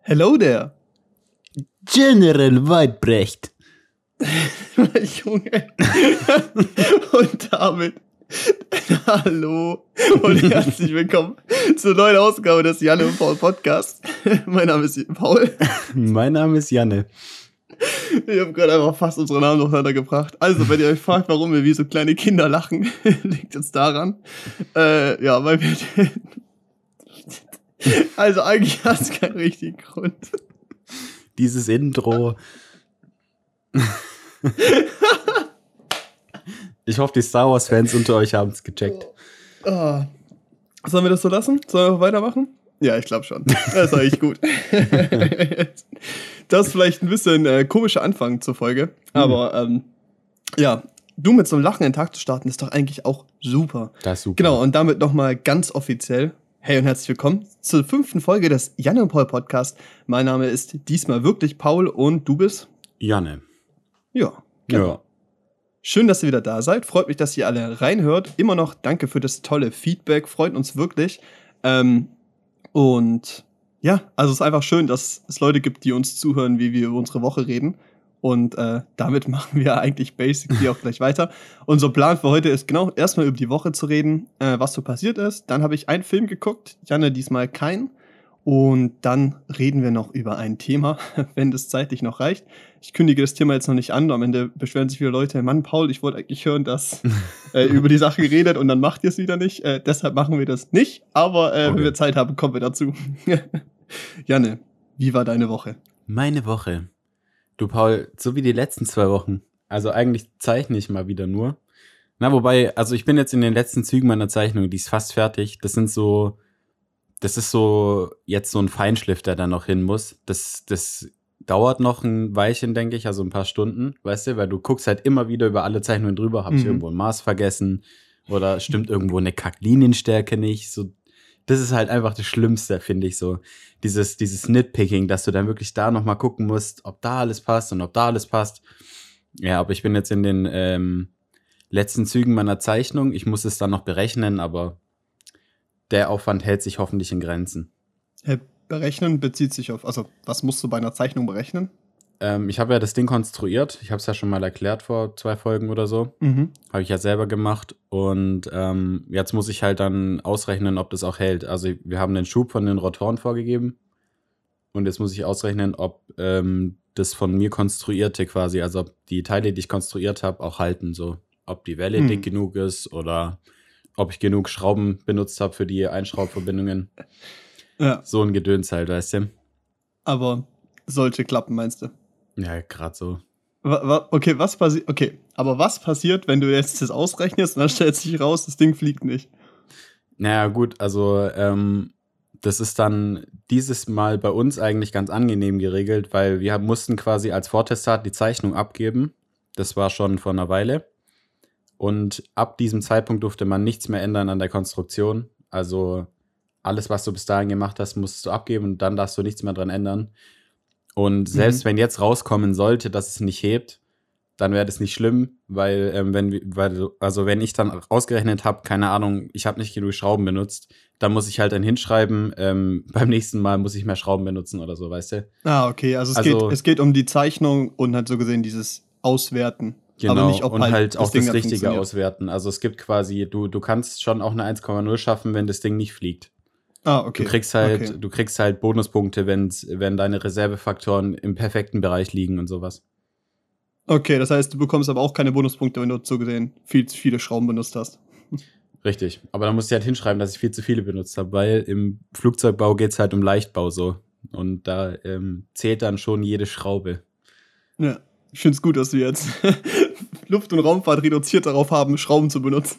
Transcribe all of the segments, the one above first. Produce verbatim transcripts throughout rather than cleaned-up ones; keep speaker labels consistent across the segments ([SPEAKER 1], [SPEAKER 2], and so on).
[SPEAKER 1] Hello there.
[SPEAKER 2] General Weidbrecht.
[SPEAKER 1] Junge. Und damit hallo und herzlich willkommen zur neuen Ausgabe des Janne und Paul Podcasts. Mein Name ist Paul.
[SPEAKER 2] Mein Name ist Janne.
[SPEAKER 1] Ich habe gerade einfach fast unsere Namen durcheinander gebracht. Also, wenn ihr euch fragt, warum wir wie so kleine Kinder lachen, liegt es daran. Äh, ja, weil wir... Also, eigentlich hat es keinen richtigen Grund.
[SPEAKER 2] Dieses Intro. Ich hoffe, die Star Wars-Fans unter euch haben es gecheckt.
[SPEAKER 1] Oh. Sollen wir das so lassen? Sollen wir weitermachen? Ja, ich glaube schon. Das ist eigentlich gut. Das ist vielleicht ein bisschen äh, komischer Anfang zur Folge. Aber ähm, ja, du mit so einem Lachen in den Tag zu starten, ist doch eigentlich auch super.
[SPEAKER 2] Das ist super.
[SPEAKER 1] Genau, und damit nochmal ganz offiziell. Hey und herzlich willkommen zur fünften Folge des Janne und Paul Podcast. Mein Name ist diesmal wirklich Paul und du bist?
[SPEAKER 2] Janne.
[SPEAKER 1] Ja. Genau.
[SPEAKER 2] Ja.
[SPEAKER 1] Schön, dass ihr wieder da seid. Freut mich, dass ihr alle reinhört. Immer noch danke für das tolle Feedback. Freut uns wirklich. Ähm, und ja, also es ist einfach schön, dass es Leute gibt, die uns zuhören, wie wir über unsere Woche reden. Und äh, damit machen wir eigentlich basically auch gleich weiter. Unser Plan für heute ist genau erstmal über die Woche zu reden, äh, was so passiert ist. Dann habe ich einen Film geguckt, Janne diesmal keinen. Und dann reden wir noch über ein Thema, wenn das zeitlich noch reicht. Ich kündige das Thema jetzt noch nicht an. Am Ende beschweren sich viele Leute, Mann, Paul, ich wollte eigentlich hören, dass äh, über die Sache geredet und dann macht ihr es wieder nicht. Äh, deshalb machen wir das nicht. Aber äh,
[SPEAKER 2] Okay.
[SPEAKER 1] wenn wir Zeit haben, kommen wir dazu. Janne, wie war deine Woche?
[SPEAKER 2] Meine Woche. Du, Paul, so wie die letzten zwei Wochen. Also eigentlich zeichne ich mal wieder nur. Na, wobei, also ich bin jetzt in den letzten Zügen meiner Zeichnung, die ist fast fertig. Das sind so... Das ist so jetzt so ein Feinschliff, der da noch hin muss. Das, das dauert noch ein Weilchen, denke ich, also ein paar Stunden, weißt du, weil du guckst halt immer wieder über alle Zeichnungen drüber, habe ich
[SPEAKER 1] Mhm.
[SPEAKER 2] irgendwo ein Maß vergessen oder stimmt irgendwo eine Kacklinienstärke nicht. So, das ist halt einfach das Schlimmste, finde ich so. Dieses, dieses Nitpicking, dass du dann wirklich da nochmal gucken musst, ob da alles passt und ob da alles passt. Ja, aber ich bin jetzt in den ähm, letzten Zügen meiner Zeichnung. Ich muss es dann noch berechnen, aber der Aufwand hält sich hoffentlich in Grenzen.
[SPEAKER 1] Äh, Berechnen bezieht sich auf, also was musst du bei einer Zeichnung berechnen?
[SPEAKER 2] Ähm, ich habe ja das Ding konstruiert. Ich habe es ja schon mal erklärt vor zwei Folgen oder so.
[SPEAKER 1] Mhm.
[SPEAKER 2] Habe ich ja selber gemacht. Und ähm, jetzt muss ich halt dann ausrechnen, ob das auch hält. Also wir haben den Schub von den Rotoren vorgegeben. Und jetzt muss ich ausrechnen, ob ähm, das von mir konstruierte quasi, also ob die Teile, die ich konstruiert habe, auch halten. So, ob die Welle
[SPEAKER 1] Hm.
[SPEAKER 2] dick genug ist oder ob ich genug Schrauben benutzt habe für die Einschraubverbindungen.
[SPEAKER 1] Ja,
[SPEAKER 2] So ein Gedöns halt, weißt du?
[SPEAKER 1] aber solche klappen, meinst du?
[SPEAKER 2] Ja, gerade so.
[SPEAKER 1] Wa- wa- Okay, was passiert? Okay, aber was passiert, wenn du jetzt das ausrechnest und dann stellt sich raus, das Ding fliegt nicht?
[SPEAKER 2] Naja, gut, also ähm, das ist dann dieses Mal bei uns eigentlich ganz angenehm geregelt, weil wir haben- mussten quasi als Vortestat die Zeichnung abgeben. Das war schon vor einer Weile. Und ab diesem Zeitpunkt durfte man nichts mehr ändern an der Konstruktion. Also alles, was du bis dahin gemacht hast, musst du abgeben und dann darfst du nichts mehr dran ändern. Und selbst
[SPEAKER 1] Mhm.
[SPEAKER 2] wenn jetzt rauskommen sollte, dass es nicht hebt, dann wäre das nicht schlimm, weil ähm, wenn wir, weil, also wenn ich dann ausgerechnet habe, keine Ahnung, ich habe nicht genug Schrauben benutzt, dann muss ich halt dann hinschreiben, ähm, beim nächsten Mal muss ich mehr Schrauben benutzen oder so, weißt du?
[SPEAKER 1] Ah, okay, also es,
[SPEAKER 2] Also-
[SPEAKER 1] geht, es geht um die Zeichnung und halt so gesehen dieses Auswerten.
[SPEAKER 2] Genau,
[SPEAKER 1] aber nicht, ob
[SPEAKER 2] und
[SPEAKER 1] halt,
[SPEAKER 2] halt,
[SPEAKER 1] das
[SPEAKER 2] auch
[SPEAKER 1] Ding
[SPEAKER 2] das
[SPEAKER 1] dann
[SPEAKER 2] Richtige
[SPEAKER 1] funktioniert.
[SPEAKER 2] auswerten. Also es gibt quasi, du, du kannst schon auch eine eins Komma null schaffen, wenn das Ding nicht fliegt.
[SPEAKER 1] Ah, okay.
[SPEAKER 2] Du kriegst halt,
[SPEAKER 1] Okay.
[SPEAKER 2] du kriegst halt Bonuspunkte, wenn's, wenn deine Reservefaktoren im perfekten Bereich liegen und sowas.
[SPEAKER 1] Okay, das heißt, du bekommst aber auch keine Bonuspunkte, wenn du so gesehen viel zu viele Schrauben benutzt hast.
[SPEAKER 2] Richtig. Aber dann musst du halt hinschreiben, dass ich viel zu viele benutzt habe, weil im Flugzeugbau geht's halt um Leichtbau so. Und da ähm, zählt dann schon jede Schraube.
[SPEAKER 1] Ja, ich finde es gut, dass wir jetzt Luft- und Raumfahrt reduziert darauf haben, Schrauben zu benutzen.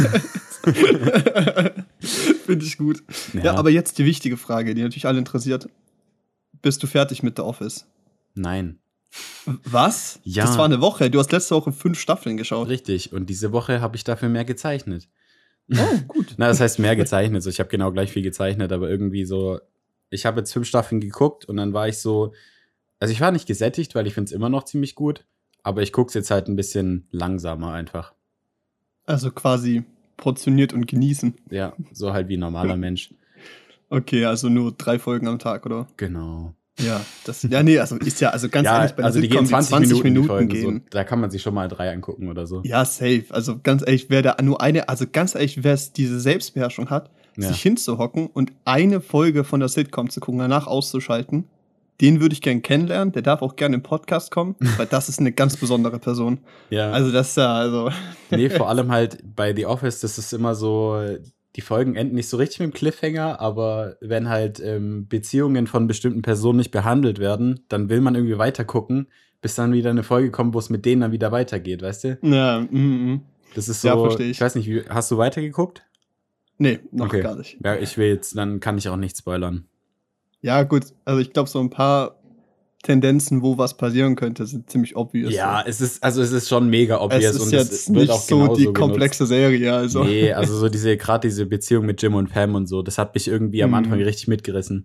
[SPEAKER 1] Finde ich gut. Ja.
[SPEAKER 2] Ja.
[SPEAKER 1] aber jetzt die wichtige Frage, die natürlich alle interessiert. Bist du fertig mit The Office?
[SPEAKER 2] Nein.
[SPEAKER 1] Was?
[SPEAKER 2] Ja.
[SPEAKER 1] Das war eine Woche. Du hast letzte Woche fünf Staffeln geschaut.
[SPEAKER 2] Richtig. Und diese Woche habe ich dafür mehr gezeichnet.
[SPEAKER 1] Oh, gut.
[SPEAKER 2] Na, das heißt mehr gezeichnet. So, ich habe genau gleich viel gezeichnet, aber irgendwie so, ich habe jetzt fünf Staffeln geguckt und dann war ich so, also ich war nicht gesättigt, weil ich finde es immer noch ziemlich gut, aber ich gucke es jetzt halt ein bisschen langsamer einfach.
[SPEAKER 1] Also quasi portioniert und genießen.
[SPEAKER 2] Ja, so halt wie ein normaler Mensch.
[SPEAKER 1] Okay, also nur drei Folgen am Tag, oder?
[SPEAKER 2] Genau.
[SPEAKER 1] Ja, das, ja, nee, also ist ja, also ganz
[SPEAKER 2] Ja,
[SPEAKER 1] ehrlich, bei der
[SPEAKER 2] also die gehen
[SPEAKER 1] Sitcom, die
[SPEAKER 2] zwanzig Minuten, die
[SPEAKER 1] Minuten
[SPEAKER 2] Folgen,
[SPEAKER 1] gehen.
[SPEAKER 2] so, da kann man sich schon mal drei angucken oder so.
[SPEAKER 1] Ja, safe. Also ganz ehrlich, wer da nur eine, also ganz ehrlich, wer es diese Selbstbeherrschung hat,
[SPEAKER 2] Ja.
[SPEAKER 1] sich hinzuhocken und eine Folge von der Sitcom zu gucken, danach auszuschalten, den würde ich gerne kennenlernen. Der darf auch gerne im Podcast kommen, weil das ist eine ganz besondere Person.
[SPEAKER 2] Ja.
[SPEAKER 1] Also das ist ja, also.
[SPEAKER 2] Nee, vor allem halt bei The Office, das ist immer so, die Folgen enden nicht so richtig mit dem Cliffhanger, aber wenn halt ähm, Beziehungen von bestimmten Personen nicht behandelt werden, dann will man irgendwie weiter gucken, bis dann wieder eine Folge kommt, wo es mit denen dann wieder weitergeht, weißt du?
[SPEAKER 1] Ja, mm, mm.
[SPEAKER 2] Das ist so,
[SPEAKER 1] Ja, verstehe ich.
[SPEAKER 2] ich weiß nicht, wie, hast du weitergeguckt?
[SPEAKER 1] Nee, noch
[SPEAKER 2] Okay.
[SPEAKER 1] gar nicht.
[SPEAKER 2] Ja, ich will jetzt, dann kann ich auch nicht spoilern.
[SPEAKER 1] Ja, gut. Also ich glaube, so ein paar Tendenzen, wo was passieren könnte, sind ziemlich obvious.
[SPEAKER 2] Ja, es ist, also es ist schon mega obvious
[SPEAKER 1] es ist
[SPEAKER 2] und
[SPEAKER 1] jetzt
[SPEAKER 2] es wird
[SPEAKER 1] nicht
[SPEAKER 2] auch
[SPEAKER 1] so
[SPEAKER 2] genauso
[SPEAKER 1] die
[SPEAKER 2] genutzt.
[SPEAKER 1] komplexe Serie, also.
[SPEAKER 2] Nee, also so diese, gerade diese Beziehung mit Jim und Pam und so, das hat mich irgendwie am
[SPEAKER 1] Mhm.
[SPEAKER 2] Anfang richtig mitgerissen.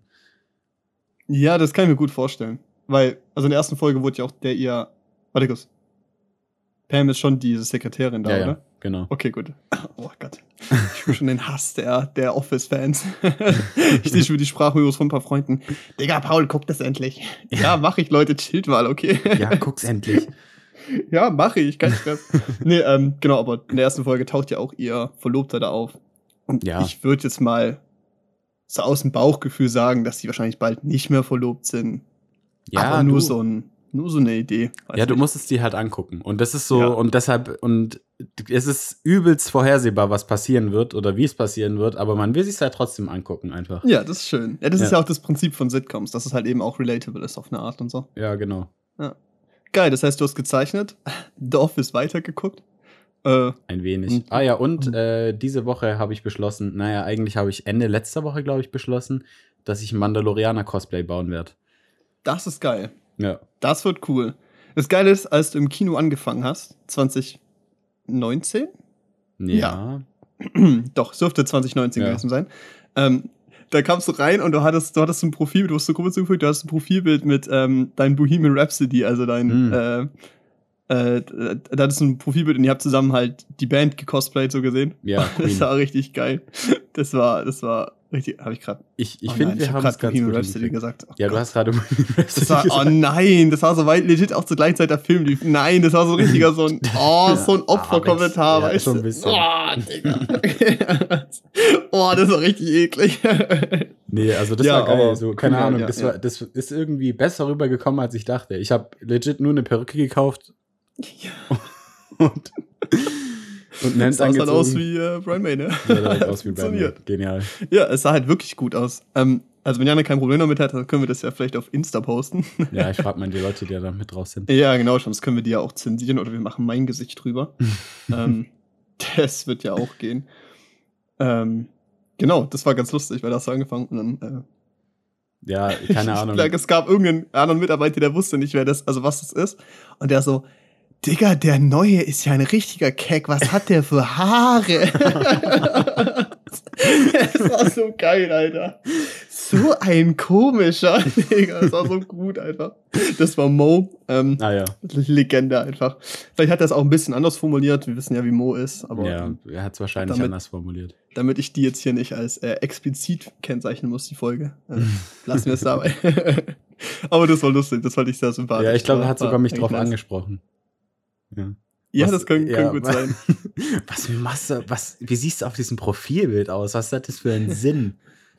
[SPEAKER 1] Ja, das kann ich mir gut vorstellen. Weil, also in der ersten Folge wurde ja auch der ihr. Warte kurz. Pam ist schon diese Sekretärin da,
[SPEAKER 2] Ja, ja,
[SPEAKER 1] oder?
[SPEAKER 2] genau.
[SPEAKER 1] Okay, gut. Oh Gott. Ich spüre schon den Hass der, der Office-Fans. Ich sehe schon die Sprachmemos von ein paar Freunden. Digga, Paul, guck das endlich. Ja, mach ich, Leute, chillt mal, okay?
[SPEAKER 2] Ja, guck's endlich.
[SPEAKER 1] Ja, mache ich, kein Stress. Nee, ähm, genau, aber in der ersten Folge taucht ja auch ihr Verlobter da auf. Und
[SPEAKER 2] Ja.
[SPEAKER 1] ich würde jetzt mal so aus dem Bauchgefühl sagen, dass sie wahrscheinlich bald nicht mehr verlobt sind.
[SPEAKER 2] Ja,
[SPEAKER 1] aber nur
[SPEAKER 2] du,
[SPEAKER 1] so ein, nur so eine Idee. weiß
[SPEAKER 2] ja, du
[SPEAKER 1] nicht.
[SPEAKER 2] musst es dir halt angucken. Und das ist so,
[SPEAKER 1] Ja.
[SPEAKER 2] und deshalb, und es ist übelst vorhersehbar, was passieren wird oder wie es passieren wird, aber man will sich halt trotzdem angucken einfach.
[SPEAKER 1] Ja, das ist schön. Ja, das
[SPEAKER 2] Ja.
[SPEAKER 1] ist ja auch das Prinzip von Sitcoms, dass es halt eben auch relatable ist auf eine Art und so.
[SPEAKER 2] Ja, genau.
[SPEAKER 1] Geil, das heißt, du hast gezeichnet, The Office weitergeguckt. Äh,
[SPEAKER 2] Ein wenig.
[SPEAKER 1] Und-
[SPEAKER 2] ah ja, und
[SPEAKER 1] und-
[SPEAKER 2] äh, diese Woche habe ich beschlossen, naja, eigentlich habe ich Ende letzter Woche, glaube ich, beschlossen, dass ich ein Mandalorianer-Cosplay bauen werde.
[SPEAKER 1] das ist geil.
[SPEAKER 2] Ja.
[SPEAKER 1] Das wird cool. Das Geile ist, als du im Kino angefangen hast, zwanzig neunzehn?
[SPEAKER 2] Ja.
[SPEAKER 1] Doch, es dürfte zwanzig neunzehn
[SPEAKER 2] Ja.
[SPEAKER 1] gewesen sein. Ähm, da kamst du rein und du hattest, du hattest ein Profil, du hast so komisch zugefügt, du hast ein Profilbild mit ähm, deinem Bohemian Rhapsody, also dein,
[SPEAKER 2] Hm.
[SPEAKER 1] äh, äh, da hattest du ein Profilbild und ihr habt zusammen halt die Band gecosplayt, so gesehen.
[SPEAKER 2] Ja,
[SPEAKER 1] Das
[SPEAKER 2] Queen.
[SPEAKER 1] war richtig geil. Das war, das war richtig, hab ich gerade.
[SPEAKER 2] Ich, ich
[SPEAKER 1] oh
[SPEAKER 2] finde,
[SPEAKER 1] nein,
[SPEAKER 2] wir
[SPEAKER 1] hab
[SPEAKER 2] haben
[SPEAKER 1] grad
[SPEAKER 2] es ganz
[SPEAKER 1] Bohemian
[SPEAKER 2] gut
[SPEAKER 1] Rhapsody
[SPEAKER 2] hingekriegt.
[SPEAKER 1] gesagt. Oh
[SPEAKER 2] Ja, du
[SPEAKER 1] Gott.
[SPEAKER 2] hast gerade Bohemian Rhapsody
[SPEAKER 1] Das war, oh
[SPEAKER 2] gesagt.
[SPEAKER 1] nein, das war so weit, legit auch zur gleichen Zeit der Film lief. Nein, das war so richtiger, so ein, oh, so ein Opferkommentar,
[SPEAKER 2] Ja,
[SPEAKER 1] weißt
[SPEAKER 2] schon
[SPEAKER 1] du?
[SPEAKER 2] ein bisschen.
[SPEAKER 1] Oh, Digga. Oh, das war richtig eklig.
[SPEAKER 2] Nee, also das
[SPEAKER 1] Ja,
[SPEAKER 2] war geil.
[SPEAKER 1] aber
[SPEAKER 2] So, keine
[SPEAKER 1] cool, ja,
[SPEAKER 2] Ahnung,
[SPEAKER 1] ja,
[SPEAKER 2] das,
[SPEAKER 1] ja.
[SPEAKER 2] war, das ist irgendwie besser rübergekommen, als ich dachte. Ich habe legit nur eine Perücke gekauft und, und Nance
[SPEAKER 1] Das sah dann
[SPEAKER 2] angezogen.
[SPEAKER 1] aus wie äh, Brian May, ne?
[SPEAKER 2] Sah direkt aus wie Batman.
[SPEAKER 1] Funktioniert.
[SPEAKER 2] Genial.
[SPEAKER 1] Ja, es sah halt wirklich gut aus. Ähm, also, wenn Jana kein Problem damit hat, dann können wir das ja vielleicht auf Insta posten.
[SPEAKER 2] Ja, ich frage mal die Leute, die da mit drauf sind.
[SPEAKER 1] Ja, genau, sonst können wir die ja auch zensieren oder wir machen mein Gesicht drüber. ähm, das wird ja auch gehen. Ähm, genau, das war ganz lustig, weil da hast du angefangen und dann. Äh,
[SPEAKER 2] Ja, keine Ahnung.
[SPEAKER 1] Ich glaube, es gab irgendeinen anderen Mitarbeiter, der wusste nicht, wer das, also was das ist. Und der so, Digga, der Neue ist ja ein richtiger Keck. Was hat der für Haare? Das war so geil, Alter. So ein komischer, Digga. Das war so gut einfach. Das war Mo. Ähm,
[SPEAKER 2] Ah ja.
[SPEAKER 1] Legende einfach. Vielleicht hat er es auch ein bisschen anders formuliert. Wir wissen ja, wie Mo ist. Aber
[SPEAKER 2] Ja, er hat es wahrscheinlich
[SPEAKER 1] damit-
[SPEAKER 2] anders formuliert.
[SPEAKER 1] damit ich die jetzt hier nicht als äh, explizit kennzeichnen muss, die Folge, äh, lassen wir es dabei. Aber das war lustig, das fand ich sehr sympathisch.
[SPEAKER 2] Ja, ich glaube, er
[SPEAKER 1] War-
[SPEAKER 2] hat sogar
[SPEAKER 1] war
[SPEAKER 2] mich
[SPEAKER 1] eigentlich
[SPEAKER 2] drauf
[SPEAKER 1] nice.
[SPEAKER 2] angesprochen. Ja.
[SPEAKER 1] Ja,
[SPEAKER 2] Was-
[SPEAKER 1] das kann,
[SPEAKER 2] ja,
[SPEAKER 1] kann gut
[SPEAKER 2] wa-
[SPEAKER 1] sein.
[SPEAKER 2] Was machst du, was, wie siehst du auf diesem Profilbild aus? Was hat das für einen Sinn?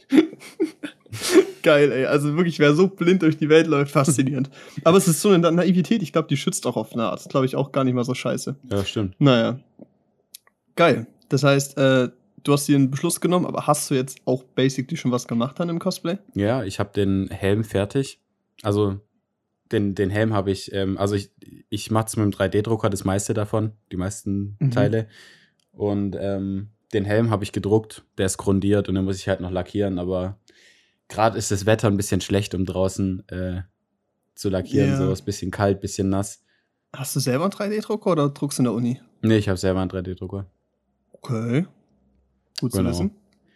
[SPEAKER 1] Geil, ey. Also wirklich, wer so blind durch die Welt läuft, faszinierend. Aber es ist so eine Naivität, ich glaube, die schützt auch auf eine Art. Glaube ich auch gar nicht mal so scheiße.
[SPEAKER 2] Ja, stimmt.
[SPEAKER 1] Naja. Geil. Das heißt, äh, du hast dir einen Beschluss genommen, aber hast du jetzt auch basically schon was gemacht an dem Cosplay?
[SPEAKER 2] Ja, ich habe den Helm fertig. Also den, den Helm habe ich, ähm, also ich, ich mache es mit dem drei D-Drucker, das meiste davon, die meisten
[SPEAKER 1] Mhm.
[SPEAKER 2] Teile. Und ähm, den Helm habe ich gedruckt, der ist grundiert und den muss ich halt noch lackieren, aber gerade ist das Wetter ein bisschen schlecht, um draußen äh, zu lackieren.
[SPEAKER 1] Ja.
[SPEAKER 2] So ist ein bisschen kalt, bisschen nass.
[SPEAKER 1] Hast du selber einen drei D-Drucker oder druckst du in der Uni?
[SPEAKER 2] Nee, ich habe selber einen drei D-Drucker.
[SPEAKER 1] Okay. Gut
[SPEAKER 2] Genau.
[SPEAKER 1] zu wissen.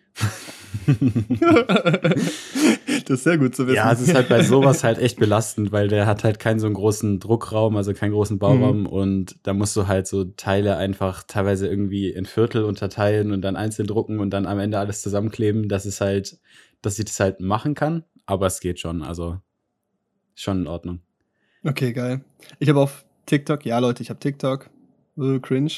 [SPEAKER 1] Das ist sehr gut zu wissen.
[SPEAKER 2] Ja, es ist halt bei sowas halt echt belastend, weil der hat halt keinen so einen großen Druckraum, also keinen großen Bauraum
[SPEAKER 1] Mhm.
[SPEAKER 2] und da musst du halt so Teile einfach teilweise irgendwie in Viertel unterteilen und dann einzeln drucken und dann am Ende alles zusammenkleben. Das ist halt, dass ich das halt machen kann, aber es geht schon, also schon in Ordnung.
[SPEAKER 1] Okay, geil. Ich habe auf TikTok, ja Leute, ich habe TikTok. Äh, cringe.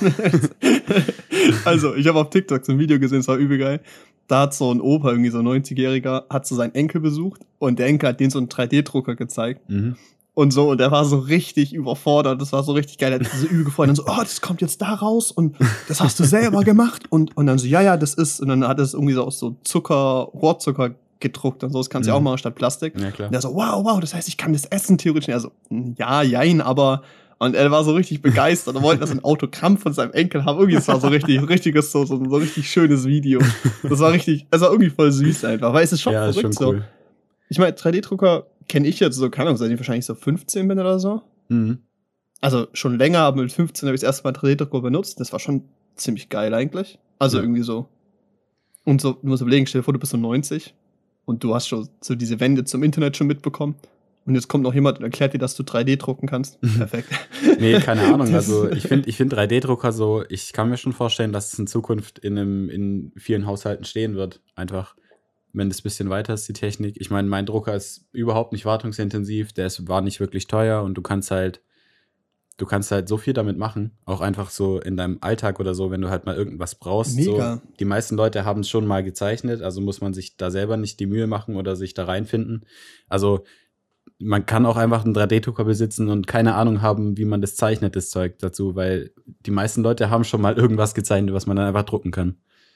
[SPEAKER 1] Also, ich habe auf TikTok so ein Video gesehen, das war übel geil. Da hat so ein Opa, irgendwie so ein neunzigjähriger, hat so seinen Enkel besucht und der Enkel hat den so einen drei D-Drucker gezeigt.
[SPEAKER 2] Mhm.
[SPEAKER 1] Und so, und er war so richtig überfordert, das war so richtig geil, er hat sich so übel gefreut, und dann so, oh, das kommt jetzt da raus und das hast du selber gemacht und, und dann so, ja, ja, das ist, und dann hat es irgendwie so aus so Zucker, Rohrzucker gedruckt und so, das kannst du ja auch
[SPEAKER 2] Mhm.
[SPEAKER 1] machen statt Plastik.
[SPEAKER 2] Ja, klar.
[SPEAKER 1] Und er so, wow, wow, das heißt, ich kann das essen theoretisch. Und er so, ja, jein, aber, und er war so richtig begeistert und wollte das ein Autogramm von seinem Enkel haben. Irgendwie, das war so richtig, richtiges, so, so, so ein richtig schönes Video. Das war richtig, es war irgendwie voll süß einfach, weil es ist schon
[SPEAKER 2] Ja, ist
[SPEAKER 1] verrückt
[SPEAKER 2] schon cool.
[SPEAKER 1] so. Ich meine, drei D-Drucker kenne ich jetzt so, keine Ahnung, seit ich wahrscheinlich so fünfzehn bin oder so.
[SPEAKER 2] Mhm.
[SPEAKER 1] Also schon länger, aber mit fünfzehn habe ich das erste Mal drei D-Drucker benutzt. Das war schon ziemlich geil eigentlich. Also
[SPEAKER 2] Ja.
[SPEAKER 1] irgendwie so. Und so, du musst überlegen, stell dir vor, du bist so neunzig und du hast schon so diese Wende zum Internet schon mitbekommen. Und jetzt kommt noch jemand und erklärt dir, dass du drei D drucken kannst. Perfekt.
[SPEAKER 2] Nee, keine Ahnung.
[SPEAKER 1] Das-
[SPEAKER 2] Also ich finde ich find drei D-Drucker so, ich kann mir schon vorstellen, dass es in Zukunft in, einem, in vielen Haushalten stehen wird. Einfach, wenn es ein bisschen weiter ist, die Technik. Ich meine, mein Drucker ist überhaupt nicht wartungsintensiv, der ist, war nicht wirklich teuer und du kannst halt, du kannst halt so viel damit machen. Auch einfach so in deinem Alltag oder so, wenn du halt mal irgendwas brauchst.
[SPEAKER 1] Mega.
[SPEAKER 2] So, die meisten Leute haben es schon mal gezeichnet, also muss man sich da selber nicht die Mühe machen oder sich da reinfinden. Also man kann auch einfach einen drei D-Drucker besitzen und keine Ahnung haben, wie man das zeichnet, das Zeug dazu, weil die meisten Leute haben schon mal irgendwas gezeichnet, was man dann einfach drucken kann.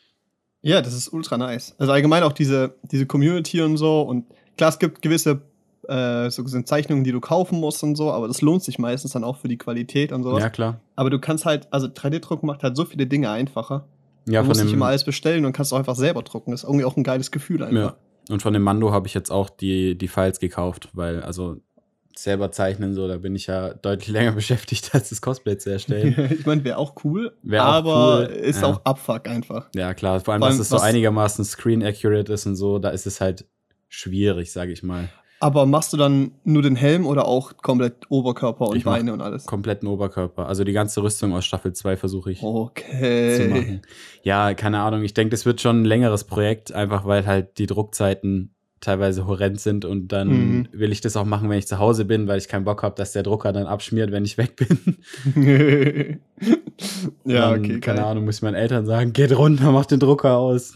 [SPEAKER 1] Ja, das ist ultra nice. Also allgemein auch diese, diese Community und so. Und klar, es gibt gewisse äh, so sind Zeichnungen, die du kaufen musst und so, aber das lohnt sich meistens dann auch für die Qualität und sowas.
[SPEAKER 2] Ja, klar.
[SPEAKER 1] Aber du kannst halt, also drei D-Druck macht halt so viele Dinge einfacher.
[SPEAKER 2] Ja,
[SPEAKER 1] du
[SPEAKER 2] von
[SPEAKER 1] musst nicht
[SPEAKER 2] dem,
[SPEAKER 1] immer alles bestellen und kannst auch einfach selber drucken. Das ist irgendwie auch ein geiles Gefühl einfach.
[SPEAKER 2] ja. Und von dem Mando habe ich jetzt auch die, die Files gekauft, weil also selber zeichnen, so, da bin ich ja deutlich länger beschäftigt, als das Cosplay zu erstellen.
[SPEAKER 1] Ich meine, wäre auch cool,
[SPEAKER 2] Wär auch
[SPEAKER 1] aber
[SPEAKER 2] cool,
[SPEAKER 1] ist
[SPEAKER 2] ja.
[SPEAKER 1] auch Abfuck einfach.
[SPEAKER 2] Ja, klar, vor allem,
[SPEAKER 1] Vor allem,
[SPEAKER 2] dass es so
[SPEAKER 1] was-
[SPEAKER 2] einigermaßen screen-accurate ist und so, da ist es halt schwierig, sage ich mal.
[SPEAKER 1] Aber machst du dann nur den Helm oder auch komplett Oberkörper und
[SPEAKER 2] Ich mach
[SPEAKER 1] Beine und alles?
[SPEAKER 2] Kompletten Oberkörper. Also die ganze Rüstung aus Staffel zwei versuche ich
[SPEAKER 1] Oh, Okay.
[SPEAKER 2] zu machen. Ja, keine Ahnung. Ich denke, das wird schon ein längeres Projekt, einfach weil halt die Druckzeiten teilweise horrend sind und dann
[SPEAKER 1] Mhm.
[SPEAKER 2] will ich das auch machen, wenn ich zu Hause bin, weil ich keinen Bock habe, dass der Drucker dann abschmiert, wenn ich weg bin.
[SPEAKER 1] Ja,
[SPEAKER 2] Dann,
[SPEAKER 1] okay,
[SPEAKER 2] keine
[SPEAKER 1] geil.
[SPEAKER 2] Ahnung, muss ich meinen Eltern sagen, geht runter, mach den Drucker aus.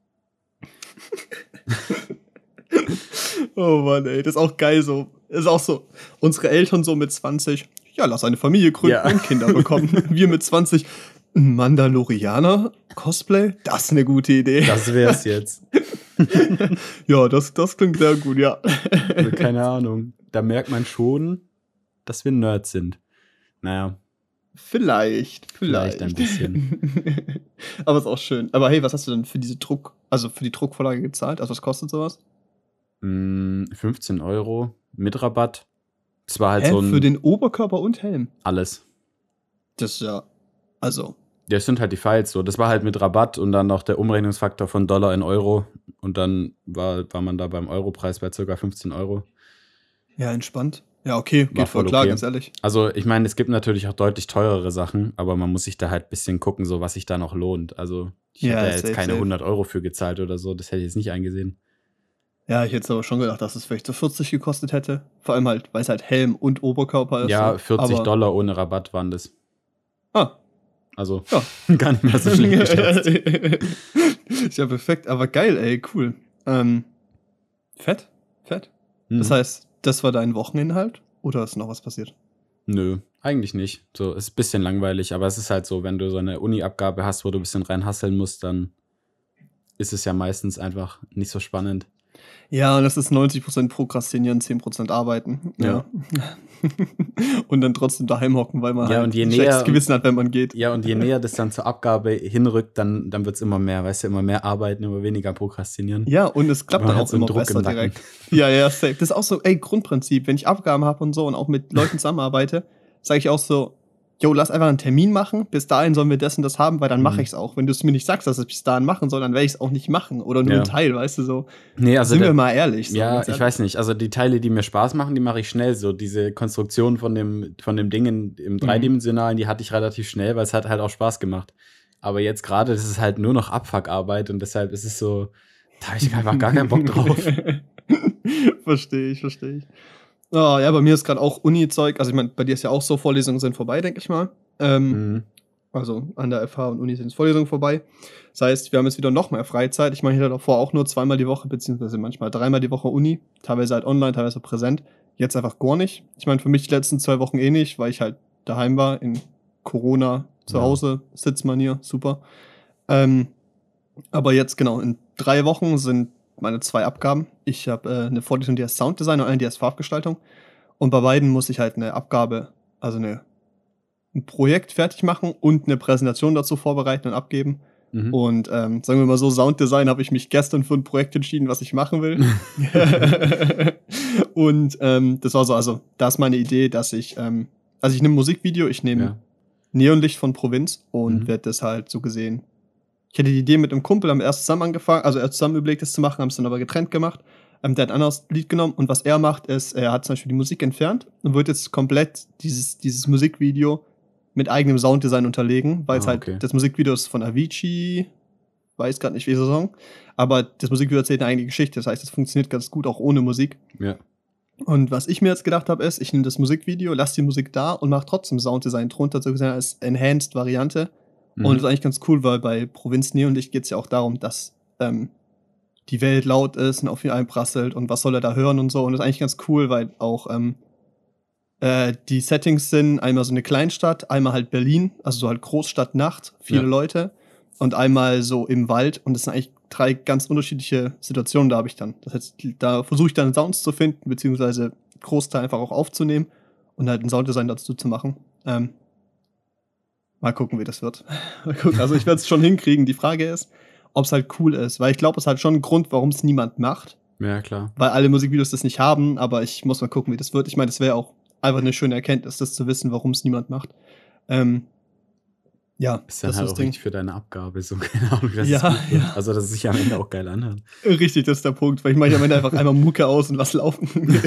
[SPEAKER 1] Oh Mann, ey, das ist auch geil so. Das ist auch so, unsere Eltern so mit zwanzig, ja, lass eine Familie gründen
[SPEAKER 2] Ja.
[SPEAKER 1] und Kinder bekommen. Wir mit zwanzig, Mandalorianer, Cosplay, das ist eine gute Idee.
[SPEAKER 2] Das wär's jetzt.
[SPEAKER 1] Ja, das, das klingt sehr gut, ja.
[SPEAKER 2] Also, keine Ahnung. Da merkt man schon, dass wir Nerds sind. Naja,
[SPEAKER 1] Vielleicht, vielleicht.
[SPEAKER 2] Vielleicht ein bisschen.
[SPEAKER 1] Aber ist auch schön. Aber hey, was hast du denn für diese Druck, also für die Druckvorlage gezahlt? Also was kostet sowas?
[SPEAKER 2] mh, fünfzehn Euro mit Rabatt. Das war halt
[SPEAKER 1] Hä?
[SPEAKER 2] so ein
[SPEAKER 1] Für den Oberkörper und Helm?
[SPEAKER 2] alles.
[SPEAKER 1] Das ist ja, also,
[SPEAKER 2] Das sind halt die Files so. Das war halt mit Rabatt und dann noch der Umrechnungsfaktor von Dollar in Euro. Und dann war, war man da beim Europreis bei ca. fünfzehn Euro.
[SPEAKER 1] ja, entspannt. Ja, okay,
[SPEAKER 2] War
[SPEAKER 1] geht voll
[SPEAKER 2] voll
[SPEAKER 1] klar,
[SPEAKER 2] okay.
[SPEAKER 1] ganz ehrlich.
[SPEAKER 2] Also ich meine, es gibt natürlich auch deutlich teurere Sachen, aber man muss sich da halt ein bisschen gucken, so was sich da noch lohnt. Also ich
[SPEAKER 1] Ja,
[SPEAKER 2] hätte da jetzt
[SPEAKER 1] safe,
[SPEAKER 2] keine
[SPEAKER 1] safe.
[SPEAKER 2] hundert Euro für gezahlt oder so. Das hätte ich jetzt nicht eingesehen.
[SPEAKER 1] Ja, ich hätte aber schon gedacht, dass es vielleicht so vierzig gekostet hätte. Vor allem halt, weil es halt Helm und Oberkörper ist.
[SPEAKER 2] Ja,
[SPEAKER 1] so.
[SPEAKER 2] vierzig
[SPEAKER 1] Aber-
[SPEAKER 2] Dollar ohne Rabatt waren das.
[SPEAKER 1] Ah,
[SPEAKER 2] Also
[SPEAKER 1] Ja.
[SPEAKER 2] gar nicht mehr so schlecht geschätzt.
[SPEAKER 1] ja, perfekt. Aber geil, ey, cool. Ähm, fett, fett.
[SPEAKER 2] Hm.
[SPEAKER 1] Das heißt, das war dein Wocheninhalt? Oder ist noch was passiert?
[SPEAKER 2] Nö, eigentlich nicht. So, ist ein bisschen langweilig, aber es ist halt so, wenn du so eine Uni-Abgabe hast, wo du ein bisschen reinhasseln musst, dann ist es ja meistens einfach nicht so spannend.
[SPEAKER 1] Ja, und das ist neunzig Prozent Prokrastinieren, zehn Prozent Arbeiten.
[SPEAKER 2] Ja.
[SPEAKER 1] Und dann trotzdem daheim hocken, weil man
[SPEAKER 2] Ja,
[SPEAKER 1] halt
[SPEAKER 2] und je
[SPEAKER 1] ein schlechtes
[SPEAKER 2] näher-
[SPEAKER 1] Gewissen hat, wenn man geht.
[SPEAKER 2] Ja, und je näher das dann zur Abgabe hinrückt, dann, dann wird es immer mehr, weißt du, immer mehr arbeiten, immer weniger prokrastinieren.
[SPEAKER 1] Ja, und es klappt
[SPEAKER 2] Man
[SPEAKER 1] dann
[SPEAKER 2] hat
[SPEAKER 1] auch
[SPEAKER 2] so einen
[SPEAKER 1] immer
[SPEAKER 2] Druck
[SPEAKER 1] besser
[SPEAKER 2] im Nacken.
[SPEAKER 1] direkt. Ja, ja, safe. Das ist auch so, ey, Grundprinzip. Wenn ich Abgaben habe und so und auch mit Leuten zusammenarbeite, sage ich auch so, yo, lass einfach einen Termin machen, bis dahin sollen wir das und das haben, weil dann
[SPEAKER 2] Mhm.
[SPEAKER 1] mache ich es auch. Wenn du es mir nicht sagst, dass ich es bis dahin machen soll, dann werde ich es auch nicht machen. Oder nur
[SPEAKER 2] Ja.
[SPEAKER 1] ein Teil, weißt du, so.
[SPEAKER 2] Nee, also
[SPEAKER 1] Sind
[SPEAKER 2] der,
[SPEAKER 1] wir mal ehrlich. So,
[SPEAKER 2] ja,
[SPEAKER 1] ganz
[SPEAKER 2] ich
[SPEAKER 1] ehrlich.
[SPEAKER 2] weiß nicht. Also die Teile, die mir Spaß machen, die mache ich schnell. So diese Konstruktion von dem, von dem Ding in, im Dreidimensionalen, die hatte ich relativ schnell, weil es hat halt auch Spaß gemacht. Aber jetzt gerade, das ist halt nur noch Abfuckarbeit und deshalb ist es so, da habe ich einfach gar keinen Bock drauf.
[SPEAKER 1] Verstehe ich, verstehe ich. Oh, ja, bei mir ist gerade auch Uni-Zeug. Also, ich meine, bei dir ist ja auch so, Vorlesungen sind vorbei, denke ich mal. Ähm,
[SPEAKER 2] Mhm.
[SPEAKER 1] also, an der F H und Uni sind jetzt Vorlesungen vorbei. Das heißt, wir haben jetzt wieder noch mehr Freizeit. Ich meine, ich hatte davor auch nur zweimal die Woche, beziehungsweise manchmal dreimal die Woche Uni. Teilweise halt online, teilweise präsent. Jetzt einfach gar nicht. Ich meine, für mich die letzten zwei Wochen eh nicht, weil ich halt daheim war, in Corona, zu
[SPEAKER 2] Ja.
[SPEAKER 1] Hause, Sitzmanier, super. Ähm, aber jetzt, genau, in drei Wochen sind meine zwei Abgaben. Ich habe äh, eine Vorlesung, die heißt Sounddesign und eine, die heißt Farbgestaltung. Und bei beiden muss ich halt eine Abgabe, also eine, ein Projekt fertig machen und eine Präsentation dazu vorbereiten und abgeben.
[SPEAKER 2] Mhm.
[SPEAKER 1] Und ähm, sagen wir mal so, Sounddesign habe ich mich gestern für ein Projekt entschieden, was ich machen will. Und ähm, das war so, also da ist meine Idee, dass ich, ähm, also ich nehme ein Musikvideo, ich nehme
[SPEAKER 2] Ja.
[SPEAKER 1] Neonlicht von Provinz und
[SPEAKER 2] Mhm.
[SPEAKER 1] werde das halt so gesehen. Ich hatte die Idee mit einem Kumpel, haben wir erst zusammen angefangen, also erst zusammen überlegt, das zu machen, haben es dann aber getrennt gemacht. Ähm, der hat ein anderes Lied genommen und was er macht, ist, er hat zum Beispiel die Musik entfernt und wird jetzt komplett dieses, dieses Musikvideo mit eigenem Sounddesign unterlegen, weil es
[SPEAKER 2] Ah,
[SPEAKER 1] halt,
[SPEAKER 2] okay.
[SPEAKER 1] das Musikvideo ist von Avicii, weiß gerade nicht, welcher Song, aber das Musikvideo erzählt eine eigene Geschichte, das heißt, es funktioniert ganz gut auch ohne Musik.
[SPEAKER 2] Ja.
[SPEAKER 1] Und was ich mir jetzt gedacht habe, ist, ich nehme das Musikvideo, lasse die Musik da und mache trotzdem Sounddesign drunter, so gesehen als Enhanced-Variante.
[SPEAKER 2] Mhm.
[SPEAKER 1] Und das ist eigentlich ganz cool, weil bei Provinz Neonlicht geht es ja auch darum, dass ähm, die Welt laut ist und auf ihn einprasselt und was soll er da hören und so. Und das ist eigentlich ganz cool, weil auch ähm, äh, die Settings sind einmal so eine Kleinstadt, einmal halt Berlin, also so halt Großstadt Nacht, viele
[SPEAKER 2] Ja.
[SPEAKER 1] Leute und einmal so im Wald. Und das sind eigentlich drei ganz unterschiedliche Situationen, da habe ich dann. Das heißt, da versuche ich dann Sounds zu finden, beziehungsweise Großteil einfach auch aufzunehmen und halt ein Sounddesign dazu zu machen. Ähm, mal gucken, wie das wird. Mal gucken. Also ich werde es schon hinkriegen. Die Frage ist, ob es halt cool ist, weil ich glaube, es ist halt schon ein Grund, warum es niemand macht,
[SPEAKER 2] Ja, klar.
[SPEAKER 1] weil alle Musikvideos das nicht haben, aber ich muss mal gucken, wie das wird. Ich meine, das wäre auch einfach eine schöne Erkenntnis, das zu wissen, warum es niemand macht. Ähm, ja,
[SPEAKER 2] Ist dann
[SPEAKER 1] das
[SPEAKER 2] halt
[SPEAKER 1] ist
[SPEAKER 2] auch
[SPEAKER 1] das Ding.
[SPEAKER 2] richtig für deine Abgabe, so, keine Ahnung, dass
[SPEAKER 1] Ja,
[SPEAKER 2] es gut wird.
[SPEAKER 1] ja.
[SPEAKER 2] Also, dass es sich am Ende auch geil anhört.
[SPEAKER 1] Richtig, das ist der Punkt, weil ich mache am Ende einfach einmal Mucke aus und lass laufen.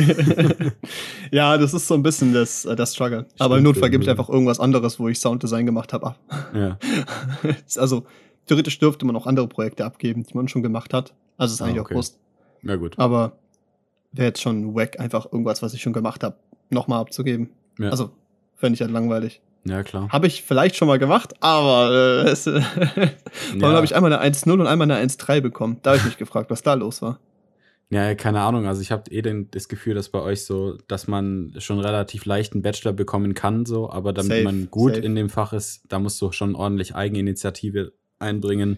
[SPEAKER 1] Ja, das ist so ein bisschen das, äh, das Struggle. Aber im
[SPEAKER 2] Stimmt
[SPEAKER 1] Notfall gebe ich
[SPEAKER 2] irgendwie.
[SPEAKER 1] einfach irgendwas anderes, wo ich Sounddesign gemacht habe, ab.
[SPEAKER 2] Ja.
[SPEAKER 1] Also, theoretisch dürfte man auch andere Projekte abgeben, die man schon gemacht hat. Also, ist
[SPEAKER 2] Ah,
[SPEAKER 1] eigentlich auch
[SPEAKER 2] okay.
[SPEAKER 1] Wurst.
[SPEAKER 2] Ja, gut.
[SPEAKER 1] Aber wäre jetzt schon wack, einfach irgendwas, was ich schon gemacht habe, nochmal abzugeben.
[SPEAKER 2] Ja.
[SPEAKER 1] Also, fände ich halt langweilig.
[SPEAKER 2] Ja, klar.
[SPEAKER 1] Habe ich vielleicht schon mal gemacht, aber äh, es, äh, dann
[SPEAKER 2] Ja.
[SPEAKER 1] habe ich einmal eine eins null und einmal eine eins drei bekommen. Da habe ich mich gefragt, was da los war.
[SPEAKER 2] Ja, keine Ahnung. Also ich habe eh den, das Gefühl, dass bei euch so, dass man schon relativ leicht einen Bachelor bekommen kann, so, aber damit
[SPEAKER 1] Safe,
[SPEAKER 2] man gut
[SPEAKER 1] safe.
[SPEAKER 2] in dem Fach ist, da musst du schon ordentlich Eigeninitiative einbringen.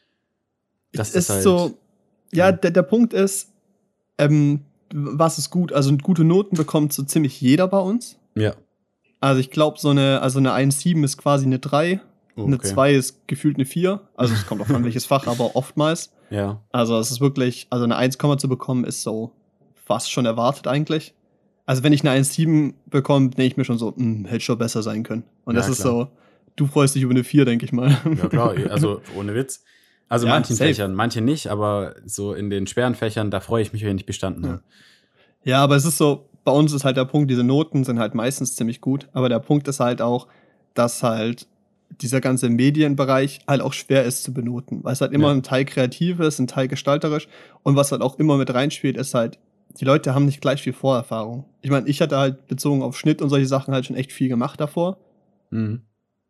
[SPEAKER 2] Das
[SPEAKER 1] Es
[SPEAKER 2] ist
[SPEAKER 1] ist
[SPEAKER 2] halt.
[SPEAKER 1] so, ja,
[SPEAKER 2] ja.
[SPEAKER 1] der, der Punkt ist, ähm, was ist gut? Also gute Noten bekommt so ziemlich jeder bei uns.
[SPEAKER 2] Ja.
[SPEAKER 1] Also ich glaube, so eine, also eine eins Komma sieben ist quasi eine drei,
[SPEAKER 2] Oh,
[SPEAKER 1] eine
[SPEAKER 2] okay.
[SPEAKER 1] zwei ist gefühlt eine vier. Also es kommt auch an welches Fach, aber oftmals.
[SPEAKER 2] Ja.
[SPEAKER 1] Also es ist wirklich, also eine eins zu bekommen, ist so fast schon erwartet eigentlich. Also wenn ich eine eins Komma sieben bekomme, denke ich mir schon so, hm, hätte schon besser sein können. Und
[SPEAKER 2] Ja,
[SPEAKER 1] das ist
[SPEAKER 2] klar.
[SPEAKER 1] so, du freust dich über eine vier, denke ich mal.
[SPEAKER 2] Ja, klar, also ohne Witz. Also
[SPEAKER 1] Ja,
[SPEAKER 2] manchen
[SPEAKER 1] safe.
[SPEAKER 2] Fächern, manche nicht, aber so in den schweren Fächern, da freue ich mich, wenn ich bestanden
[SPEAKER 1] Ja.
[SPEAKER 2] habe.
[SPEAKER 1] Ja, aber es ist so, bei uns ist halt der Punkt, diese Noten sind halt meistens ziemlich gut, aber der Punkt ist halt auch, dass halt dieser ganze Medienbereich halt auch schwer ist zu benoten, weil es halt immer
[SPEAKER 2] Ja.
[SPEAKER 1] ein Teil kreativ ist, ein Teil gestalterisch und was halt auch immer mit reinspielt, ist halt, die Leute haben nicht gleich viel Vorerfahrung. Ich meine, ich hatte halt bezogen auf Schnitt und solche Sachen halt schon echt viel gemacht davor
[SPEAKER 2] Mhm.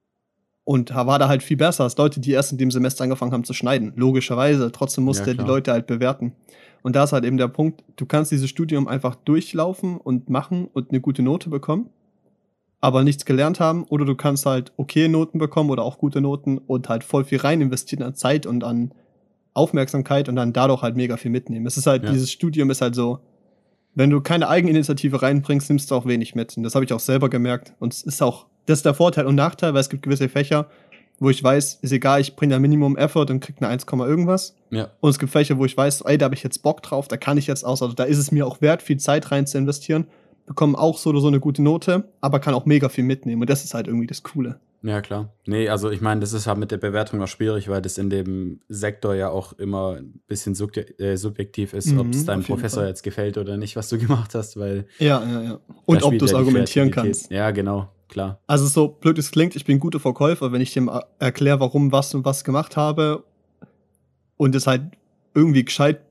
[SPEAKER 1] und war da halt viel besser als Leute, die erst in dem Semester angefangen haben zu schneiden. Logischerweise, trotzdem musste
[SPEAKER 2] Ja,
[SPEAKER 1] er die
[SPEAKER 2] klar.
[SPEAKER 1] Leute halt bewerten. Und da ist halt eben der Punkt, du kannst dieses Studium einfach durchlaufen und machen und eine gute Note bekommen, aber nichts gelernt haben, oder du kannst halt okay Noten bekommen oder auch gute Noten und halt voll viel rein investieren an Zeit und an Aufmerksamkeit und dann dadurch halt mega viel mitnehmen. Es ist halt,
[SPEAKER 2] Ja.
[SPEAKER 1] dieses Studium ist halt so, wenn du keine Eigeninitiative reinbringst, nimmst du auch wenig mit. Und das habe ich auch selber gemerkt. Und es ist auch, das ist der Vorteil und Nachteil, weil es gibt gewisse Fächer, wo ich weiß, ist egal, ich bringe da Minimum Effort und krieg eine eins, irgendwas.
[SPEAKER 2] Ja.
[SPEAKER 1] Und es gibt Fächer, wo ich weiß, ey, da habe ich jetzt Bock drauf, da kann ich jetzt aus, also da ist es mir auch wert, viel Zeit rein zu investieren, bekomme auch so oder so eine gute Note, aber kann auch mega viel mitnehmen. Und das ist halt irgendwie das Coole.
[SPEAKER 2] Ja, klar. Nee, also ich meine, das ist halt mit der Bewertung auch schwierig, weil das in dem Sektor ja auch immer ein bisschen subje- äh, subjektiv ist, ob es
[SPEAKER 1] Mhm,
[SPEAKER 2] deinem
[SPEAKER 1] auf jeden
[SPEAKER 2] Professor
[SPEAKER 1] Fall.
[SPEAKER 2] jetzt gefällt oder nicht, was du gemacht hast, weil
[SPEAKER 1] Ja, ja, ja.
[SPEAKER 2] da
[SPEAKER 1] Und ob
[SPEAKER 2] spielt
[SPEAKER 1] du es
[SPEAKER 2] ja die
[SPEAKER 1] argumentieren
[SPEAKER 2] Kreativität.
[SPEAKER 1] kannst.
[SPEAKER 2] Ja, genau, klar.
[SPEAKER 1] Also so blöd es klingt, ich bin ein guter Verkäufer, wenn ich dem erkläre, warum was und was gemacht habe und es halt irgendwie gescheit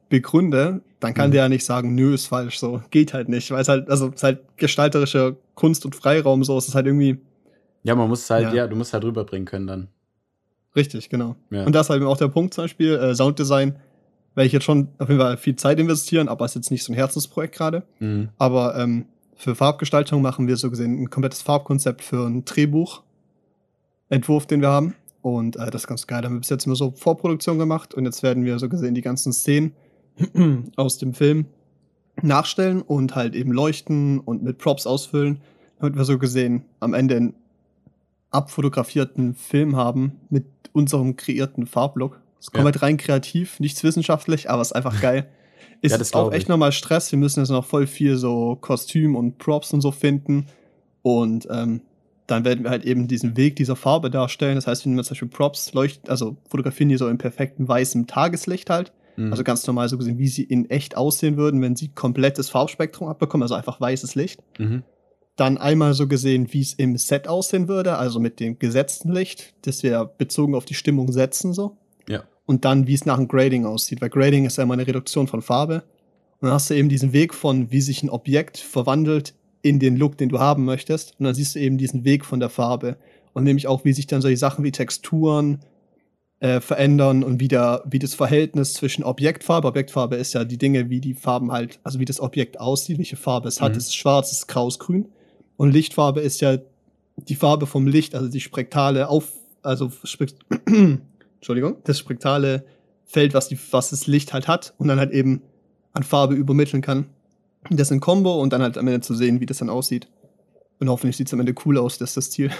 [SPEAKER 1] begründe, dann kann
[SPEAKER 2] Mhm.
[SPEAKER 1] der ja nicht sagen, nö, ist falsch, so. Geht halt nicht, weil es halt, also es ist halt gestalterische Kunst und Freiraum, so. Es ist halt irgendwie
[SPEAKER 2] Ja, man muss halt,
[SPEAKER 1] Ja.
[SPEAKER 2] ja, du musst halt rüberbringen können dann.
[SPEAKER 1] richtig, genau.
[SPEAKER 2] Ja.
[SPEAKER 1] Und das ist halt auch der Punkt zum Beispiel, äh, Sounddesign, werde ich jetzt schon auf jeden Fall viel Zeit investieren, aber ist jetzt nicht so ein Herzensprojekt gerade.
[SPEAKER 2] Mhm.
[SPEAKER 1] Aber ähm, für Farbgestaltung machen wir so gesehen ein komplettes Farbkonzept für ein Drehbuchentwurf, den wir haben. Und äh, das ist ganz geil. Da haben wir bis jetzt immer so Vorproduktion gemacht und jetzt werden wir so gesehen die ganzen Szenen aus dem Film nachstellen und halt eben leuchten und mit Props ausfüllen, damit wir so gesehen am Ende einen abfotografierten Film haben mit unserem kreierten Farblook. Das ist
[SPEAKER 2] Ja.
[SPEAKER 1] komplett rein kreativ, nichts wissenschaftlich, aber ist einfach geil. Ist
[SPEAKER 2] Ja, das
[SPEAKER 1] jetzt auch
[SPEAKER 2] glaub
[SPEAKER 1] echt
[SPEAKER 2] ich.
[SPEAKER 1] nochmal Stress. Wir müssen jetzt noch voll viel so Kostüm und Props und so finden. Und ähm, dann werden wir halt eben diesen Weg dieser Farbe darstellen. Das heißt, wir nehmen zum Beispiel Props, leuchten, also fotografieren die so im perfekten weißen Tageslicht halt.
[SPEAKER 2] Mhm.
[SPEAKER 1] Also ganz normal so gesehen, wie sie in echt aussehen würden, wenn sie komplettes Farbspektrum abbekommen, also einfach weißes Licht.
[SPEAKER 2] Mhm.
[SPEAKER 1] Dann einmal so gesehen, wie es im Set aussehen würde, also mit dem gesetzten Licht, das wir bezogen auf die Stimmung setzen so.
[SPEAKER 2] Ja.
[SPEAKER 1] Und dann, wie es nach dem Grading aussieht, weil Grading ist ja immer eine Reduktion von Farbe. Und dann hast du eben diesen Weg von, wie sich ein Objekt verwandelt in den Look, den du haben möchtest. Und dann siehst du eben diesen Weg von der Farbe. Und nämlich auch, wie sich dann solche Sachen wie Texturen äh, verändern und wie, der, wie das Verhältnis zwischen Objektfarbe, Objektfarbe ist ja die Dinge, wie die Farben halt, also wie das Objekt aussieht, welche Farbe es hat.
[SPEAKER 2] Mhm.
[SPEAKER 1] Es ist schwarz, es ist grau, es ist grün. Und Lichtfarbe ist ja die Farbe vom Licht, also die spektale auf, also spek Entschuldigung, das spektale Feld, was, die, was das Licht halt hat und dann halt eben an Farbe übermitteln kann. Und das in Kombo und dann halt am Ende zu sehen, wie das dann aussieht. Und hoffentlich sieht es am Ende cool aus, das ist das Ziel.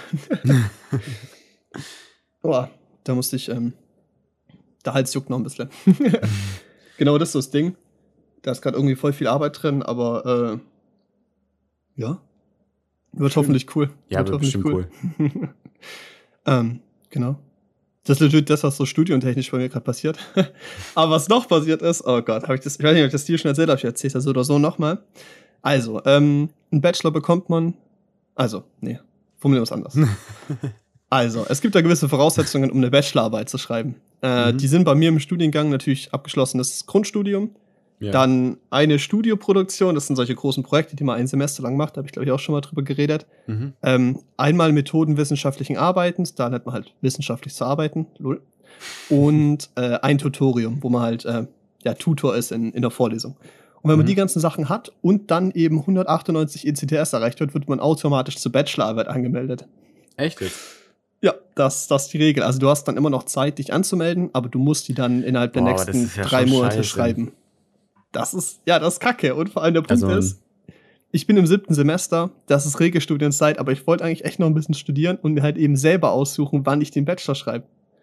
[SPEAKER 1] Boah, da musste ich, ähm, der Hals juckt noch ein bisschen. Genau, das ist so das Ding. Da ist gerade irgendwie voll viel Arbeit drin, aber äh, ja. Wird
[SPEAKER 2] Schön.
[SPEAKER 1] hoffentlich cool.
[SPEAKER 2] Ja, wird
[SPEAKER 1] hoffentlich
[SPEAKER 2] bestimmt cool.
[SPEAKER 1] ähm, genau. Das ist legit das, was so studientechnisch bei mir gerade passiert. Aber was noch passiert ist, oh Gott, habe ich das, ich weiß nicht, ob ich das dir schon erzählt habe, ich erzähle das so oder so nochmal. Also, ähm, einen Bachelor bekommt man, also, nee, formulieren wir es anders. Also, es gibt da gewisse Voraussetzungen, um eine Bachelorarbeit zu schreiben. Äh,
[SPEAKER 2] Mhm.
[SPEAKER 1] Die sind bei mir im Studiengang natürlich abgeschlossenes Grundstudium.
[SPEAKER 2] Ja.
[SPEAKER 1] Dann eine Studioproduktion, das sind solche großen Projekte, die man ein Semester lang macht, da habe ich, glaube ich, auch schon mal drüber geredet.
[SPEAKER 2] Mhm.
[SPEAKER 1] Ähm, einmal Methoden wissenschaftlichen Arbeitens, da lernt man halt wissenschaftlich zu arbeiten, lol. Und äh, ein Tutorium, wo man halt äh, ja, Tutor ist in, in der Vorlesung. Und wenn man
[SPEAKER 2] Mhm.
[SPEAKER 1] die ganzen Sachen hat und dann eben hundertachtundneunzig E C T S erreicht wird, wird man automatisch zur Bachelorarbeit angemeldet.
[SPEAKER 2] Echt jetzt?
[SPEAKER 1] Ja, das, das ist die Regel. Also du hast dann immer noch Zeit, dich anzumelden, aber du musst die dann innerhalb der
[SPEAKER 2] Boah, das
[SPEAKER 1] nächsten
[SPEAKER 2] ist ja
[SPEAKER 1] drei
[SPEAKER 2] schon
[SPEAKER 1] Monate
[SPEAKER 2] scheiße.
[SPEAKER 1] schreiben. Das ist, ja, das ist kacke. Und vor allem der Punkt
[SPEAKER 2] Also-
[SPEAKER 1] ist, ich bin im siebten Semester, das ist Regelstudienzeit, aber ich wollte eigentlich echt noch ein bisschen studieren und mir halt eben selber aussuchen, wann ich den Bachelor schreibe.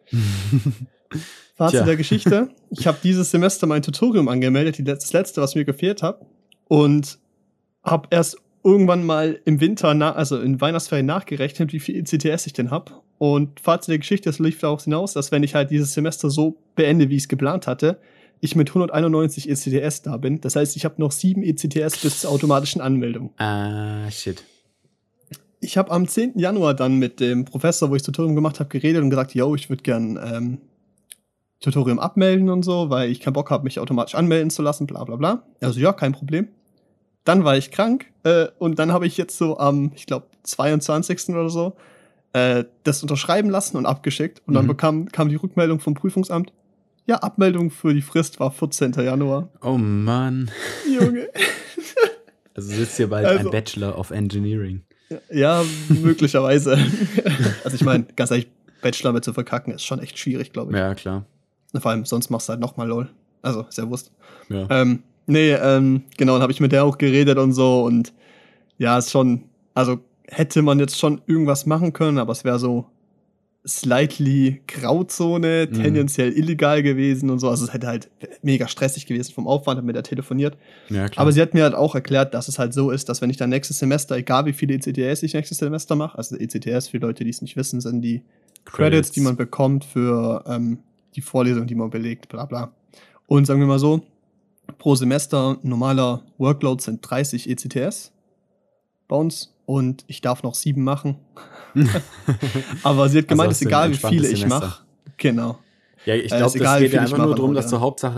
[SPEAKER 1] Fazit
[SPEAKER 2] Tja.
[SPEAKER 1] der Geschichte, ich habe dieses Semester mein Tutorium angemeldet, die letz- das letzte, was mir gefehlt hat, und habe erst irgendwann mal im Winter, na, also in Weihnachtsferien nachgerechnet, wie viel E C T S ich denn habe. Und Fazit der Geschichte, das lief darauf hinaus, dass wenn ich halt dieses Semester so beende, wie ich es geplant hatte, ich mit hunderteinundneunzig E C T S da bin. Das heißt, ich habe noch sieben E C T S bis zur automatischen Anmeldung.
[SPEAKER 2] Ah, shit.
[SPEAKER 1] Ich habe am zehnten Januar dann mit dem Professor, wo ich das Tutorium gemacht habe, geredet und gesagt, yo, ich würde gern ähm, Tutorium abmelden und so, weil ich keinen Bock habe, mich automatisch anmelden zu lassen, bla bla bla. Also ja, kein Problem. Dann war ich krank äh, und dann habe ich jetzt so am, ich glaube, zweiundzwanzigsten oder so äh, das unterschreiben lassen und abgeschickt. Und dann
[SPEAKER 2] Mhm.
[SPEAKER 1] bekam, kam die Rückmeldung vom Prüfungsamt. Ja, Abmeldung für die Frist war vierzehnten Januar.
[SPEAKER 2] Oh Mann.
[SPEAKER 1] Junge.
[SPEAKER 2] Also sitzt hier bald
[SPEAKER 1] Also-
[SPEAKER 2] ein Bachelor of Engineering.
[SPEAKER 1] Ja, möglicherweise. Also ich meine, ganz ehrlich, Bachelor mit zu verkacken ist schon echt schwierig, glaube ich.
[SPEAKER 2] Ja, klar.
[SPEAKER 1] Vor allem, sonst machst du halt nochmal LOL. Also, ist ja Wurst.
[SPEAKER 2] Ja.
[SPEAKER 1] Ähm, nee, ähm, genau, dann habe ich mit der auch geredet und so und ja, ist schon, also hätte man jetzt schon irgendwas machen können, aber es wäre so slightly Grauzone,
[SPEAKER 2] Mhm.
[SPEAKER 1] tendenziell illegal gewesen und so. Also es hätte halt mega stressig gewesen vom Aufwand, hat mit der telefoniert.
[SPEAKER 2] Ja, klar.
[SPEAKER 1] Aber sie hat mir halt auch erklärt, dass es halt so ist, dass wenn ich dann nächstes Semester, egal wie viele E C T S ich nächstes Semester mache, also E C T S für Leute, die es nicht wissen, sind die Credits, die man bekommt für ähm, die Vorlesung, die man belegt, bla bla. Und sagen wir mal so, pro Semester normaler Workload sind dreißig E C T S bei uns und ich darf noch sieben machen. Aber sie hat gemeint,
[SPEAKER 2] Also
[SPEAKER 1] es ist
[SPEAKER 2] hast du ein
[SPEAKER 1] egal, wie viele
[SPEAKER 2] entspanntes
[SPEAKER 1] ich
[SPEAKER 2] Semester.
[SPEAKER 1] mache. Genau.
[SPEAKER 2] Ja, ich
[SPEAKER 1] Äh,
[SPEAKER 2] glaube,
[SPEAKER 1] ist
[SPEAKER 2] das
[SPEAKER 1] egal, wie
[SPEAKER 2] geht ja
[SPEAKER 1] viel ich
[SPEAKER 2] einfach nur
[SPEAKER 1] mache,
[SPEAKER 2] darum,
[SPEAKER 1] oder?
[SPEAKER 2] dass du Hauptsache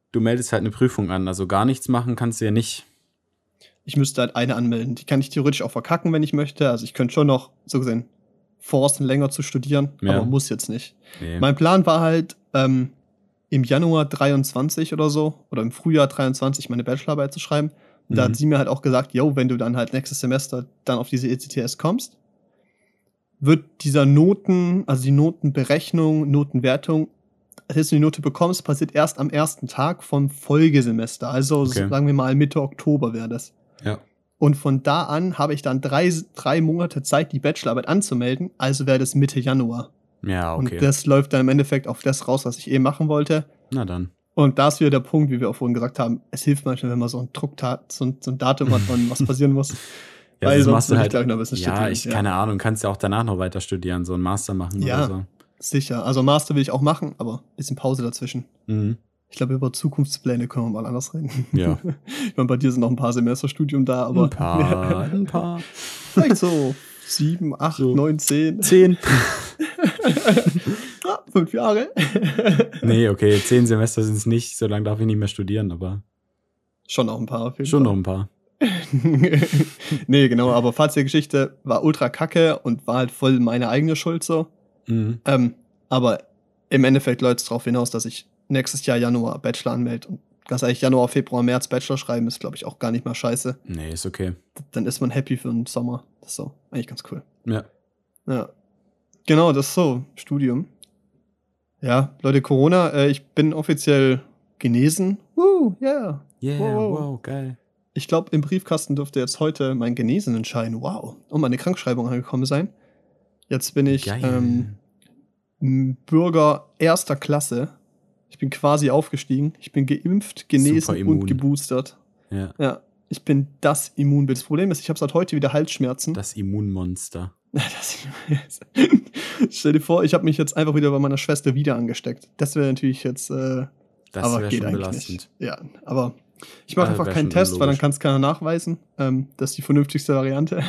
[SPEAKER 2] du meldest halt eine Prüfung an. Also gar nichts machen kannst du ja nicht.
[SPEAKER 1] Ich müsste halt eine anmelden. Die kann ich theoretisch auch verkacken, wenn ich möchte. Also ich könnte schon noch, so gesehen, forcen, länger zu studieren, ja. aber muss jetzt nicht. Nee. Mein Plan war halt, ähm, im Januar dreiundzwanzig oder so, oder im Frühjahr dreiundzwanzig meine Bachelorarbeit zu schreiben. Und mhm. da hat sie mir halt auch gesagt, yo, wenn du dann halt nächstes Semester dann auf diese E C T S kommst, wird dieser Noten, also die Notenberechnung, Notenwertung, als du die Note bekommst, passiert erst am ersten Tag vom Folgesemester. Also okay. sagen wir mal Mitte Oktober wäre das.
[SPEAKER 2] Ja.
[SPEAKER 1] Und von da an habe ich dann drei, drei Monate Zeit, die Bachelorarbeit anzumelden. Also wäre das Mitte Januar.
[SPEAKER 2] Ja, okay.
[SPEAKER 1] Und das läuft dann im Endeffekt auf das raus, was ich eh machen wollte.
[SPEAKER 2] Na dann.
[SPEAKER 1] Und da ist wieder der Punkt, wie wir auch vorhin gesagt haben, es hilft manchmal, wenn man so ein Drucktat, so ein, so ein Datum hat, wann was passieren muss.
[SPEAKER 2] Ja, Weil sonst machst du halt, ich noch ein bisschen ja, ich, ja, keine Ahnung, kannst ja auch danach noch weiter studieren, so einen Master machen
[SPEAKER 1] ja,
[SPEAKER 2] oder so.
[SPEAKER 1] Sicher. Also Master will ich auch machen, aber ein bisschen Pause dazwischen.
[SPEAKER 2] Mhm.
[SPEAKER 1] Ich glaube, über Zukunftspläne können wir mal anders reden.
[SPEAKER 2] Ja.
[SPEAKER 1] Ich meine, bei dir sind noch ein paar Semesterstudium da, aber.
[SPEAKER 2] Ein paar, ein paar.
[SPEAKER 1] Vielleicht so sieben, acht, so neun, zehn.
[SPEAKER 2] Zehn.
[SPEAKER 1] ah, fünf Jahre.
[SPEAKER 2] Nee, okay, zehn Semester sind es nicht, so lange darf ich nicht mehr studieren, aber.
[SPEAKER 1] Schon noch ein paar. Auf jeden
[SPEAKER 2] Schon
[SPEAKER 1] Fall.
[SPEAKER 2] noch ein paar.
[SPEAKER 1] Nee, genau, aber Fazit der Geschichte war ultra kacke und war halt voll meine eigene Schuld so.
[SPEAKER 2] Mhm.
[SPEAKER 1] Ähm, aber im Endeffekt läuft es darauf hinaus, dass ich nächstes Jahr Januar Bachelor anmelde. Und ganz ehrlich, Januar, Februar, März Bachelor schreiben ist, glaube ich, auch gar nicht mal scheiße.
[SPEAKER 2] Nee, ist okay.
[SPEAKER 1] Dann ist man happy für den Sommer. Das ist so eigentlich ganz cool.
[SPEAKER 2] Ja.
[SPEAKER 1] Ja. Genau, das ist so. Studium. Ja, Leute, Corona, äh, ich bin offiziell genesen. Woo, yeah.
[SPEAKER 2] Yeah, wow, wow geil.
[SPEAKER 1] Ich glaube, im Briefkasten dürfte jetzt heute mein Genesenenschein, wow, und meine Krankschreibung angekommen sein. Jetzt bin ich ähm, Bürger erster Klasse. Ich bin quasi aufgestiegen. Ich bin geimpft, genesen und geboostert.
[SPEAKER 2] Ja.
[SPEAKER 1] Ja, ich bin das Immunbild. Das Problem ist, ich habe seit heute wieder Halsschmerzen.
[SPEAKER 2] Das Immunmonster.
[SPEAKER 1] Das, stell dir vor, ich habe mich jetzt einfach wieder bei meiner Schwester wieder angesteckt. Das wäre natürlich jetzt, äh,
[SPEAKER 2] das
[SPEAKER 1] aber
[SPEAKER 2] wäre
[SPEAKER 1] geht
[SPEAKER 2] schon
[SPEAKER 1] eigentlich
[SPEAKER 2] belastend.
[SPEAKER 1] nicht. Ja, aber ich mache
[SPEAKER 2] Also
[SPEAKER 1] einfach keinen Test,
[SPEAKER 2] unlogisch.
[SPEAKER 1] weil dann kann es keiner nachweisen. Ähm, das ist die vernünftigste Variante.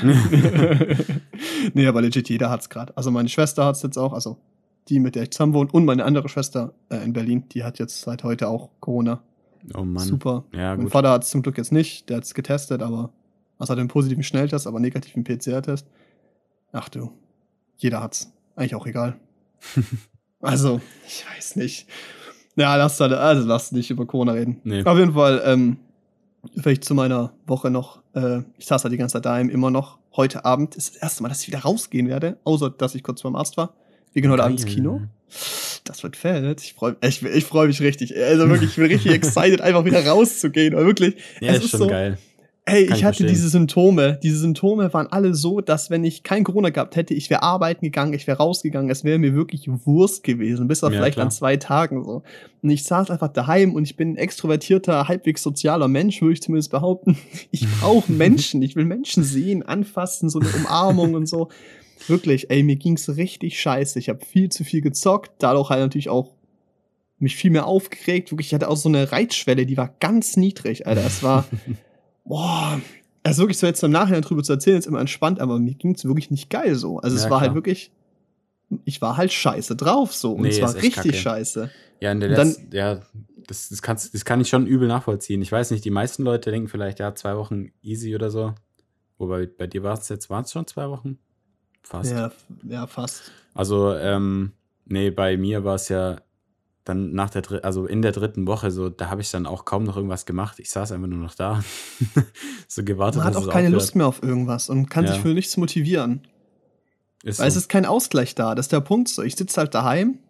[SPEAKER 1] Nee, aber legit, jeder hat's gerade. Also meine Schwester hat's jetzt auch, also die, mit der ich zusammen wohne, und meine andere Schwester äh, in Berlin, die hat jetzt seit heute auch Corona.
[SPEAKER 2] Oh Mann.
[SPEAKER 1] Super.
[SPEAKER 2] Ja,
[SPEAKER 1] mein
[SPEAKER 2] gut.
[SPEAKER 1] Vater hat's zum Glück jetzt nicht, der hat's getestet, aber also hat einen positiven Schnelltest, aber negativen P C R-Test. Ach du, jeder hat's. Eigentlich auch egal. Also, ich weiß nicht. Ja, lass halt, also lass nicht über Corona reden.
[SPEAKER 2] Nee.
[SPEAKER 1] Auf jeden Fall, ähm, vielleicht zu meiner Woche noch. Äh, ich saß halt die ganze Zeit daheim, immer noch. Heute Abend ist das erste Mal, dass ich wieder rausgehen werde, außer dass ich kurz beim Arzt war. Wir gehen heute Abend ins Kino. Das wird fett. Ich freue ich, ich freu mich richtig. Also wirklich, ich bin richtig excited, einfach wieder rauszugehen. Aber wirklich,
[SPEAKER 2] ja,
[SPEAKER 1] es
[SPEAKER 2] ist
[SPEAKER 1] ist
[SPEAKER 2] schon
[SPEAKER 1] so,
[SPEAKER 2] geil.
[SPEAKER 1] Ey,
[SPEAKER 2] Kann
[SPEAKER 1] ich
[SPEAKER 2] ich
[SPEAKER 1] hatte
[SPEAKER 2] verstehen.
[SPEAKER 1] diese Symptome. Diese Symptome waren alle so, dass wenn ich kein Corona gehabt hätte, ich wäre arbeiten gegangen, ich wäre rausgegangen, es wäre mir wirklich Wurst gewesen, bis auf
[SPEAKER 2] Ja,
[SPEAKER 1] vielleicht
[SPEAKER 2] klar.
[SPEAKER 1] an zwei Tagen so. Und ich saß einfach daheim und ich bin ein extrovertierter, halbwegs sozialer Mensch, würde ich zumindest behaupten. Ich brauche Menschen, ich will Menschen sehen, anfassen, so eine Umarmung und so. Wirklich, ey, mir ging's richtig scheiße. Ich habe viel zu viel gezockt, dadurch halt natürlich auch mich viel mehr aufgeregt. Wirklich, ich hatte auch so eine Reizschwelle, die war ganz niedrig, Alter. Es war boah, also wirklich so jetzt im Nachhinein drüber zu erzählen, ist immer entspannt, aber mir ging's wirklich nicht geil so. Also
[SPEAKER 2] Ja,
[SPEAKER 1] es war halt
[SPEAKER 2] klar.
[SPEAKER 1] wirklich, ich war halt scheiße drauf so. Und
[SPEAKER 2] Nee,
[SPEAKER 1] es war
[SPEAKER 2] ist echt
[SPEAKER 1] richtig
[SPEAKER 2] kacke.
[SPEAKER 1] scheiße.
[SPEAKER 2] Ja, in der
[SPEAKER 1] Und dann-
[SPEAKER 2] letzten, ja, das, das, kannst, das kann ich schon übel nachvollziehen. Ich weiß nicht, die meisten Leute denken vielleicht, ja, zwei Wochen easy oder so. Wobei bei dir war es jetzt, waren es schon zwei Wochen? Fast.
[SPEAKER 1] Ja, f- ja, fast.
[SPEAKER 2] Also, ähm, nee, bei mir war es ja dann nach der dritten, also in der dritten Woche, so, da habe ich dann auch kaum noch irgendwas gemacht. Ich saß einfach nur noch da. So gewartet,
[SPEAKER 1] Man hat
[SPEAKER 2] dass
[SPEAKER 1] auch
[SPEAKER 2] es
[SPEAKER 1] keine
[SPEAKER 2] aufhört.
[SPEAKER 1] Lust mehr auf irgendwas und kann
[SPEAKER 2] Ja.
[SPEAKER 1] sich für nichts motivieren.
[SPEAKER 2] Ist
[SPEAKER 1] Weil es
[SPEAKER 2] so.
[SPEAKER 1] ist kein Ausgleich da. Das ist der Punkt so. Ich sitze halt daheim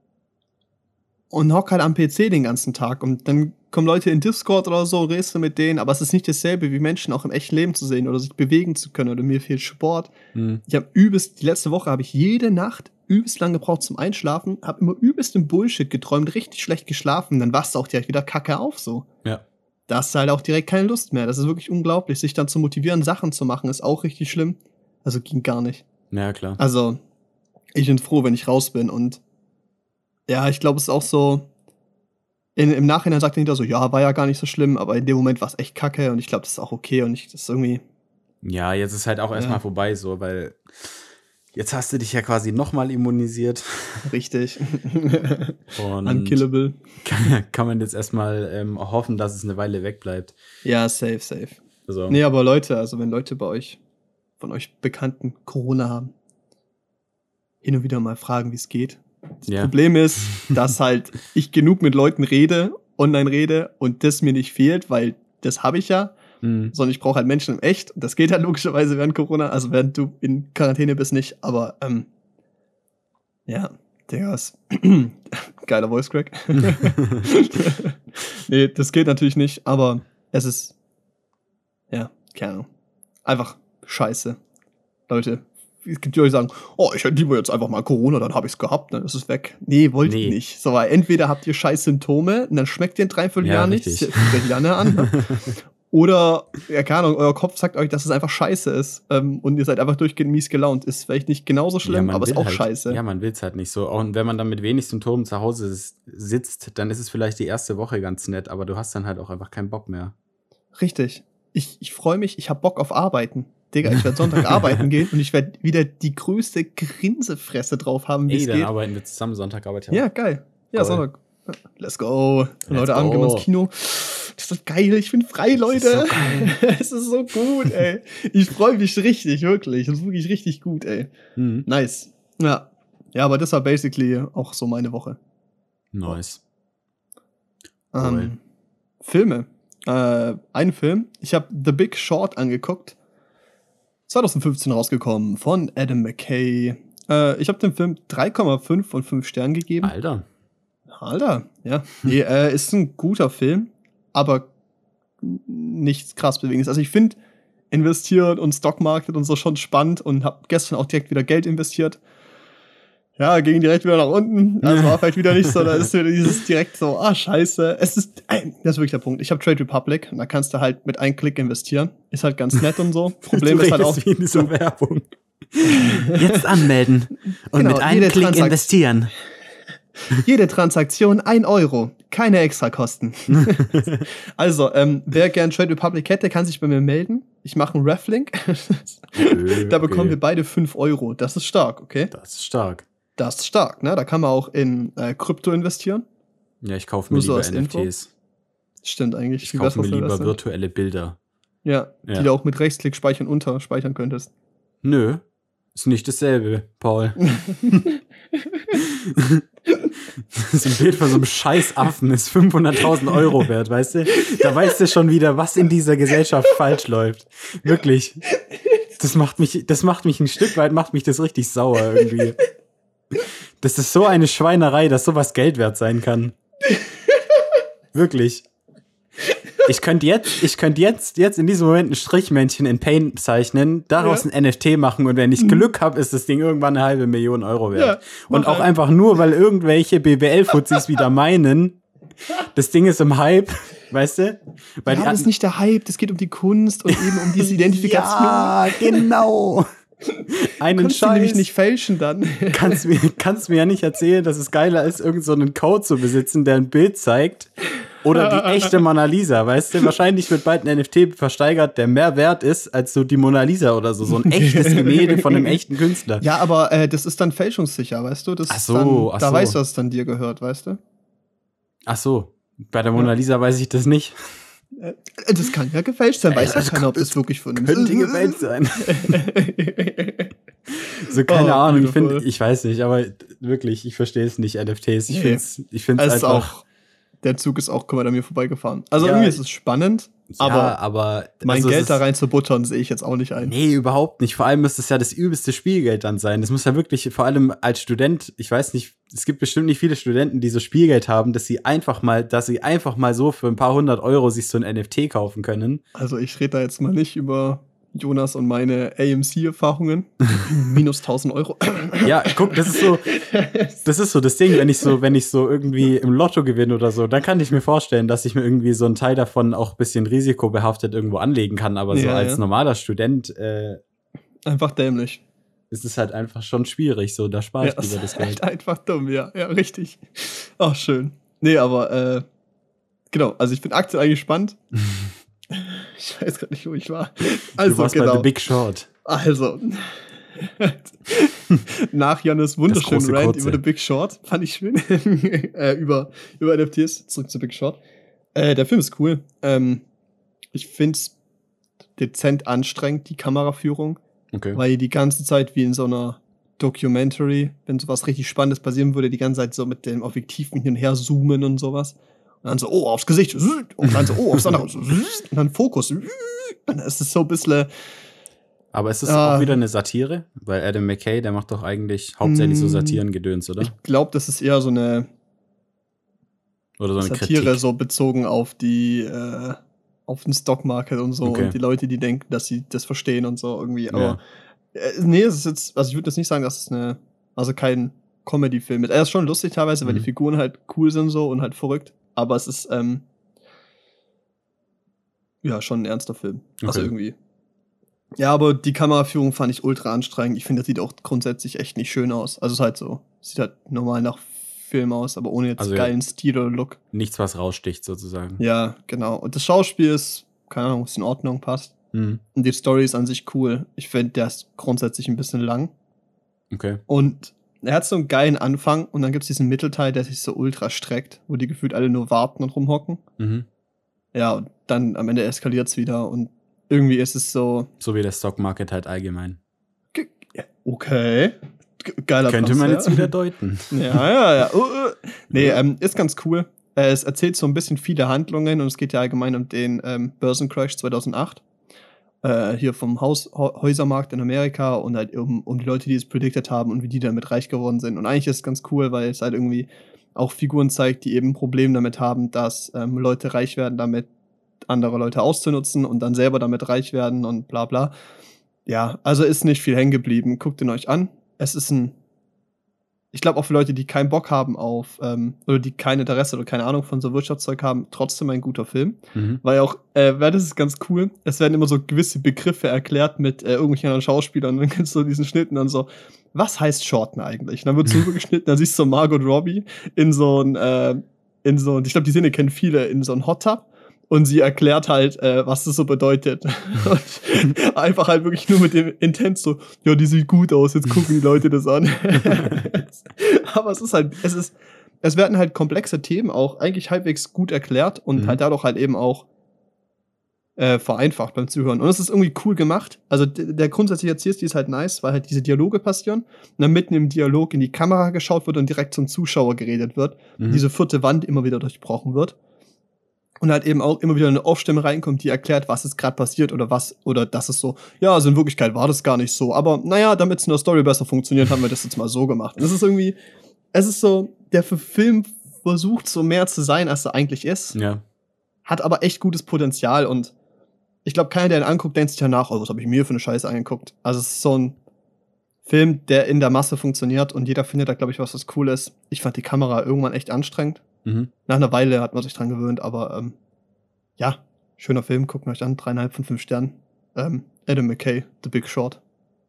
[SPEAKER 1] und hock halt am P C den ganzen Tag. Und dann kommen Leute in Discord oder so, redest du mit denen, aber es ist nicht dasselbe, wie Menschen auch im echten Leben zu sehen oder sich bewegen zu können. Oder mir fehlt Sport.
[SPEAKER 2] Hm.
[SPEAKER 1] Ich habe übelst, die letzte Woche habe ich jede Nacht übelst lange gebraucht zum Einschlafen, habe immer übelst im Bullshit geträumt, richtig schlecht geschlafen, dann wachst du auch direkt wieder kacke auf so.
[SPEAKER 2] Ja.
[SPEAKER 1] Da hast du halt auch direkt keine Lust mehr. Das ist wirklich unglaublich. Sich dann zu motivieren, Sachen zu machen, ist auch richtig schlimm. Also ging gar nicht.
[SPEAKER 2] Ja, klar.
[SPEAKER 1] Also, ich bin froh, wenn ich raus bin. Und ja, ich glaube, es ist auch so, in, im Nachhinein sagt er hinter so, ja, war ja gar nicht so schlimm, aber in dem Moment war es echt kacke und ich glaube, das ist auch okay und ich, das ist irgendwie,
[SPEAKER 2] Ja, jetzt ist halt auch erstmal
[SPEAKER 1] Ja.
[SPEAKER 2] vorbei, so, weil Jetzt hast du dich ja quasi nochmal immunisiert.
[SPEAKER 1] Richtig.
[SPEAKER 2] Und
[SPEAKER 1] Unkillable.
[SPEAKER 2] Kann, kann man jetzt erstmal ähm, hoffen, dass es eine Weile wegbleibt.
[SPEAKER 1] Ja, safe, safe.
[SPEAKER 2] Also.
[SPEAKER 1] Nee, aber Leute, also wenn Leute bei euch, von euch Bekannten Corona haben, hin und wieder mal fragen, wie es geht. Das
[SPEAKER 2] Ja.
[SPEAKER 1] Problem ist, dass halt ich genug mit Leuten rede, online rede und das mir nicht fehlt, weil das habe ich ja.
[SPEAKER 2] Mhm.
[SPEAKER 1] Sondern ich brauche halt Menschen in echt. Und das geht halt logischerweise während Corona, also während du in Quarantäne bist nicht. Aber ähm, ja, Digga, ist geiler Voice Crack. Nee, das geht natürlich nicht, aber es ist, ja, keine Ahnung, einfach scheiße. Leute, es gibt die euch sagen, oh, ich hätte lieber jetzt einfach mal Corona, dann habe ich es gehabt, dann ist es weg. Nee, wollt
[SPEAKER 2] Nee.
[SPEAKER 1] ihr nicht. So, weil entweder habt ihr scheiß Symptome und dann schmeckt ihr in dreiviertel
[SPEAKER 2] Ja,
[SPEAKER 1] Jahr nichts,
[SPEAKER 2] richtig.
[SPEAKER 1] sprecht Janne an, ne? Oder, ja, keine Ahnung, euer Kopf sagt euch, dass es einfach scheiße ist ähm, und ihr seid einfach durchgehend mies gelaunt. Ist vielleicht nicht genauso schlimm,
[SPEAKER 2] man
[SPEAKER 1] aber ist
[SPEAKER 2] will
[SPEAKER 1] auch
[SPEAKER 2] halt,
[SPEAKER 1] scheiße.
[SPEAKER 2] Ja, man will es halt nicht so. Und wenn man dann mit wenig Symptomen zu Hause s- sitzt, dann ist es vielleicht die erste Woche ganz nett, aber du hast dann halt auch einfach keinen Bock mehr.
[SPEAKER 1] Richtig. Ich, ich freue mich, ich hab Bock auf Arbeiten. Digga, ich werde Sonntag arbeiten gehen und ich werde wieder die größte Grinsefresse drauf haben, wie
[SPEAKER 2] Ey,
[SPEAKER 1] es
[SPEAKER 2] dann
[SPEAKER 1] geht.
[SPEAKER 2] arbeiten wir zusammen Sonntag, arbeiten
[SPEAKER 1] Ja, geil. Ja,
[SPEAKER 2] Cool.
[SPEAKER 1] Sonntag. Let's go.
[SPEAKER 2] Let's
[SPEAKER 1] Leute, Abend gehen wir
[SPEAKER 2] go.
[SPEAKER 1] ins Kino. Das ist geil, ich bin frei, Leute.
[SPEAKER 2] ist so geil.
[SPEAKER 1] Es ist so gut, ey. Ich freue mich richtig, wirklich. Das ist wirklich richtig gut, ey.
[SPEAKER 2] Mhm.
[SPEAKER 1] Nice. Ja. Ja, aber das war basically auch so meine Woche.
[SPEAKER 2] Nice.
[SPEAKER 1] Ähm,
[SPEAKER 2] Cool.
[SPEAKER 1] Filme. Äh, ein Film. Ich habe The Big Short angeguckt. zwanzig fünfzehn rausgekommen von Adam McKay. Äh, ich habe dem Film drei Komma fünf von fünf Sternen gegeben.
[SPEAKER 2] Alter.
[SPEAKER 1] Alter, ja. Nee, äh, ist ein guter Film, aber nichts krass Bewegendes. Also ich finde investieren und Stockmarket und so schon spannend und habe gestern auch direkt wieder Geld investiert. Ja, ging direkt wieder nach unten. Also war vielleicht wieder nicht so, da ist wieder dieses direkt so, ah, scheiße. Es ist, ey, das ist wirklich der Punkt. Ich habe Trade Republic und da kannst du halt mit einem Klick investieren. Ist halt ganz nett und so. Problem
[SPEAKER 2] du
[SPEAKER 1] ist halt auch,
[SPEAKER 2] redest wie in dieser Werbung. Jetzt anmelden und
[SPEAKER 1] Genau,
[SPEAKER 2] mit einem
[SPEAKER 1] jede
[SPEAKER 2] Klick
[SPEAKER 1] Transakt-
[SPEAKER 2] investieren.
[SPEAKER 1] jede Transaktion ein Euro. Keine Extrakosten. Also, ähm, wer gern Trade Republic hätte, kann sich bei mir melden. Ich mache einen Reflink.
[SPEAKER 2] Okay,
[SPEAKER 1] Da bekommen
[SPEAKER 2] okay.
[SPEAKER 1] wir beide fünf Euro. Das ist stark, okay?
[SPEAKER 2] Das ist stark.
[SPEAKER 1] Das ist stark, ne? Da kann man auch in äh, Krypto investieren.
[SPEAKER 2] Ja, ich kaufe mir
[SPEAKER 1] Nur so
[SPEAKER 2] lieber
[SPEAKER 1] als Info.
[SPEAKER 2] N F Ts.
[SPEAKER 1] Stimmt eigentlich.
[SPEAKER 2] Ich
[SPEAKER 1] Wie
[SPEAKER 2] kaufe mir
[SPEAKER 1] besser
[SPEAKER 2] lieber
[SPEAKER 1] das denn?
[SPEAKER 2] virtuelle Bilder.
[SPEAKER 1] Ja,
[SPEAKER 2] Ja.
[SPEAKER 1] die du auch mit Rechtsklick speichern unter speichern könntest.
[SPEAKER 2] Nö, ist nicht dasselbe, Paul. So ein Bild von so einem scheiß Affen ist fünfhunderttausend Euro wert, weißt du? Da weißt du schon wieder, was in dieser Gesellschaft falsch läuft. Wirklich. Das macht mich, das macht mich ein Stück weit, macht mich das richtig sauer irgendwie. Das ist so eine Schweinerei, dass sowas Geld wert sein kann. Wirklich. Ich könnte jetzt, ich könnte jetzt, jetzt in diesem Moment ein Strichmännchen in Paint zeichnen, daraus
[SPEAKER 1] Ja.
[SPEAKER 2] ein N F T machen und wenn ich Glück habe, ist das Ding irgendwann eine halbe Million Euro wert.
[SPEAKER 1] Ja,
[SPEAKER 2] und
[SPEAKER 1] mach
[SPEAKER 2] auch
[SPEAKER 1] halt.
[SPEAKER 2] einfach nur, weil irgendwelche B B L-Fuzis wieder meinen, das Ding ist im Hype, weißt du? Weil
[SPEAKER 1] Ja, das ist nicht der Hype, das geht um die Kunst und eben um diese Identifikation.
[SPEAKER 2] Ja, genau. Einen
[SPEAKER 1] Kannst du nämlich
[SPEAKER 2] Scheiß.
[SPEAKER 1] nicht fälschen dann.
[SPEAKER 2] Kannst mir, kannst mir ja nicht erzählen, dass es geiler ist, irgend so einen Code zu besitzen, der ein Bild zeigt. Oder die echte Mona Lisa, weißt du? Wahrscheinlich wird bald ein N F T versteigert, der mehr wert ist als so die Mona Lisa oder so. So ein echtes Gemälde von einem echten Künstler.
[SPEAKER 1] Ja, aber äh, das ist dann fälschungssicher, weißt du? Das
[SPEAKER 2] Ach
[SPEAKER 1] ist
[SPEAKER 2] so,
[SPEAKER 1] dann,
[SPEAKER 2] ach
[SPEAKER 1] da
[SPEAKER 2] so.
[SPEAKER 1] weißt du, dass es dann dir gehört, weißt du?
[SPEAKER 2] Ach so, bei der Mona Lisa weiß ich das nicht.
[SPEAKER 1] Äh, Das kann ja gefälscht sein, weiß ja
[SPEAKER 2] das
[SPEAKER 1] keiner, ob
[SPEAKER 2] könnte-
[SPEAKER 1] das wirklich von
[SPEAKER 2] Könnte gewählt sein. So, keine
[SPEAKER 1] Oh,
[SPEAKER 2] Ahnung, ich
[SPEAKER 1] beautiful.
[SPEAKER 2] finde, ich weiß nicht, aber wirklich, ich verstehe es nicht, N F Ts. Ich
[SPEAKER 1] Nee.
[SPEAKER 2] finde es ich find's
[SPEAKER 1] Es ist
[SPEAKER 2] einfach.
[SPEAKER 1] auch, der Zug ist auch komplett an mir vorbeigefahren. Also
[SPEAKER 2] Ja,
[SPEAKER 1] irgendwie ist es spannend,
[SPEAKER 2] ja,
[SPEAKER 1] aber
[SPEAKER 2] aber
[SPEAKER 1] mein
[SPEAKER 2] also es
[SPEAKER 1] Geld
[SPEAKER 2] ist-
[SPEAKER 1] da rein zu buttern, sehe ich jetzt auch nicht ein.
[SPEAKER 2] Nee, überhaupt nicht. Vor allem müsste es ja das übelste Spielgeld dann sein. Das muss ja wirklich, vor allem als Student, ich weiß nicht, es gibt bestimmt nicht viele Studenten, die so Spielgeld haben, dass sie einfach mal, dass sie einfach mal so für ein paar hundert Euro sich so ein N F T kaufen können.
[SPEAKER 1] Also ich rede da jetzt mal nicht über Jonas und meine A M C-Erfahrungen. Minus tausend Euro.
[SPEAKER 2] Ja, guck, das ist so, das ist so das Ding, wenn ich so, wenn ich so irgendwie im Lotto gewinne oder so, dann kann ich mir vorstellen, dass ich mir irgendwie so einen Teil davon auch ein bisschen risikobehaftet irgendwo anlegen kann. Aber so
[SPEAKER 1] Ja,
[SPEAKER 2] als
[SPEAKER 1] ja.
[SPEAKER 2] normaler Student äh,
[SPEAKER 1] Einfach dämlich.
[SPEAKER 2] ist es halt einfach schon schwierig. So, da spare
[SPEAKER 1] Ja,
[SPEAKER 2] ich
[SPEAKER 1] das
[SPEAKER 2] lieber das
[SPEAKER 1] ist
[SPEAKER 2] Geld.
[SPEAKER 1] halt einfach dumm, ja. Ja, richtig. Ach, schön. Nee, aber, äh, genau. Also ich bin aktuell eigentlich spannend. Ich weiß gerade nicht, wo ich war.
[SPEAKER 2] Du
[SPEAKER 1] Also,
[SPEAKER 2] warst bei
[SPEAKER 1] genau.
[SPEAKER 2] The Big Short.
[SPEAKER 1] Also, Nach Jannes wunderschönen
[SPEAKER 2] große
[SPEAKER 1] Rant
[SPEAKER 2] Kurze.
[SPEAKER 1] über The Big Short, fand ich schön, äh, über, über N F Ts, zurück zu Big Short. Äh, der Film ist cool. Ähm, ich find's dezent anstrengend, die Kameraführung,
[SPEAKER 2] Okay.
[SPEAKER 1] weil die ganze Zeit wie in so einer Documentary, wenn sowas richtig Spannendes passieren würde, die ganze Zeit so mit dem Objektiv hin und her zoomen und sowas. Und dann so, oh, aufs Gesicht. Und dann so, oh, aufs andere. Und dann Fokus. Und dann ist es so ein bisschen.
[SPEAKER 2] Aber ist es
[SPEAKER 1] Ah.
[SPEAKER 2] auch wieder eine Satire? Weil Adam McKay, der macht doch eigentlich hauptsächlich so
[SPEAKER 1] Mm.
[SPEAKER 2] Satirengedöns, oder?
[SPEAKER 1] Ich glaube, das ist eher so eine
[SPEAKER 2] Oder so eine
[SPEAKER 1] Satire,
[SPEAKER 2] Kritik.
[SPEAKER 1] so bezogen auf die, äh, auf den Stockmarket und so.
[SPEAKER 2] Okay.
[SPEAKER 1] Und die Leute, die denken, dass sie das verstehen und so irgendwie.
[SPEAKER 2] Ja.
[SPEAKER 1] Aber äh, nee, es ist jetzt, also ich würde jetzt nicht sagen, dass es eine, also kein Comedy-Film ist. Er ist schon lustig teilweise, weil
[SPEAKER 2] Mhm.
[SPEAKER 1] die Figuren halt cool sind so und halt verrückt. Aber es ist, ähm, ja, schon ein ernster Film. Also
[SPEAKER 2] Okay.
[SPEAKER 1] irgendwie. Ja, aber die Kameraführung fand ich ultra anstrengend. Ich finde, das sieht auch grundsätzlich echt nicht schön aus. Also es ist halt so, sieht halt normal nach Film aus, aber ohne jetzt
[SPEAKER 2] Also ja.
[SPEAKER 1] geilen Stil oder Look.
[SPEAKER 2] Nichts, was raussticht, sozusagen.
[SPEAKER 1] Ja, genau. Und das Schauspiel ist, keine Ahnung, ist in Ordnung, passt.
[SPEAKER 2] Mhm.
[SPEAKER 1] Und die Story ist an sich cool. Ich finde, der ist grundsätzlich ein bisschen lang.
[SPEAKER 2] Okay.
[SPEAKER 1] Und er hat so einen geilen Anfang und dann gibt es diesen Mittelteil, der sich so ultra streckt, wo die gefühlt alle nur warten und rumhocken.
[SPEAKER 2] Mhm.
[SPEAKER 1] Ja, und dann am Ende eskaliert es wieder und irgendwie ist es so,
[SPEAKER 2] So wie der Stockmarket halt allgemein.
[SPEAKER 1] ge- ja, okay, G- geiler
[SPEAKER 2] Könnte man
[SPEAKER 1] Transfer.
[SPEAKER 2] jetzt wieder deuten.
[SPEAKER 1] Ja, ja, ja. Uh, uh. Nee, ähm, ist ganz cool. Äh, es erzählt so ein bisschen viele Handlungen und es geht ja allgemein um den ähm, Börsencrash zweitausendacht. Äh, hier vom Haus Hau- Häusermarkt in Amerika und halt um, um die Leute, die es predicted haben und wie die damit reich geworden sind. Und eigentlich ist es ganz cool, weil es halt irgendwie auch Figuren zeigt, die eben ein Problem damit haben, dass ähm, Leute reich werden, damit andere Leute auszunutzen und dann selber damit reich werden und bla bla. Ja, also ist nicht viel hängen geblieben. Guckt ihn euch an. Es ist ein, ich glaube auch für Leute, die keinen Bock haben auf, ähm, oder die kein Interesse oder keine Ahnung von so Wirtschaftszeug haben, trotzdem ein guter Film.
[SPEAKER 2] Mhm.
[SPEAKER 1] Weil auch, äh, weil das ist ganz cool, es werden immer so gewisse Begriffe erklärt mit äh, irgendwelchen anderen Schauspielern und dann kennst du diesen Schnitt und dann so, was heißt Shorten eigentlich? Und dann wird so rübergeschnitten, dann siehst du so Margot Robbie in so ein, äh, in so ein, ich glaube, die Szene kennen viele, in so ein Hot Tub. Und sie erklärt halt, äh, was das so bedeutet. Und einfach halt wirklich nur mit dem Intent so, ja, die sieht gut aus, jetzt gucken die Leute das an. Aber es ist halt, es ist, es werden halt komplexe Themen auch eigentlich halbwegs gut erklärt und
[SPEAKER 2] Mhm.
[SPEAKER 1] halt dadurch halt eben auch äh, vereinfacht beim Zuhören. Und es ist irgendwie cool gemacht. Also d- der grundsätzliche Erzählstil ist halt nice, weil halt diese Dialoge passieren und dann mitten im Dialog in die Kamera geschaut wird und direkt zum Zuschauer geredet wird.
[SPEAKER 2] Mhm.
[SPEAKER 1] Diese vierte Wand immer wieder durchbrochen wird. Und halt eben auch immer wieder eine Off-Stimme reinkommt, die erklärt, was ist gerade passiert oder was, oder das ist so, ja, also in Wirklichkeit war das gar nicht so. Aber naja, damit es in der Story besser funktioniert, haben wir das jetzt mal so gemacht. Und es ist irgendwie, es ist so, der Film versucht so mehr zu sein, als er eigentlich ist,
[SPEAKER 2] Ja.
[SPEAKER 1] hat aber echt gutes Potenzial und ich glaube, keiner, der ihn anguckt, denkt sich danach, oh, was habe ich mir für eine Scheiße angeguckt. Also es ist so ein Film, der in der Masse funktioniert und jeder findet da, glaube ich, was das cool ist. Ich fand die Kamera irgendwann echt anstrengend.
[SPEAKER 2] Mhm.
[SPEAKER 1] Nach einer Weile hat man sich dran gewöhnt, aber ähm, ja, schöner Film, guckt euch an, dreieinhalb von fünf Sternen. Ähm, Adam McKay, The Big Short.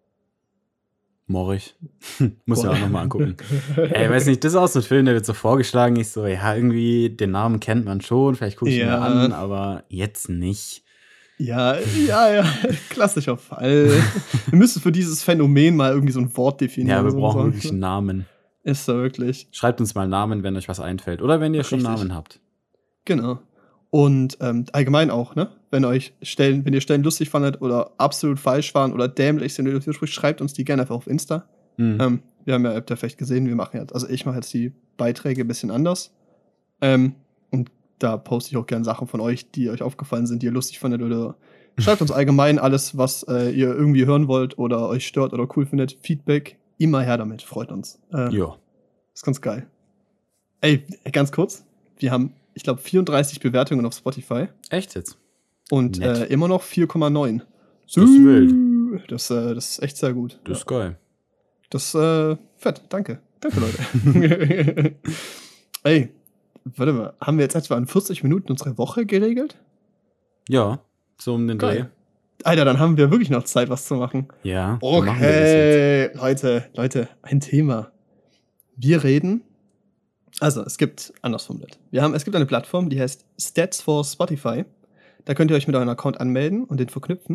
[SPEAKER 2] Morrig. Muss ja auch nochmal angucken. Ey, weiß nicht, das ist auch so ein Film, der wird so vorgeschlagen. Ich so, ja, irgendwie, den Namen kennt man schon, vielleicht gucke ich ihn
[SPEAKER 1] Ja.
[SPEAKER 2] mir an, aber jetzt nicht.
[SPEAKER 1] Ja, ja, ja, klassischer Fall. Wir müssen für dieses Phänomen mal irgendwie so ein Wort definieren.
[SPEAKER 2] Ja, wir
[SPEAKER 1] so,
[SPEAKER 2] brauchen
[SPEAKER 1] so.
[SPEAKER 2] wirklich einen Namen.
[SPEAKER 1] Ist da wirklich.
[SPEAKER 2] Schreibt uns mal Namen, wenn euch was einfällt. Oder wenn ihr schon
[SPEAKER 1] Richtig.
[SPEAKER 2] Namen habt.
[SPEAKER 1] Genau. Und ähm, allgemein auch, ne? Wenn euch Stellen, wenn ihr Stellen lustig fandet oder absolut falsch waren oder dämlich sind, schreibt uns die gerne einfach auf Insta.
[SPEAKER 2] Mhm.
[SPEAKER 1] Ähm, wir haben ja habt ihr vielleicht gesehen, wir machen jetzt, also ich mache jetzt die Beiträge ein bisschen anders. Ähm, und da poste ich auch gerne Sachen von euch, die euch aufgefallen sind, die ihr lustig fandet oder schreibt uns allgemein alles, was äh, ihr irgendwie hören wollt oder euch stört oder cool findet. Feedback, immer her damit, freut uns. Äh,
[SPEAKER 2] Ja.
[SPEAKER 1] Ist ganz geil. Ey, ganz kurz, wir haben, ich glaube, vierunddreißig Bewertungen auf Spotify
[SPEAKER 2] Echt jetzt?
[SPEAKER 1] und
[SPEAKER 2] Nett.
[SPEAKER 1] äh, immer noch vier Komma neun.
[SPEAKER 2] Das ist wild.
[SPEAKER 1] Das, äh, das ist echt sehr gut.
[SPEAKER 2] Das ist geil.
[SPEAKER 1] Das äh, fett, danke. Danke, Leute. Ey, warte mal, haben wir jetzt etwa in vierzig Minuten unsere Woche geregelt?
[SPEAKER 2] Ja, so um den Dreh.
[SPEAKER 1] Geil. Alter, dann haben wir wirklich noch Zeit, was zu machen.
[SPEAKER 2] Ja, dann machen wir das jetzt.
[SPEAKER 1] Okay, Leute, Leute, ein Thema. Wir reden, also es gibt, anders formuliert, wir haben, es gibt eine Plattform, die heißt Stats for Spotify. Da könnt ihr euch mit eurem Account anmelden und den verknüpfen.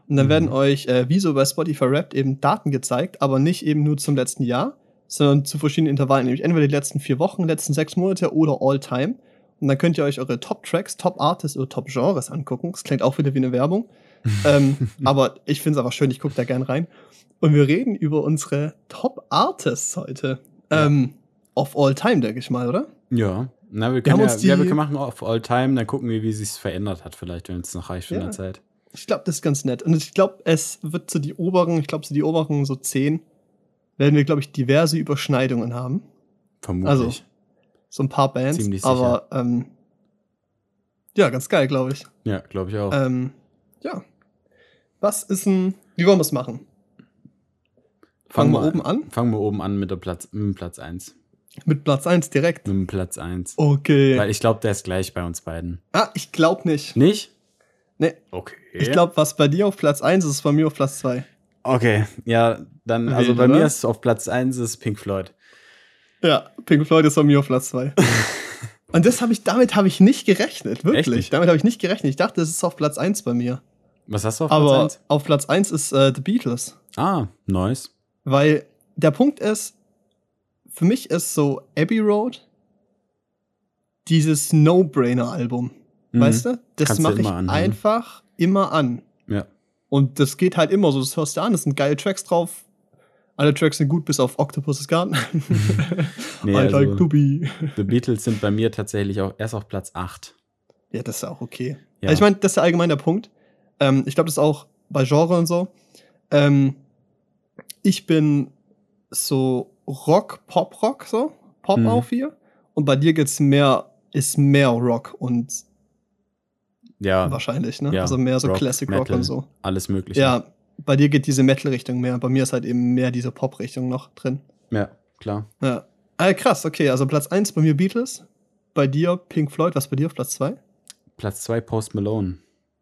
[SPEAKER 1] Und dann
[SPEAKER 2] Mhm.
[SPEAKER 1] werden euch, äh, wie so bei Spotify Wrapped, eben Daten gezeigt, aber nicht eben nur zum letzten Jahr, sondern zu verschiedenen Intervallen, nämlich entweder die letzten vier Wochen, letzten sechs Monate oder All-Time. Und dann könnt ihr euch eure Top-Tracks, Top-Artists oder Top-Genres angucken. Das klingt auch wieder wie eine Werbung. ähm, aber ich finde es einfach schön, ich gucke da gern rein. Und wir reden über unsere Top-Artists heute.
[SPEAKER 2] Ja.
[SPEAKER 1] Ähm, of all time, denke ich mal, oder?
[SPEAKER 2] Ja, na, wir
[SPEAKER 1] Wir
[SPEAKER 2] können
[SPEAKER 1] haben
[SPEAKER 2] ja,
[SPEAKER 1] uns die-
[SPEAKER 2] ja, wir können machen auf All Time, dann gucken wir, wie sich verändert hat, vielleicht, wenn es noch reicht von
[SPEAKER 1] Ja.
[SPEAKER 2] der Zeit.
[SPEAKER 1] Ich glaube, das ist ganz nett. Und ich glaube, es wird so die oberen, ich glaube, so die oberen so zehn, werden wir, glaube ich, diverse Überschneidungen haben.
[SPEAKER 2] Vermutlich.
[SPEAKER 1] Also, so ein paar Bands.
[SPEAKER 2] Ziemlich sicher.
[SPEAKER 1] Aber, ähm, ja, ganz geil, glaube ich.
[SPEAKER 2] Ja, glaube ich auch.
[SPEAKER 1] Ähm, ja. Was ist ein, wie wollen wir es machen? Fangen wir oben an?
[SPEAKER 2] Fangen wir oben an mit, der Platz, mit dem Platz eins.
[SPEAKER 1] Mit Platz eins direkt.
[SPEAKER 2] Mit dem Platz eins.
[SPEAKER 1] Okay.
[SPEAKER 2] Weil ich glaube, der ist gleich bei uns beiden.
[SPEAKER 1] Ah, ich glaube nicht.
[SPEAKER 2] Nicht?
[SPEAKER 1] Nee.
[SPEAKER 2] Okay.
[SPEAKER 1] Ich glaube, was bei dir auf Platz eins ist, ist bei mir auf Platz zwei.
[SPEAKER 2] Okay, ja, dann, also
[SPEAKER 1] Wild,
[SPEAKER 2] bei
[SPEAKER 1] oder?
[SPEAKER 2] mir ist auf Platz eins ist Pink Floyd.
[SPEAKER 1] Ja, Pink Floyd ist bei mir auf Platz zwei. Und das habe ich, damit habe ich nicht gerechnet, wirklich.
[SPEAKER 2] Echt nicht?
[SPEAKER 1] Damit habe ich nicht gerechnet. Ich dachte, es ist auf Platz eins bei mir.
[SPEAKER 2] Was hast du auf
[SPEAKER 1] Aber
[SPEAKER 2] Platz eins?
[SPEAKER 1] auf Platz eins ist äh, The Beatles.
[SPEAKER 2] Ah, nice.
[SPEAKER 1] Weil der Punkt ist, für mich ist so Abbey Road dieses No-Brainer-Album.
[SPEAKER 2] Mhm.
[SPEAKER 1] Weißt du? Das
[SPEAKER 2] Kannst du
[SPEAKER 1] mache ich
[SPEAKER 2] immer anhören.
[SPEAKER 1] einfach immer an.
[SPEAKER 2] Ja.
[SPEAKER 1] Und das geht halt immer so. Das hörst du an, es sind geile Tracks drauf. Alle Tracks sind gut, bis auf Octopus's Garden.
[SPEAKER 2] Nee,
[SPEAKER 1] I like
[SPEAKER 2] also-
[SPEAKER 1] to be.
[SPEAKER 2] The Beatles sind bei mir tatsächlich auch erst auf Platz acht.
[SPEAKER 1] Ja, das ist ja auch okay.
[SPEAKER 2] Ja.
[SPEAKER 1] Also ich meine, das ist ja allgemein der Punkt. Ähm, ich glaube, das ist auch bei Genre und so. Ähm, ich bin so Rock, Pop-Rock, so. Pop
[SPEAKER 2] Mhm.
[SPEAKER 1] auf hier. Und bei dir geht's mehr, ist mehr Rock und
[SPEAKER 2] Ja,
[SPEAKER 1] wahrscheinlich, ne?
[SPEAKER 2] ja,
[SPEAKER 1] Also mehr so
[SPEAKER 2] Rock,
[SPEAKER 1] Classic Rock
[SPEAKER 2] Metal.
[SPEAKER 1] und so.
[SPEAKER 2] alles Mögliche.
[SPEAKER 1] Ja, bei dir geht diese Metal-Richtung mehr. Bei mir ist halt eben mehr diese Pop-Richtung noch drin.
[SPEAKER 2] Ja, klar.
[SPEAKER 1] Ja. Ah, krass, okay. Also Platz eins bei mir Beatles. Bei dir Pink Floyd. Was bei dir auf Platz zwei?
[SPEAKER 2] Platz zwei Post Malone.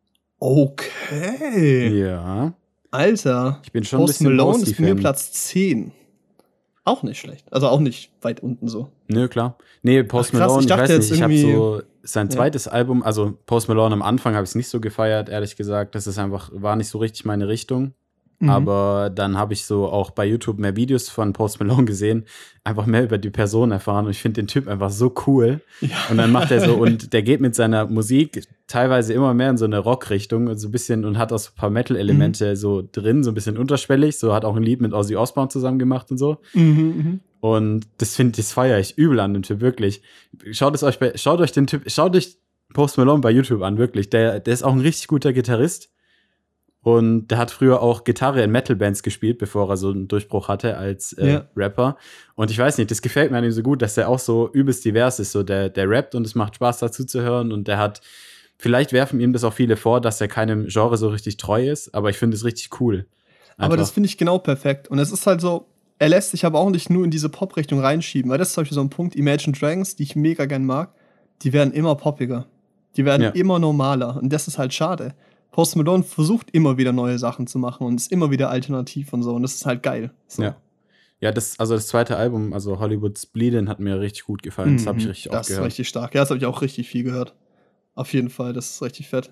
[SPEAKER 1] Okay.
[SPEAKER 2] Ja.
[SPEAKER 1] Alter.
[SPEAKER 2] Ich bin schon ein
[SPEAKER 1] Post
[SPEAKER 2] bisschen
[SPEAKER 1] Malone ist bei mir
[SPEAKER 2] Ghosty-Fan.
[SPEAKER 1] Platz zehn. Auch nicht schlecht. Also auch nicht weit unten so.
[SPEAKER 2] Nö, klar. Nee, Post
[SPEAKER 1] Ach, krass,
[SPEAKER 2] Malone,
[SPEAKER 1] ich
[SPEAKER 2] ich,
[SPEAKER 1] dachte
[SPEAKER 2] weiß
[SPEAKER 1] jetzt
[SPEAKER 2] nicht, ich habe
[SPEAKER 1] irgendwie-
[SPEAKER 2] so sein
[SPEAKER 1] Ja.
[SPEAKER 2] zweites Album, also Post Malone am Anfang habe ich es nicht so gefeiert, ehrlich gesagt. Das ist einfach, war nicht so richtig meine Richtung.
[SPEAKER 1] Mhm.
[SPEAKER 2] Aber dann habe ich so auch bei YouTube mehr Videos von Post Malone gesehen, einfach mehr über die Person erfahren und ich finde den Typ einfach so cool.
[SPEAKER 1] Ja.
[SPEAKER 2] Und dann macht er so, und der geht mit seiner Musik teilweise immer mehr in so eine Rock-Richtung und so ein bisschen und hat auch so ein paar Metal-Elemente
[SPEAKER 1] Mhm.
[SPEAKER 2] so drin, so ein bisschen unterschwellig. So hat auch ein Lied mit Ozzy Osbourne zusammen gemacht und so.
[SPEAKER 1] Mhm, mhm.
[SPEAKER 2] Und das finde das feiere ich übel an dem Typ, wirklich. Schaut es euch bei, schaut euch den Typ, schaut euch Post Malone bei YouTube an, wirklich. Der, der ist auch ein richtig guter Gitarrist. Und der hat früher auch Gitarre in Metal-Bands gespielt, bevor er so einen Durchbruch hatte als äh,
[SPEAKER 1] Ja.
[SPEAKER 2] Rapper. Und ich weiß nicht, das gefällt mir an ihm so gut, dass er auch so übelst divers ist. So, der, der rappt und es macht Spaß dazu zu hören. Und der hat, vielleicht werfen ihm das auch viele vor, dass er keinem Genre so richtig treu ist, aber ich finde es richtig cool.
[SPEAKER 1] Aber
[SPEAKER 2] Einfach.
[SPEAKER 1] das finde ich genau perfekt. Und es ist halt so, er lässt sich aber auch nicht nur in diese Pop-Richtung reinschieben, weil das ist zum Beispiel so ein Punkt, Imagine Dragons, die ich mega gern mag, die werden immer poppiger. Die werden
[SPEAKER 2] Ja.
[SPEAKER 1] immer normaler. Und das ist halt schade. Post Malone versucht immer wieder neue Sachen zu machen und ist immer wieder alternativ und so. Und das ist halt geil. So.
[SPEAKER 2] Ja. Ja, das, also das zweite Album, also Hollywood's Bleeding, hat mir richtig gut gefallen. Das habe ich
[SPEAKER 1] Mhm.
[SPEAKER 2] richtig
[SPEAKER 1] Das
[SPEAKER 2] oft
[SPEAKER 1] ist
[SPEAKER 2] gehört.
[SPEAKER 1] richtig stark. Ja, das habe ich auch richtig viel gehört. Auf jeden Fall, das ist richtig fett.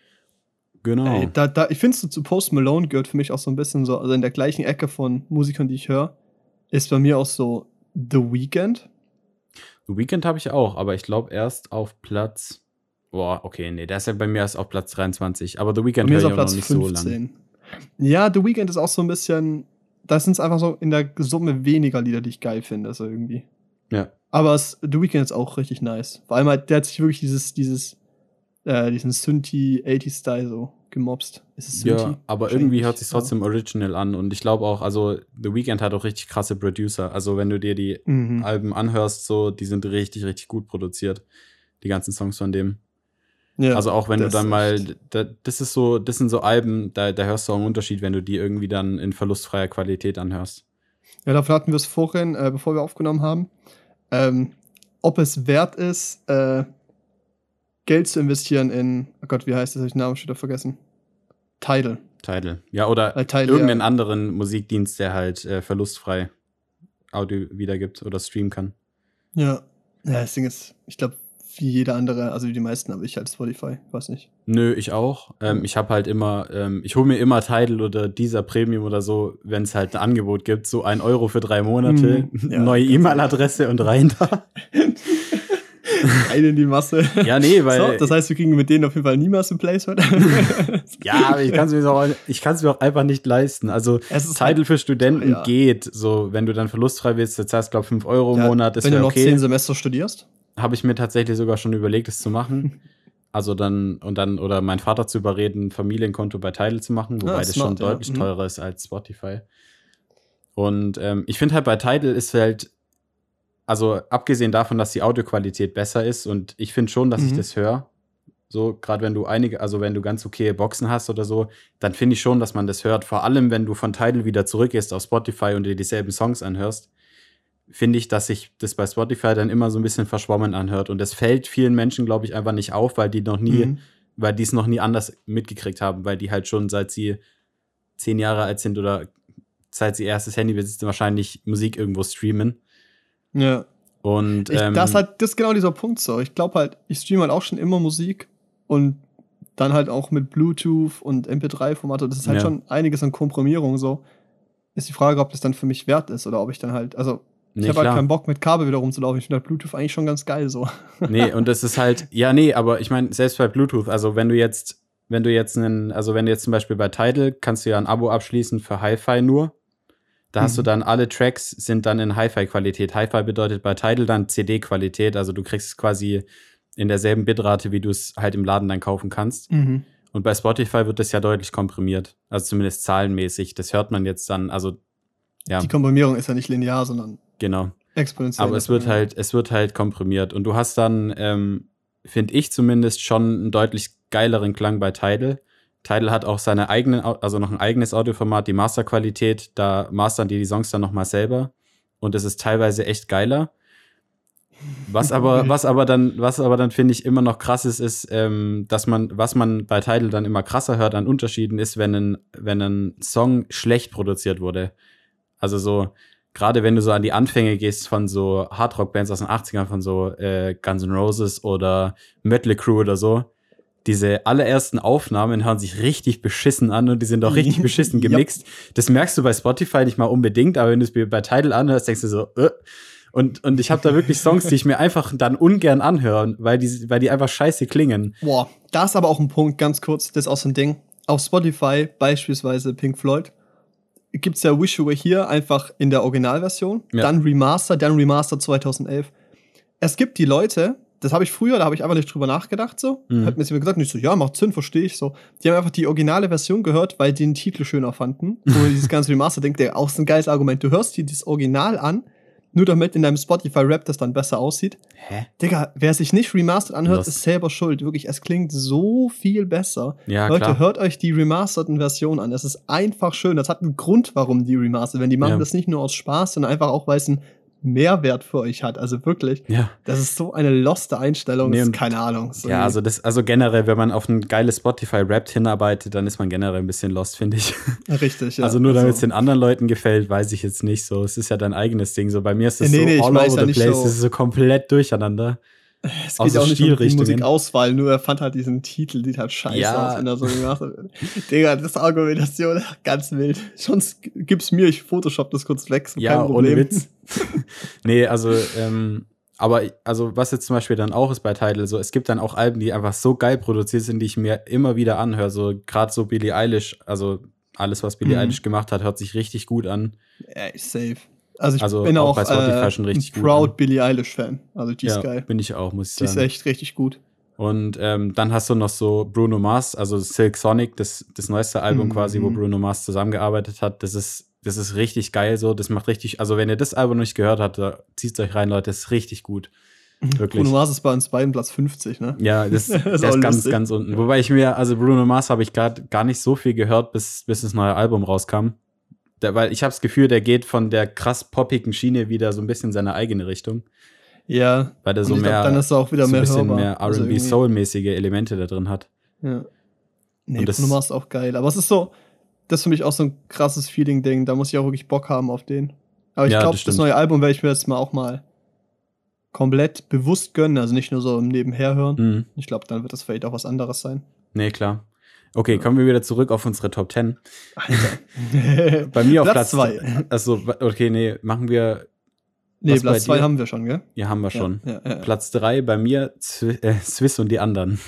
[SPEAKER 2] Genau.
[SPEAKER 1] Ey, da, da, ich finde, so zu Post Malone gehört für mich auch so ein bisschen so, also in der gleichen Ecke von Musikern, die ich höre, ist bei mir auch so The Weeknd.
[SPEAKER 2] The Weeknd habe ich auch, aber ich glaube erst auf Platz. Boah, okay, nee, der ist ja bei mir erst auf Platz dreiundzwanzig. Aber The
[SPEAKER 1] Bei
[SPEAKER 2] Weeknd
[SPEAKER 1] mir
[SPEAKER 2] höre
[SPEAKER 1] ist
[SPEAKER 2] ich
[SPEAKER 1] auf
[SPEAKER 2] auch noch
[SPEAKER 1] Platz
[SPEAKER 2] nicht so lange.
[SPEAKER 1] fünfzehn. Ja, The Weeknd ist auch so ein bisschen, da sind es einfach so in der Summe weniger Lieder, die ich geil finde, also irgendwie.
[SPEAKER 2] Ja.
[SPEAKER 1] Aber es, The Weeknd ist auch richtig nice. Vor allem halt, der hat sich wirklich dieses, dieses, äh, diesen Synthi achtziger-Style so gemobst. Ist es Synthi?
[SPEAKER 2] Ja, aber
[SPEAKER 1] Wahrscheinlich
[SPEAKER 2] irgendwie
[SPEAKER 1] nicht.
[SPEAKER 2] hört sich trotzdem original an und ich glaube auch, also The Weeknd hat auch richtig krasse Producer. Also wenn du dir die
[SPEAKER 1] Mhm.
[SPEAKER 2] Alben anhörst, so, die sind richtig, richtig gut produziert. Die ganzen Songs von dem.
[SPEAKER 1] Ja,
[SPEAKER 2] Also auch wenn du
[SPEAKER 1] das
[SPEAKER 2] dann
[SPEAKER 1] ist
[SPEAKER 2] mal,
[SPEAKER 1] echt-
[SPEAKER 2] da, das ist so, das sind so Alben, da, da hörst du auch einen Unterschied, wenn du die irgendwie dann in verlustfreier Qualität anhörst.
[SPEAKER 1] Ja, davon hatten wir es vorhin, äh, bevor wir aufgenommen haben. Ähm, ob es wert ist, äh, Geld zu investieren in, oh Gott, wie heißt das? Hab ich den Namen schon wieder vergessen. Tidal.
[SPEAKER 2] Tidal. Ja, oder
[SPEAKER 1] Weil Tidal,
[SPEAKER 2] irgendeinen
[SPEAKER 1] ja.
[SPEAKER 2] anderen Musikdienst, der halt äh, verlustfrei Audio wiedergibt oder streamen kann.
[SPEAKER 1] Ja. Ja, das Ding ist, ich glaube, wie jeder andere, also wie die meisten, habe ich halt Spotify. Weiß nicht.
[SPEAKER 2] Nö, ich auch. Ähm, ich habe halt immer, ähm, ich hole mir immer Tidal oder dieser Premium oder so, wenn es halt ein Angebot gibt, so ein Euro für drei Monate,
[SPEAKER 1] Hm, ja,
[SPEAKER 2] neue
[SPEAKER 1] ganz
[SPEAKER 2] E-Mail-Adresse und rein da.
[SPEAKER 1] Rein in die Masse.
[SPEAKER 2] Ja, nee, weil.
[SPEAKER 1] So, das heißt, wir kriegen mit denen auf jeden Fall niemals ein Placement.
[SPEAKER 2] Ja, aber ich kann es mir, auch, ich kann's mir auch einfach nicht leisten. Also, Tidal
[SPEAKER 1] halt,
[SPEAKER 2] für Studenten
[SPEAKER 1] ja.
[SPEAKER 2] geht. So, wenn du dann verlustfrei willst, jetzt zahlst du, glaube ich, fünf Euro im
[SPEAKER 1] ja,
[SPEAKER 2] Monat. Das
[SPEAKER 1] wenn du noch
[SPEAKER 2] okay.
[SPEAKER 1] zehn Semester studierst.
[SPEAKER 2] Habe ich mir tatsächlich sogar schon überlegt, das zu machen. Also dann, und dann, oder meinen Vater zu überreden, ein Familienkonto bei Tidal zu machen, wobei
[SPEAKER 1] Ah,
[SPEAKER 2] das
[SPEAKER 1] smart,
[SPEAKER 2] schon
[SPEAKER 1] ja.
[SPEAKER 2] deutlich
[SPEAKER 1] Mhm.
[SPEAKER 2] teurer ist als Spotify. Und ähm, ich finde halt bei Tidal ist halt, also abgesehen davon, dass die Audioqualität besser ist und ich finde schon, dass
[SPEAKER 1] Mhm.
[SPEAKER 2] ich das höre. So, gerade wenn du einige, also wenn du ganz okay Boxen hast oder so, dann finde ich schon, dass man das hört. Vor allem, wenn du von Tidal wieder zurückgehst auf Spotify und dir dieselben Songs anhörst, finde ich, dass sich das bei Spotify dann immer so ein bisschen verschwommen anhört. Und das fällt vielen Menschen, glaube ich, einfach nicht auf, weil die noch nie,
[SPEAKER 1] Mhm.
[SPEAKER 2] weil die es noch nie anders mitgekriegt haben, weil die halt schon seit sie zehn Jahre alt sind oder seit sie erstes Handy besitzen, wahrscheinlich Musik irgendwo streamen.
[SPEAKER 1] Ja.
[SPEAKER 2] Und
[SPEAKER 1] Ich,
[SPEAKER 2] ähm,
[SPEAKER 1] das, ist halt, das ist genau dieser Punkt so. Ich glaube halt, ich streame halt auch schon immer Musik und dann halt auch mit Bluetooth und M P drei Formate. Das ist halt
[SPEAKER 2] Ja.
[SPEAKER 1] schon einiges an Komprimierung so. Ist die Frage, ob das dann für mich wert ist oder ob ich dann halt, also ich
[SPEAKER 2] nee,
[SPEAKER 1] habe halt
[SPEAKER 2] klar.
[SPEAKER 1] keinen Bock mit Kabel wieder rumzulaufen. Ich finde halt Bluetooth eigentlich schon ganz geil so.
[SPEAKER 2] Nee, und das ist halt, ja, nee, aber ich meine, selbst bei Bluetooth, also wenn du jetzt, wenn du jetzt einen, also wenn du jetzt zum Beispiel bei Tidal, kannst du ja ein Abo abschließen für Hi-Fi nur. Da hast
[SPEAKER 1] Mhm.
[SPEAKER 2] du dann, alle Tracks sind dann in Hi-Fi-Qualität. Hi-Fi bedeutet bei Tidal dann C D-Qualität, also du kriegst es quasi in derselben Bitrate, wie du es halt im Laden dann kaufen kannst.
[SPEAKER 1] Mhm.
[SPEAKER 2] Und bei Spotify wird das ja deutlich komprimiert, also zumindest zahlenmäßig. Das hört man jetzt dann, also ja,
[SPEAKER 1] Die Komprimierung ist ja nicht linear, sondern
[SPEAKER 2] genau.
[SPEAKER 1] exponentiell.
[SPEAKER 2] Aber es wird halt, es wird halt komprimiert. Und du hast dann, ähm, finde ich zumindest, schon einen deutlich geileren Klang bei Tidal. Tidal hat auch seine eigenen, Au- also noch ein eigenes Audioformat, die Masterqualität. Da mastern die die Songs dann nochmal selber. Und es ist teilweise echt geiler. Was aber, was aber dann, was aber dann finde ich immer noch krass ist, ist, ähm, dass man, was man bei Tidal dann immer krasser hört an Unterschieden ist, wenn ein, wenn ein Song schlecht produziert wurde. Also so, gerade wenn du so an die Anfänge gehst von so Hardrock-Bands aus den achtzigern, von so äh, Guns N' Roses oder Mötley Crüe oder so, diese allerersten Aufnahmen hören sich richtig beschissen an und die sind auch richtig beschissen
[SPEAKER 1] Yep.
[SPEAKER 2] gemixt. Das merkst du bei Spotify nicht mal unbedingt, aber wenn du es bei Tidal anhörst, denkst du so, äh. Und, und ich habe da wirklich Songs, die ich mir einfach dann ungern anhöre, weil die, weil die einfach scheiße klingen.
[SPEAKER 1] Boah, da ist aber auch ein Punkt, ganz kurz, das ist auch so ein Ding. Auf Spotify, beispielsweise Pink Floyd, gibt's ja Wish You Were Here einfach in der Originalversion,
[SPEAKER 2] Ja.
[SPEAKER 1] dann Remaster, dann Remaster zweitausendelf. Es gibt die Leute, das habe ich früher, da habe ich einfach nicht drüber nachgedacht so,
[SPEAKER 2] Mhm.
[SPEAKER 1] hat mir jemand gesagt, nicht so, ja, macht Sinn, verstehe ich so. Die haben einfach die originale Version gehört, weil die den Titel schöner fanden. Wo man dieses ganze Remaster denkt, der auch so ein geiles Argument. Du hörst dir das Original an, nur damit in deinem Spotify-Rap das dann besser aussieht.
[SPEAKER 2] Hä?
[SPEAKER 1] Digga, wer sich nicht remastered anhört,
[SPEAKER 2] Lost.
[SPEAKER 1] ist selber schuld. Wirklich, es klingt so viel besser.
[SPEAKER 2] Ja,
[SPEAKER 1] Leute,
[SPEAKER 2] klar.
[SPEAKER 1] hört euch die remasterten Versionen an. Das ist einfach schön. Das hat einen Grund, warum die remastered werden. Die machen
[SPEAKER 2] Ja.
[SPEAKER 1] das nicht nur aus Spaß, sondern einfach auch, weil es einen Mehrwert für euch hat. Also wirklich,
[SPEAKER 2] Ja.
[SPEAKER 1] das ist so eine loste Einstellung.
[SPEAKER 2] Nee,
[SPEAKER 1] das ist
[SPEAKER 2] und-
[SPEAKER 1] keine Ahnung. So
[SPEAKER 2] Ja, also das, also generell, wenn man auf ein geiles Spotify-Rap hinarbeitet, dann ist man generell ein bisschen lost, finde ich.
[SPEAKER 1] richtig, ja.
[SPEAKER 2] also nur damit es den anderen Leuten gefällt, weiß ich jetzt nicht so. Es ist ja dein eigenes Ding. So bei mir ist das
[SPEAKER 1] Nee,
[SPEAKER 2] so
[SPEAKER 1] nee, ich
[SPEAKER 2] all
[SPEAKER 1] weiß
[SPEAKER 2] over
[SPEAKER 1] ja
[SPEAKER 2] the
[SPEAKER 1] nicht
[SPEAKER 2] place.
[SPEAKER 1] so-
[SPEAKER 2] Das ist so komplett durcheinander.
[SPEAKER 1] Es
[SPEAKER 2] aus
[SPEAKER 1] geht ja auch nicht um die
[SPEAKER 2] Stilrichtungen.
[SPEAKER 1] Musikauswahl, nur er fand halt diesen Titel, sieht halt scheiße
[SPEAKER 2] Ja.
[SPEAKER 1] aus, wenn er so gemacht hat. Digga, das ist Argumentation, ganz wild. Sonst gib's mir, ich Photoshop das kurz weg, so
[SPEAKER 2] Ja,
[SPEAKER 1] kein Problem.
[SPEAKER 2] ohne Witz. nee, also, ähm, aber also was jetzt zum Beispiel dann auch ist bei Tidal, so es gibt dann auch Alben, die einfach so geil produziert sind, die ich mir immer wieder anhöre. So gerade so Billie Eilish, also alles, was Billie
[SPEAKER 1] Mhm.
[SPEAKER 2] Eilish gemacht hat, hört sich richtig gut an.
[SPEAKER 1] Ja, ich safe. Also ich
[SPEAKER 2] Also
[SPEAKER 1] bin
[SPEAKER 2] auch
[SPEAKER 1] auch,
[SPEAKER 2] bei Spotify
[SPEAKER 1] äh,
[SPEAKER 2] schon richtig
[SPEAKER 1] ein
[SPEAKER 2] gut,
[SPEAKER 1] proud
[SPEAKER 2] ne?
[SPEAKER 1] Billie Eilish-Fan. Also die ist
[SPEAKER 2] ja,
[SPEAKER 1] geil.
[SPEAKER 2] bin ich auch, muss ich
[SPEAKER 1] Die ist
[SPEAKER 2] sagen.
[SPEAKER 1] echt richtig gut.
[SPEAKER 2] Und ähm, dann hast du noch so Bruno Mars, also Silk Sonic, das, das neueste Album
[SPEAKER 1] Mhm.
[SPEAKER 2] quasi, wo Bruno Mars zusammengearbeitet hat. Das ist, das ist richtig geil so. Das macht richtig, also wenn ihr das Album noch nicht gehört habt, da zieht euch rein, Leute, das ist richtig gut. Wirklich.
[SPEAKER 1] Bruno Mars ist bei uns beiden Platz fünfzig, ne?
[SPEAKER 2] Ja, das,
[SPEAKER 1] Das
[SPEAKER 2] das
[SPEAKER 1] ist
[SPEAKER 2] ist
[SPEAKER 1] auch
[SPEAKER 2] ganz,
[SPEAKER 1] lustig.
[SPEAKER 2] ganz unten. Wobei ich mir, also Bruno Mars habe ich gerade gar nicht so viel gehört, bis, bis das neue Album rauskam. Da, weil ich habe das Gefühl, der geht von der krass poppigen Schiene wieder so ein bisschen in seine eigene Richtung.
[SPEAKER 1] Ja.
[SPEAKER 2] Weil der
[SPEAKER 1] Und
[SPEAKER 2] so
[SPEAKER 1] ich glaub,
[SPEAKER 2] mehr,
[SPEAKER 1] dann ist er auch wieder
[SPEAKER 2] so
[SPEAKER 1] mehr
[SPEAKER 2] ein bisschen
[SPEAKER 1] hörbar.
[SPEAKER 2] mehr R
[SPEAKER 1] Also
[SPEAKER 2] and B
[SPEAKER 1] irgendwie-
[SPEAKER 2] Soul-mäßige Elemente da drin hat.
[SPEAKER 1] Ja. Nee,
[SPEAKER 2] Und das-
[SPEAKER 1] Bruno Mars ist auch geil. Aber es ist so, das ist für mich auch so ein krasses Feeling-Ding. Da muss ich auch wirklich Bock haben auf den. Aber ich
[SPEAKER 2] Ja,
[SPEAKER 1] glaube,
[SPEAKER 2] das
[SPEAKER 1] das,
[SPEAKER 2] stimmt.
[SPEAKER 1] neue Album werde ich mir jetzt mal auch mal komplett bewusst gönnen. Also nicht nur so im Nebenher hören.
[SPEAKER 2] Mhm.
[SPEAKER 1] Ich glaube, dann wird das vielleicht auch was anderes sein.
[SPEAKER 2] Nee, klar. Okay, kommen wir wieder zurück auf unsere Top zehn.
[SPEAKER 1] Alter.
[SPEAKER 2] Bei mir auf
[SPEAKER 1] Platz
[SPEAKER 2] Platz
[SPEAKER 1] zwei.
[SPEAKER 2] Also, okay, nee, machen wir.
[SPEAKER 1] Nee,
[SPEAKER 2] was bei
[SPEAKER 1] Platz zwei
[SPEAKER 2] dir?
[SPEAKER 1] haben wir schon, gell?
[SPEAKER 2] Ja, haben wir schon.
[SPEAKER 1] Ja, ja, ja.
[SPEAKER 2] Platz drei bei mir, Zwi- äh, Swiss und die anderen.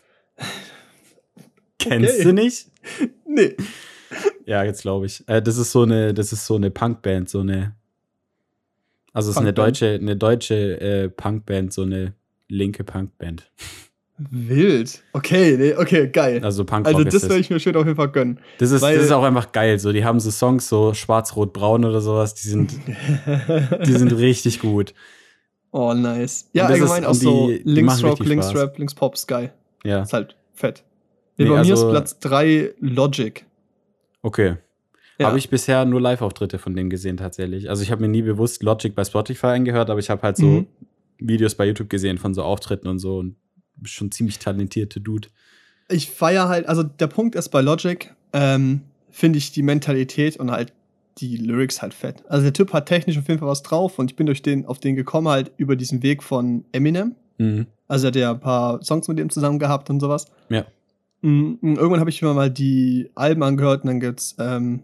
[SPEAKER 2] Kennst du nicht?
[SPEAKER 1] Nee.
[SPEAKER 2] Ja, jetzt glaube ich. Äh, das ist so eine, das ist so eine Punkband, so eine. Also es ist eine
[SPEAKER 1] Punkband?
[SPEAKER 2] deutsche, eine deutsche äh, Punkband, so eine linke Punkband.
[SPEAKER 1] Wild. Okay, nee, okay, geil.
[SPEAKER 2] Also Punkrock
[SPEAKER 1] Also
[SPEAKER 2] ist
[SPEAKER 1] das
[SPEAKER 2] das.
[SPEAKER 1] werde ich mir schön auf jeden Fall gönnen.
[SPEAKER 2] Das ist,
[SPEAKER 1] weil-
[SPEAKER 2] das ist auch einfach geil. So, die haben so Songs, so schwarz-rot-braun oder sowas, die sind, die sind richtig gut.
[SPEAKER 1] Oh, nice. Ja,
[SPEAKER 2] Und das
[SPEAKER 1] allgemein
[SPEAKER 2] ist-
[SPEAKER 1] auch
[SPEAKER 2] und
[SPEAKER 1] so
[SPEAKER 2] die- die
[SPEAKER 1] Links
[SPEAKER 2] machen
[SPEAKER 1] Rock,
[SPEAKER 2] richtig
[SPEAKER 1] Links
[SPEAKER 2] Spaß.
[SPEAKER 1] Rap, Links Pop ist geil.
[SPEAKER 2] Ja,
[SPEAKER 1] Ist halt fett. Nee,
[SPEAKER 2] Nee,
[SPEAKER 1] bei mir
[SPEAKER 2] also-
[SPEAKER 1] ist Platz drei Logic.
[SPEAKER 2] okay.
[SPEAKER 1] Ja.
[SPEAKER 2] Habe ich bisher nur Live-Auftritte von denen gesehen, tatsächlich. Also ich habe mir nie bewusst Logic bei Spotify angehört, aber ich habe halt so
[SPEAKER 1] Mhm.
[SPEAKER 2] Videos bei YouTube gesehen von so Auftritten und so und schon ziemlich talentierte Dude.
[SPEAKER 1] Ich feiere halt, also der Punkt ist bei Logic, ähm, finde ich die Mentalität und halt die Lyrics halt fett. Also der Typ hat technisch auf jeden Fall was drauf und ich bin durch den, auf den gekommen halt über diesen Weg von Eminem.
[SPEAKER 2] Mhm.
[SPEAKER 1] Also er hat ja ein paar Songs mit dem zusammen gehabt und sowas.
[SPEAKER 2] Ja.
[SPEAKER 1] Mhm. Und irgendwann habe ich mir mal die Alben angehört und dann gibt's ähm,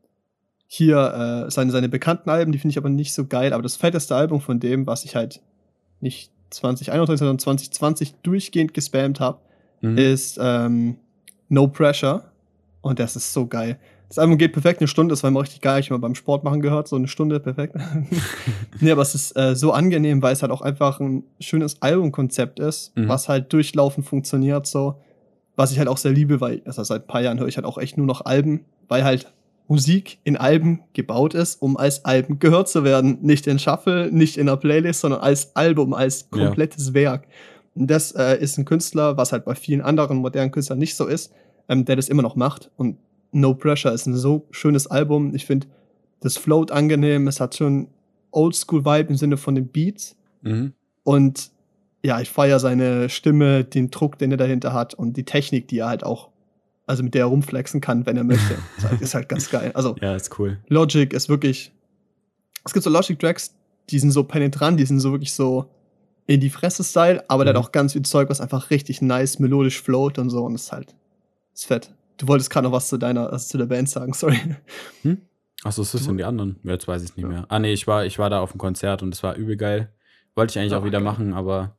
[SPEAKER 1] hier äh, seine, seine bekannten Alben, die finde ich aber nicht so geil, aber das fetteste Album von dem, was ich halt nicht zwanzig einundzwanzig, sondern zwanzig zwanzig durchgehend gespammt habe,
[SPEAKER 2] Mhm.
[SPEAKER 1] ist ähm, No Pressure. Und das ist so geil. Das Album geht perfekt eine Stunde, das war immer richtig geil. Ich habe mal beim Sport machen gehört, so eine Stunde, perfekt. Nee, aber es ist äh, so angenehm, weil es halt auch einfach ein schönes Albumkonzept ist,
[SPEAKER 2] Mhm.
[SPEAKER 1] was halt durchlaufend funktioniert, so. Was ich halt auch sehr liebe, weil, also seit ein paar Jahren höre ich halt auch echt nur noch Alben, weil halt Musik in Alben gebaut ist, um als Alben gehört zu werden. Nicht in Shuffle, nicht in einer Playlist, sondern als Album, als
[SPEAKER 2] Ja.
[SPEAKER 1] komplettes Werk. Und das äh, ist ein Künstler, was halt bei vielen anderen modernen Künstlern nicht so ist, ähm, der das immer noch macht. Und No Pressure ist ein so schönes Album. Ich finde, das float angenehm, es hat schon Oldschool-Vibe im Sinne von den Beats.
[SPEAKER 2] Mhm.
[SPEAKER 1] Und ja, ich feiere seine Stimme, den Druck, den er dahinter hat und die Technik, die er halt auch, also mit der er rumflexen kann, wenn er möchte. ist, halt, ist halt ganz geil. Also
[SPEAKER 2] Ja, ist cool.
[SPEAKER 1] Logic ist wirklich, es gibt so Logic-Tracks, die sind so penetrant, die sind so wirklich so in die Fresse-Style, aber der
[SPEAKER 2] Mhm.
[SPEAKER 1] hat auch ganz viel Zeug, was einfach richtig nice, melodisch float und so und ist halt, ist fett. Du wolltest gerade noch was zu deiner, also zu der Band sagen, sorry.
[SPEAKER 2] Achso, was ist denn die anderen? Ja, jetzt weiß ich es nicht
[SPEAKER 1] Ja.
[SPEAKER 2] mehr. Ah, nee, ich war, ich war da auf dem Konzert und es war übel geil. Wollte ich eigentlich
[SPEAKER 1] Ja,
[SPEAKER 2] auch wieder
[SPEAKER 1] geil.
[SPEAKER 2] machen, aber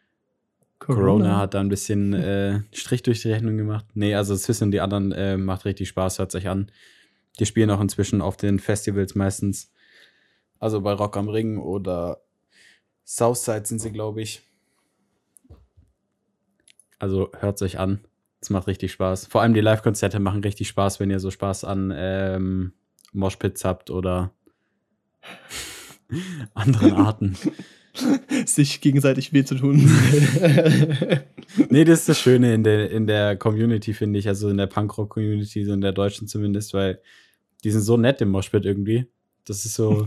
[SPEAKER 2] Corona hat da ein bisschen äh, Strich durch die Rechnung gemacht. Nee, also Swiss und die anderen äh, macht richtig Spaß, hört sich an. Die spielen auch inzwischen auf den Festivals meistens. Also bei Rock am Ring oder Southside sind sie, glaube ich. Also hört euch an. Es macht richtig Spaß. Vor allem die Live-Konzerte machen richtig Spaß, wenn ihr so Spaß an ähm, Moshpits habt oder anderen Arten.
[SPEAKER 1] sich gegenseitig weh zu tun.
[SPEAKER 2] Nee, das ist das Schöne in der, in der Community, finde ich. Also in der Punkrock-Community, so in der deutschen zumindest, weil die sind so nett im Moshpit irgendwie. Das ist so.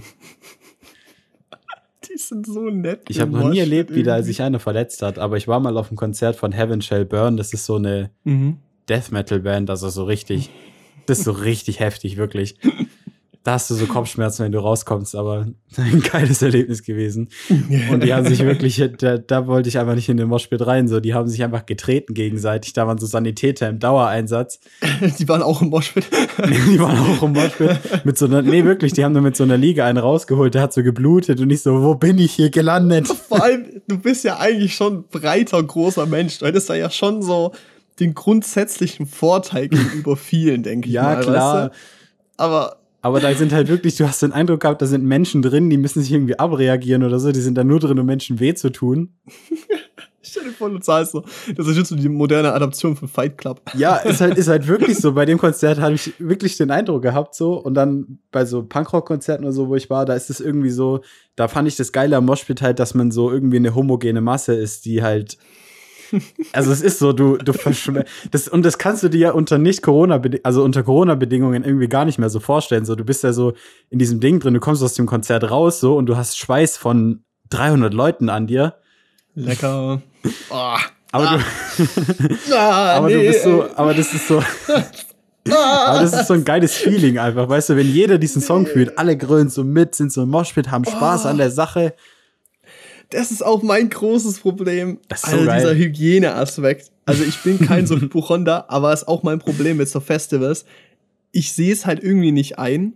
[SPEAKER 1] Die sind so nett.
[SPEAKER 2] Ich habe
[SPEAKER 1] im
[SPEAKER 2] noch nie
[SPEAKER 1] Moshpit
[SPEAKER 2] erlebt, wie da
[SPEAKER 1] irgendwie.
[SPEAKER 2] sich einer verletzt hat, aber ich war mal auf einem Konzert von Heaven Shall Burn. Das ist so eine
[SPEAKER 1] Mhm.
[SPEAKER 2] Death Metal Band, also so richtig. Das ist so richtig heftig, wirklich. Da hast du so Kopfschmerzen, wenn du rauskommst, aber ein geiles Erlebnis gewesen. Und die haben sich wirklich, da, da wollte ich einfach nicht in den Moshpit rein, so, die haben sich einfach getreten gegenseitig. Da waren so Sanitäter im Dauereinsatz.
[SPEAKER 1] Die waren auch im Moshpit.
[SPEAKER 2] Die waren auch im Moshpit mit so einer, nee, wirklich, die haben dann mit so einer Liege einen rausgeholt, der hat so geblutet und ich so, wo bin ich hier gelandet?
[SPEAKER 1] Vor allem, du bist ja eigentlich schon ein breiter, großer Mensch. Du hättest da ja schon so den grundsätzlichen Vorteil gegenüber vielen, denke ich
[SPEAKER 2] Ja,
[SPEAKER 1] mal.
[SPEAKER 2] klar.
[SPEAKER 1] Weißt du? Aber
[SPEAKER 2] Aber da sind halt wirklich, du hast den Eindruck gehabt, da sind Menschen drin, die müssen sich irgendwie abreagieren oder so, die sind da nur drin, um Menschen weh zu tun.
[SPEAKER 1] stell dir vor, du zahlst so. Das ist jetzt so die moderne Adaption von Fight Club.
[SPEAKER 2] Ja, ist halt, ist halt wirklich so. Bei dem Konzert habe ich wirklich den Eindruck gehabt, so. Und dann bei so Punkrock-Konzerten oder so, wo ich war, da ist es irgendwie so, da fand ich das Geile am Moshpit halt, dass man so irgendwie eine homogene Masse ist, die halt. Also es ist so, du, du verschwörst. Das, und das kannst du dir ja unter nicht Corona, also unter Corona-Bedingungen irgendwie gar nicht mehr so vorstellen. So, du bist ja so in diesem Ding drin, du kommst aus dem Konzert raus, so, und du hast Schweiß von dreihundert Leuten an dir.
[SPEAKER 1] Lecker. Oh.
[SPEAKER 2] Aber
[SPEAKER 1] ah.
[SPEAKER 2] du.
[SPEAKER 1] Ah,
[SPEAKER 2] Aber
[SPEAKER 1] nee,
[SPEAKER 2] du bist so,
[SPEAKER 1] ey.
[SPEAKER 2] aber das ist so,
[SPEAKER 1] Ah.
[SPEAKER 2] aber das ist so ein geiles Feeling einfach, weißt du, wenn jeder diesen Song fühlt, alle grölen so mit, sind so im Moshpit, haben Spaß
[SPEAKER 1] Oh.
[SPEAKER 2] an der Sache.
[SPEAKER 1] Das ist auch mein großes Problem.
[SPEAKER 2] Das ist so
[SPEAKER 1] Alter,
[SPEAKER 2] geil.
[SPEAKER 1] dieser Hygieneaspekt. Also ich bin kein so Hypochonder, aber ist auch mein Problem mit so Festivals. Ich sehe es halt irgendwie nicht ein,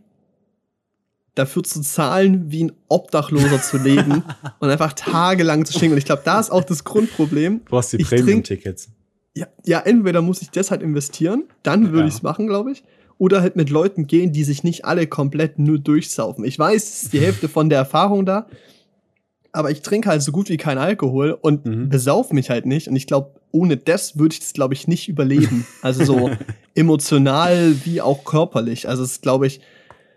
[SPEAKER 1] dafür zu zahlen, wie ein Obdachloser zu leben und einfach tagelang zu stehen. Und ich glaube, da ist auch das Grundproblem.
[SPEAKER 2] Du brauchst die
[SPEAKER 1] Ich
[SPEAKER 2] Premium-Tickets.
[SPEAKER 1] Ja, ja, entweder muss ich das halt investieren, dann würde
[SPEAKER 2] Ja.
[SPEAKER 1] ich es machen, glaube ich. Oder halt mit Leuten gehen, die sich nicht alle komplett nur durchsaufen. Ich weiß, es ist die Hälfte von der Erfahrung da, aber ich trinke halt so gut wie keinen Alkohol und
[SPEAKER 2] Mhm.
[SPEAKER 1] besauf mich halt nicht. Und ich glaube, ohne das würde ich das, glaube ich, nicht überleben. Also so emotional wie auch körperlich. Also es ist, glaube ich,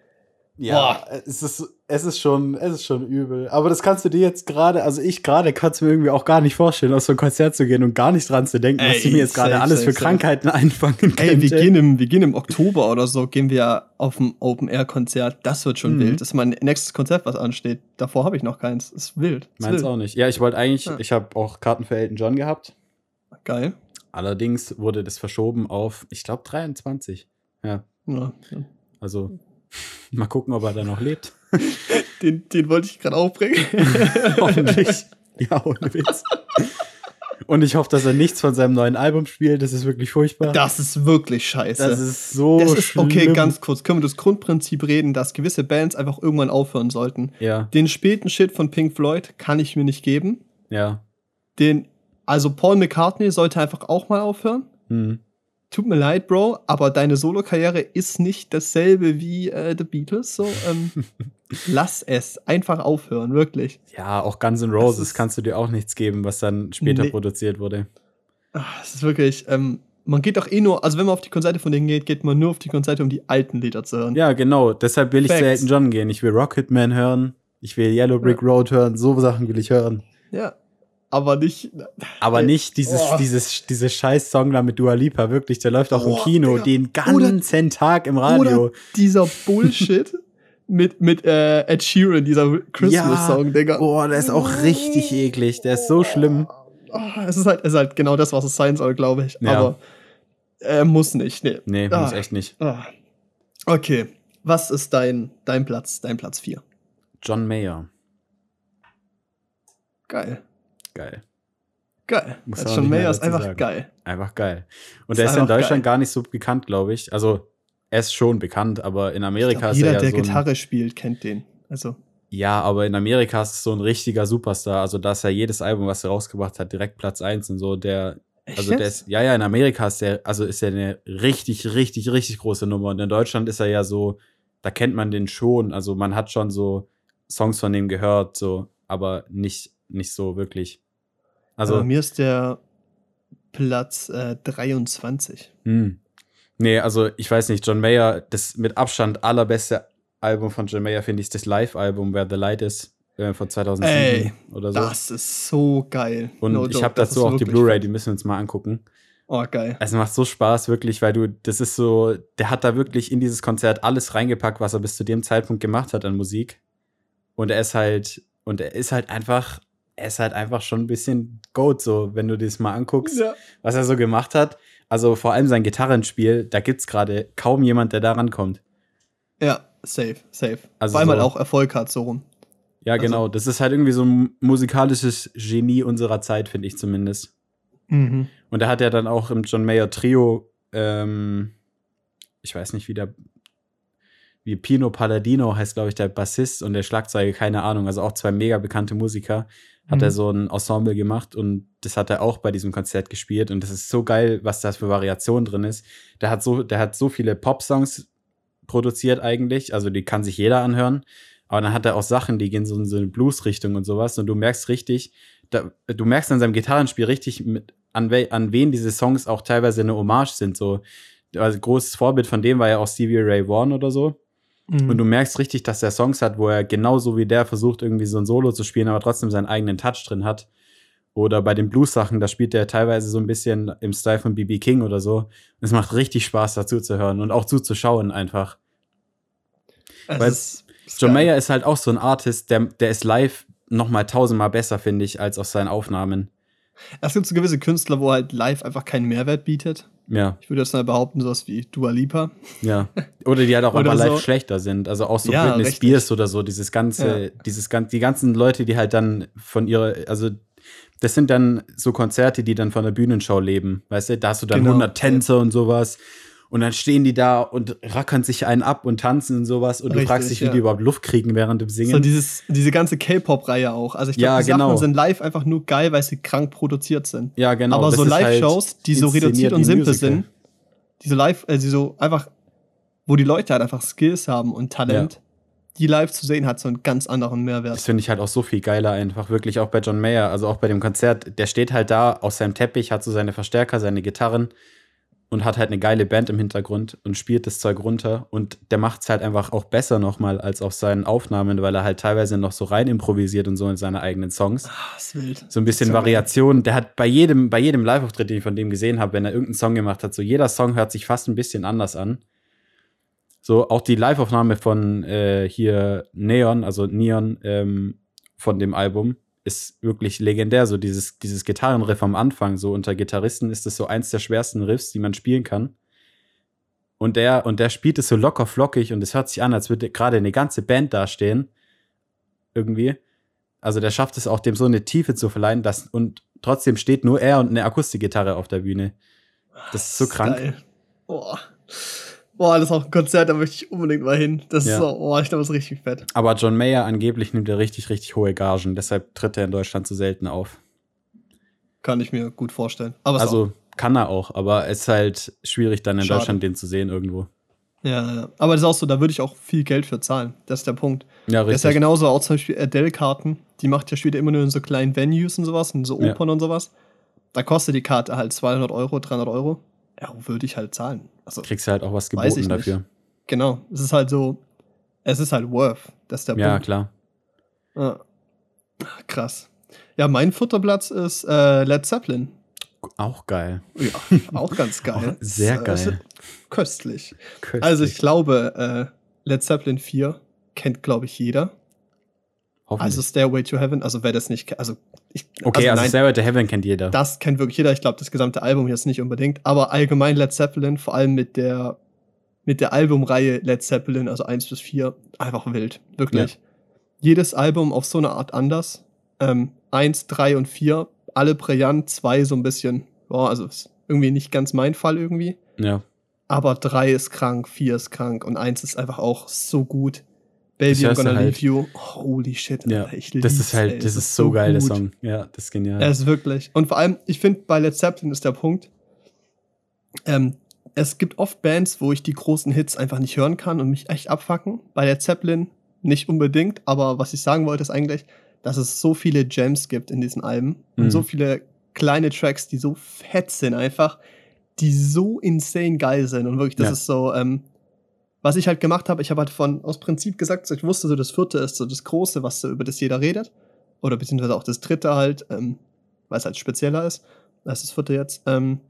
[SPEAKER 2] Ja, es ist, es ist schon, es ist schon übel. Aber das kannst du dir jetzt gerade, also ich gerade kann es mir irgendwie auch gar nicht vorstellen, auf so ein Konzert zu gehen und gar nicht dran zu denken, was
[SPEAKER 1] Ey,
[SPEAKER 2] sie mir jetzt gerade
[SPEAKER 1] safe,
[SPEAKER 2] alles
[SPEAKER 1] safe,
[SPEAKER 2] für
[SPEAKER 1] safe.
[SPEAKER 2] Krankheiten einfangen könnte.
[SPEAKER 1] ey, wir gehen, im, wir gehen im Oktober oder so, gehen wir auf ein Open-Air-Konzert. Das wird schon
[SPEAKER 2] Mhm.
[SPEAKER 1] wild. Das ist mein nächstes Konzert, was ansteht. Davor habe ich noch keins. Ist wild. Ist
[SPEAKER 2] Meins
[SPEAKER 1] wild.
[SPEAKER 2] auch nicht. Ja, ich wollte eigentlich,
[SPEAKER 1] Ja.
[SPEAKER 2] ich habe auch Karten für Elton John gehabt.
[SPEAKER 1] Geil.
[SPEAKER 2] Allerdings wurde das verschoben auf, ich glaube, dreiundzwanzig. Ja,
[SPEAKER 1] Ja, ja.
[SPEAKER 2] also mal gucken, ob er da noch lebt.
[SPEAKER 1] Den, den wollte ich gerade aufbringen.
[SPEAKER 2] Hoffentlich. Ja, ohne Witz. Und ich hoffe, dass er nichts von seinem neuen Album spielt. Das ist wirklich furchtbar.
[SPEAKER 1] Das ist wirklich scheiße.
[SPEAKER 2] Das ist so
[SPEAKER 1] Das ist, okay,
[SPEAKER 2] schlimm.
[SPEAKER 1] ganz kurz, können wir das Grundprinzip reden, dass gewisse Bands einfach irgendwann aufhören sollten.
[SPEAKER 2] Ja,
[SPEAKER 1] Den späten Shit von Pink Floyd kann ich mir nicht geben.
[SPEAKER 2] ja.
[SPEAKER 1] Den, also Paul McCartney sollte einfach auch mal aufhören.
[SPEAKER 2] Hm.
[SPEAKER 1] Tut mir leid, Bro, aber deine Solo-Karriere ist nicht dasselbe wie äh, The Beatles. So, ähm, lass es einfach aufhören, wirklich.
[SPEAKER 2] Ja, auch Guns N' Roses
[SPEAKER 1] Das ist-
[SPEAKER 2] kannst du dir auch nichts geben, was dann später
[SPEAKER 1] Nee.
[SPEAKER 2] produziert wurde.
[SPEAKER 1] Ah, es ist wirklich, ähm, man geht doch eh nur, also wenn man auf die Konzerte von denen geht, geht man nur auf die Konzerte, um die alten Lieder zu hören.
[SPEAKER 2] Ja, genau. Deshalb will ich zu
[SPEAKER 1] Facts.
[SPEAKER 2] Elton John gehen. Ich will Rocketman hören. Ich will Yellow Brick Road hören. So Sachen will ich hören.
[SPEAKER 1] Ja. Aber nicht.
[SPEAKER 2] Aber
[SPEAKER 1] Ey,
[SPEAKER 2] nicht dieses,
[SPEAKER 1] oh.
[SPEAKER 2] dieses, dieses scheiß Song da mit Dua Lipa. Wirklich, der läuft auch im
[SPEAKER 1] Oh,
[SPEAKER 2] Kino
[SPEAKER 1] Digga.
[SPEAKER 2] den ganzen Tag im Radio.
[SPEAKER 1] Oder dieser Bullshit mit, mit äh, Ed Sheeran, dieser Christmas-Song, Digga.
[SPEAKER 2] Boah, der ist auch richtig eklig. Der ist so schlimm.
[SPEAKER 1] Oh, es, ist halt, es ist halt genau das, was es sein soll, glaube ich.
[SPEAKER 2] Ja.
[SPEAKER 1] Aber er muss nicht. Nee.
[SPEAKER 2] Nee,
[SPEAKER 1] Ah.
[SPEAKER 2] muss echt nicht.
[SPEAKER 1] Ah. Okay. Was ist dein, dein Platz, dein Platz vier?
[SPEAKER 2] John Mayer.
[SPEAKER 1] Geil.
[SPEAKER 2] Geil.
[SPEAKER 1] Geil.
[SPEAKER 2] Muss
[SPEAKER 1] Als
[SPEAKER 2] man
[SPEAKER 1] John
[SPEAKER 2] nicht mehr
[SPEAKER 1] Mayer ist
[SPEAKER 2] dazu
[SPEAKER 1] einfach
[SPEAKER 2] sagen.
[SPEAKER 1] geil.
[SPEAKER 2] Einfach geil. Und
[SPEAKER 1] Ist
[SPEAKER 2] der ist in
[SPEAKER 1] einfach
[SPEAKER 2] Deutschland
[SPEAKER 1] geil.
[SPEAKER 2] gar nicht so bekannt, glaube ich. Also, er ist schon bekannt, aber in
[SPEAKER 1] Ich
[SPEAKER 2] Amerika
[SPEAKER 1] glaub,
[SPEAKER 2] ist
[SPEAKER 1] jeder,
[SPEAKER 2] er ja
[SPEAKER 1] der
[SPEAKER 2] so ein,
[SPEAKER 1] Gitarre spielt, kennt den. Also,
[SPEAKER 2] Ja, aber in Amerika ist es so ein richtiger Superstar. Also, da ist ja jedes Album, was er rausgebracht hat, direkt Platz eins und so. Der,
[SPEAKER 1] echt
[SPEAKER 2] also der
[SPEAKER 1] jetzt?
[SPEAKER 2] ist, ja, ja, in Amerika ist der, also ist er eine richtig, richtig, richtig große Nummer. Und in Deutschland ist er ja so, da kennt man den schon. Also, man hat schon so Songs von dem gehört, so, aber nicht, nicht so wirklich.
[SPEAKER 1] Also,
[SPEAKER 2] Also,
[SPEAKER 1] mir ist der Platz äh, dreiundzwanzig.
[SPEAKER 2] hm. Nee, also ich weiß nicht, John Mayer, das mit Abstand allerbeste Album von John Mayer finde ich das Live-Album Where the Light Is äh, von zweitausendsieben
[SPEAKER 1] Ey,
[SPEAKER 2] oder so.
[SPEAKER 1] Das ist so geil.
[SPEAKER 2] Und
[SPEAKER 1] No
[SPEAKER 2] ich
[SPEAKER 1] joke,
[SPEAKER 2] habe
[SPEAKER 1] das
[SPEAKER 2] dazu
[SPEAKER 1] ist
[SPEAKER 2] auch die
[SPEAKER 1] wirklich
[SPEAKER 2] Blu-ray,
[SPEAKER 1] fett.
[SPEAKER 2] die müssen wir uns mal angucken.
[SPEAKER 1] Oh, geil.
[SPEAKER 2] Es macht so Spaß, wirklich, weil du, das ist so, der hat da wirklich in dieses Konzert alles reingepackt, was er bis zu dem Zeitpunkt gemacht hat an Musik. Und er ist halt, und er ist halt einfach, er ist halt einfach schon ein bisschen Goat, so, wenn du dir das mal anguckst,
[SPEAKER 1] Ja.
[SPEAKER 2] was er so gemacht hat. Also vor allem sein Gitarrenspiel, da gibt's gerade kaum jemand, der da rankommt.
[SPEAKER 1] Ja, safe, safe.
[SPEAKER 2] Also
[SPEAKER 1] Weil man
[SPEAKER 2] so-
[SPEAKER 1] auch Erfolg hat, so rum.
[SPEAKER 2] Ja,
[SPEAKER 1] Also-
[SPEAKER 2] genau. Das ist halt irgendwie so ein musikalisches Genie unserer Zeit, finde ich zumindest.
[SPEAKER 1] Mhm.
[SPEAKER 2] Und er hat ja dann auch im John Mayer Trio, ähm, ich weiß nicht, wie der, wie Pino Palladino heißt, glaube ich, der Bassist und der Schlagzeuger, keine Ahnung, also auch zwei mega bekannte Musiker, hat
[SPEAKER 1] Mhm.
[SPEAKER 2] er so ein Ensemble gemacht und das hat er auch bei diesem Konzert gespielt und das ist so geil, was da für Variation drin ist. Der hat so, der hat so viele Pop-Songs produziert eigentlich, also die kann sich jeder anhören, aber dann hat er auch Sachen, die gehen so in so eine Blues-Richtung und sowas und du merkst richtig, da, du merkst an seinem Gitarrenspiel richtig, mit, an, we, an wen diese Songs auch teilweise eine Hommage sind, so. Also großes Vorbild von dem war ja auch Stevie Ray Vaughan oder so.
[SPEAKER 1] Mhm.
[SPEAKER 2] Und du merkst richtig, dass er Songs hat, wo er genauso wie der versucht, irgendwie so ein Solo zu spielen, aber trotzdem seinen eigenen Touch drin hat. Oder bei den Blues-Sachen, da spielt er teilweise so ein bisschen im Style von B B King oder so. Und es macht richtig Spaß, dazu zu hören und auch zuzuschauen einfach.
[SPEAKER 1] Es
[SPEAKER 2] weil
[SPEAKER 1] ist, ist
[SPEAKER 2] John
[SPEAKER 1] geil.
[SPEAKER 2] Mayer ist halt auch so ein Artist, der, der ist live noch mal tausendmal besser, finde ich, als auf seinen Aufnahmen.
[SPEAKER 1] Es gibt so gewisse Künstler, wo halt live einfach keinen Mehrwert bietet.
[SPEAKER 2] Ja,
[SPEAKER 1] Ich würde jetzt mal behaupten, sowas wie Dua Lipa.
[SPEAKER 2] ja. Oder die halt auch
[SPEAKER 1] Oder
[SPEAKER 2] einfach live
[SPEAKER 1] so.
[SPEAKER 2] schlechter sind. Also auch so
[SPEAKER 1] Ja,
[SPEAKER 2] Britney
[SPEAKER 1] richtig.
[SPEAKER 2] Spears oder so, dieses ganze,
[SPEAKER 1] Ja.
[SPEAKER 2] dieses gan die ganzen Leute, die halt dann von ihrer, also Das sind dann so Konzerte, die dann von der Bühnenshow leben. Weißt du, da hast du dann
[SPEAKER 1] Genau.
[SPEAKER 2] hundert Tänzer und sowas. Und dann stehen die da und rackern sich einen ab und tanzen und sowas. Und
[SPEAKER 1] Richtig,
[SPEAKER 2] du fragst dich, wie
[SPEAKER 1] ja.
[SPEAKER 2] die überhaupt Luft kriegen während dem Singen.
[SPEAKER 1] So dieses, diese ganze K-Pop-Reihe auch. Also ich glaube,
[SPEAKER 2] Ja,
[SPEAKER 1] die Sachen
[SPEAKER 2] genau.
[SPEAKER 1] sind live einfach nur geil, weil sie krank produziert sind.
[SPEAKER 2] Ja, genau.
[SPEAKER 1] Aber
[SPEAKER 2] Das
[SPEAKER 1] so
[SPEAKER 2] ist halt
[SPEAKER 1] Live-Shows, die so
[SPEAKER 2] inszeniert
[SPEAKER 1] reduziert
[SPEAKER 2] wie
[SPEAKER 1] und
[SPEAKER 2] ein
[SPEAKER 1] simpel
[SPEAKER 2] Musical.
[SPEAKER 1] sind, die so live, äh, die so einfach, wo die Leute halt einfach Skills haben und Talent, die live zu sehen, hat so einen ganz anderen Mehrwert.
[SPEAKER 2] Das finde ich halt auch so viel geiler einfach. Wirklich auch bei John Mayer, also auch bei dem Konzert. Der steht halt da auf seinem Teppich, hat so seine Verstärker, seine Gitarren und hat halt eine geile Band im Hintergrund und spielt das Zeug runter. Und der macht es halt einfach auch besser nochmal als auf seinen Aufnahmen, weil er halt teilweise noch so rein improvisiert und so in seine eigenen Songs.
[SPEAKER 1] Ah, ist wild.
[SPEAKER 2] So ein bisschen
[SPEAKER 1] So
[SPEAKER 2] Variation. Der hat bei jedem, bei jedem Live-Auftritt, den ich von dem gesehen habe, wenn er irgendeinen Song gemacht hat, so jeder Song hört sich fast ein bisschen anders an. So auch die Live-Aufnahme von äh, hier Neon, also Neon ähm, von dem Album, ist wirklich legendär. So dieses, dieses Gitarrenriff am Anfang, so unter Gitarristen ist das so eins der schwersten Riffs, die man spielen kann. Und der, und der spielt es so locker flockig und es hört sich an, als würde gerade eine ganze Band dastehen. Irgendwie. Also der schafft es auch, dem so eine Tiefe zu verleihen, dass, und trotzdem steht nur er und eine Akustikgitarre auf der Bühne. Das ist so krank.
[SPEAKER 1] Geil. Boah. Boah, das ist auch ein Konzert, da möchte ich unbedingt mal hin. Das
[SPEAKER 2] Ja.
[SPEAKER 1] ist so, boah, ich glaube, das ist richtig fett.
[SPEAKER 2] Aber John Mayer angeblich nimmt er richtig, richtig hohe Gagen. Deshalb tritt er in Deutschland so selten auf.
[SPEAKER 1] Kann ich mir gut vorstellen. Aber es ist
[SPEAKER 2] Also kann er auch, aber es ist halt schwierig, dann in
[SPEAKER 1] Schade.
[SPEAKER 2] Deutschland den zu sehen irgendwo.
[SPEAKER 1] auch, ja, ja. Aber das ist auch so, da würde ich auch viel Geld für zahlen. Das ist der Punkt.
[SPEAKER 2] Ja,
[SPEAKER 1] Das ist ja
[SPEAKER 2] richtig.
[SPEAKER 1] genauso auch zum Beispiel Adele-Karten. Die macht ja später immer nur in so kleinen Venues und sowas, in so
[SPEAKER 2] Ja.
[SPEAKER 1] Opern und sowas. Da kostet die Karte halt zweihundert Euro, dreihundert Euro. Ja, würde ich halt zahlen. Also,
[SPEAKER 2] Kriegst du halt auch was
[SPEAKER 1] Weiß ich
[SPEAKER 2] geboten
[SPEAKER 1] nicht.
[SPEAKER 2] dafür.
[SPEAKER 1] genau. Es ist halt so, es ist halt worth. Das ist der
[SPEAKER 2] Ja,
[SPEAKER 1] Punkt.
[SPEAKER 2] klar.
[SPEAKER 1] Ja. Krass. Ja, mein Futterplatz ist äh, Led Zeppelin.
[SPEAKER 2] Auch geil.
[SPEAKER 1] Ja, auch ganz geil.
[SPEAKER 2] Auch sehr
[SPEAKER 1] Ist, äh,
[SPEAKER 2] geil.
[SPEAKER 1] Köstlich.
[SPEAKER 2] Köstlich.
[SPEAKER 1] Also ich glaube, äh, Led Zeppelin vier kennt, glaube ich, jeder.
[SPEAKER 2] Hoffentlich.
[SPEAKER 1] Also Stairway to Heaven, also wer das nicht kennt, also ich,
[SPEAKER 2] okay, also,
[SPEAKER 1] nein,
[SPEAKER 2] Stairway to Heaven kennt jeder.
[SPEAKER 1] das kennt wirklich jeder. Ich glaube, das gesamte Album jetzt nicht unbedingt, aber allgemein Led Zeppelin, vor allem mit der mit der Albumreihe Led Zeppelin, also eins bis vier, einfach wild, wirklich. Jedes Album auf so eine Art anders. Ähm, eins, drei und vier, alle brillant, zwei so ein bisschen, boah, also ist irgendwie nicht ganz mein Fall irgendwie.
[SPEAKER 2] Ja.
[SPEAKER 1] Aber drei ist krank, vier ist krank und eins ist einfach auch so gut. Baby,
[SPEAKER 2] Das
[SPEAKER 1] I'm
[SPEAKER 2] hörst du
[SPEAKER 1] gonna
[SPEAKER 2] halt-
[SPEAKER 1] leave you. Holy shit,
[SPEAKER 2] Ja,
[SPEAKER 1] Alter, ich
[SPEAKER 2] das
[SPEAKER 1] lieb's,
[SPEAKER 2] ist halt,
[SPEAKER 1] ey.
[SPEAKER 2] das
[SPEAKER 1] Es
[SPEAKER 2] ist so geil, der
[SPEAKER 1] gut.
[SPEAKER 2] Song. Ja, das ist genial.
[SPEAKER 1] Es ist wirklich. Und vor allem, ich finde, bei Led Zeppelin ist der Punkt, ähm, es gibt oft Bands, wo ich die großen Hits einfach nicht hören kann und mich echt abfacken. Bei Led Zeppelin nicht unbedingt, aber was ich sagen wollte, ist eigentlich, dass es so viele Gems gibt in diesen Alben
[SPEAKER 2] Mhm.
[SPEAKER 1] und so viele kleine Tracks, die so fett sind einfach, die so insane geil sind und wirklich, das
[SPEAKER 2] Ja.
[SPEAKER 1] ist so, ähm, was ich halt gemacht habe, ich habe halt von aus Prinzip gesagt, so, ich wusste so, das vierte ist so das Große, was so über das jeder redet. Oder beziehungsweise auch das dritte halt, ähm, weil es halt spezieller ist. Das ist das vierte jetzt. Ähm,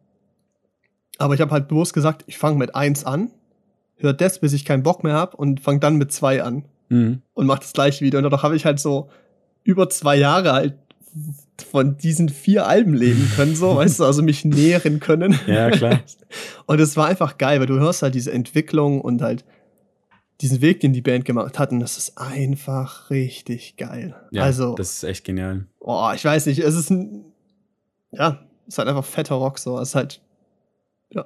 [SPEAKER 1] aber ich habe halt bewusst gesagt, ich fange mit eins an, höre das, bis ich keinen Bock mehr habe und fange dann mit zwei an
[SPEAKER 2] Mhm.
[SPEAKER 1] und mache das gleiche wieder. Und dadurch habe ich halt so über zwei Jahre halt von diesen vier Alben leben können, so, weißt du, also mich nähren können.
[SPEAKER 2] Ja, klar.
[SPEAKER 1] Und es war einfach geil, weil du hörst halt diese Entwicklung und halt diesen Weg, den die Band gemacht hat. Und das ist einfach richtig geil.
[SPEAKER 2] Ja,
[SPEAKER 1] also,
[SPEAKER 2] das ist echt genial.
[SPEAKER 1] boah, ich weiß nicht, es ist ein, ja, es ist halt einfach fetter Rock, so. Es ist halt, ja.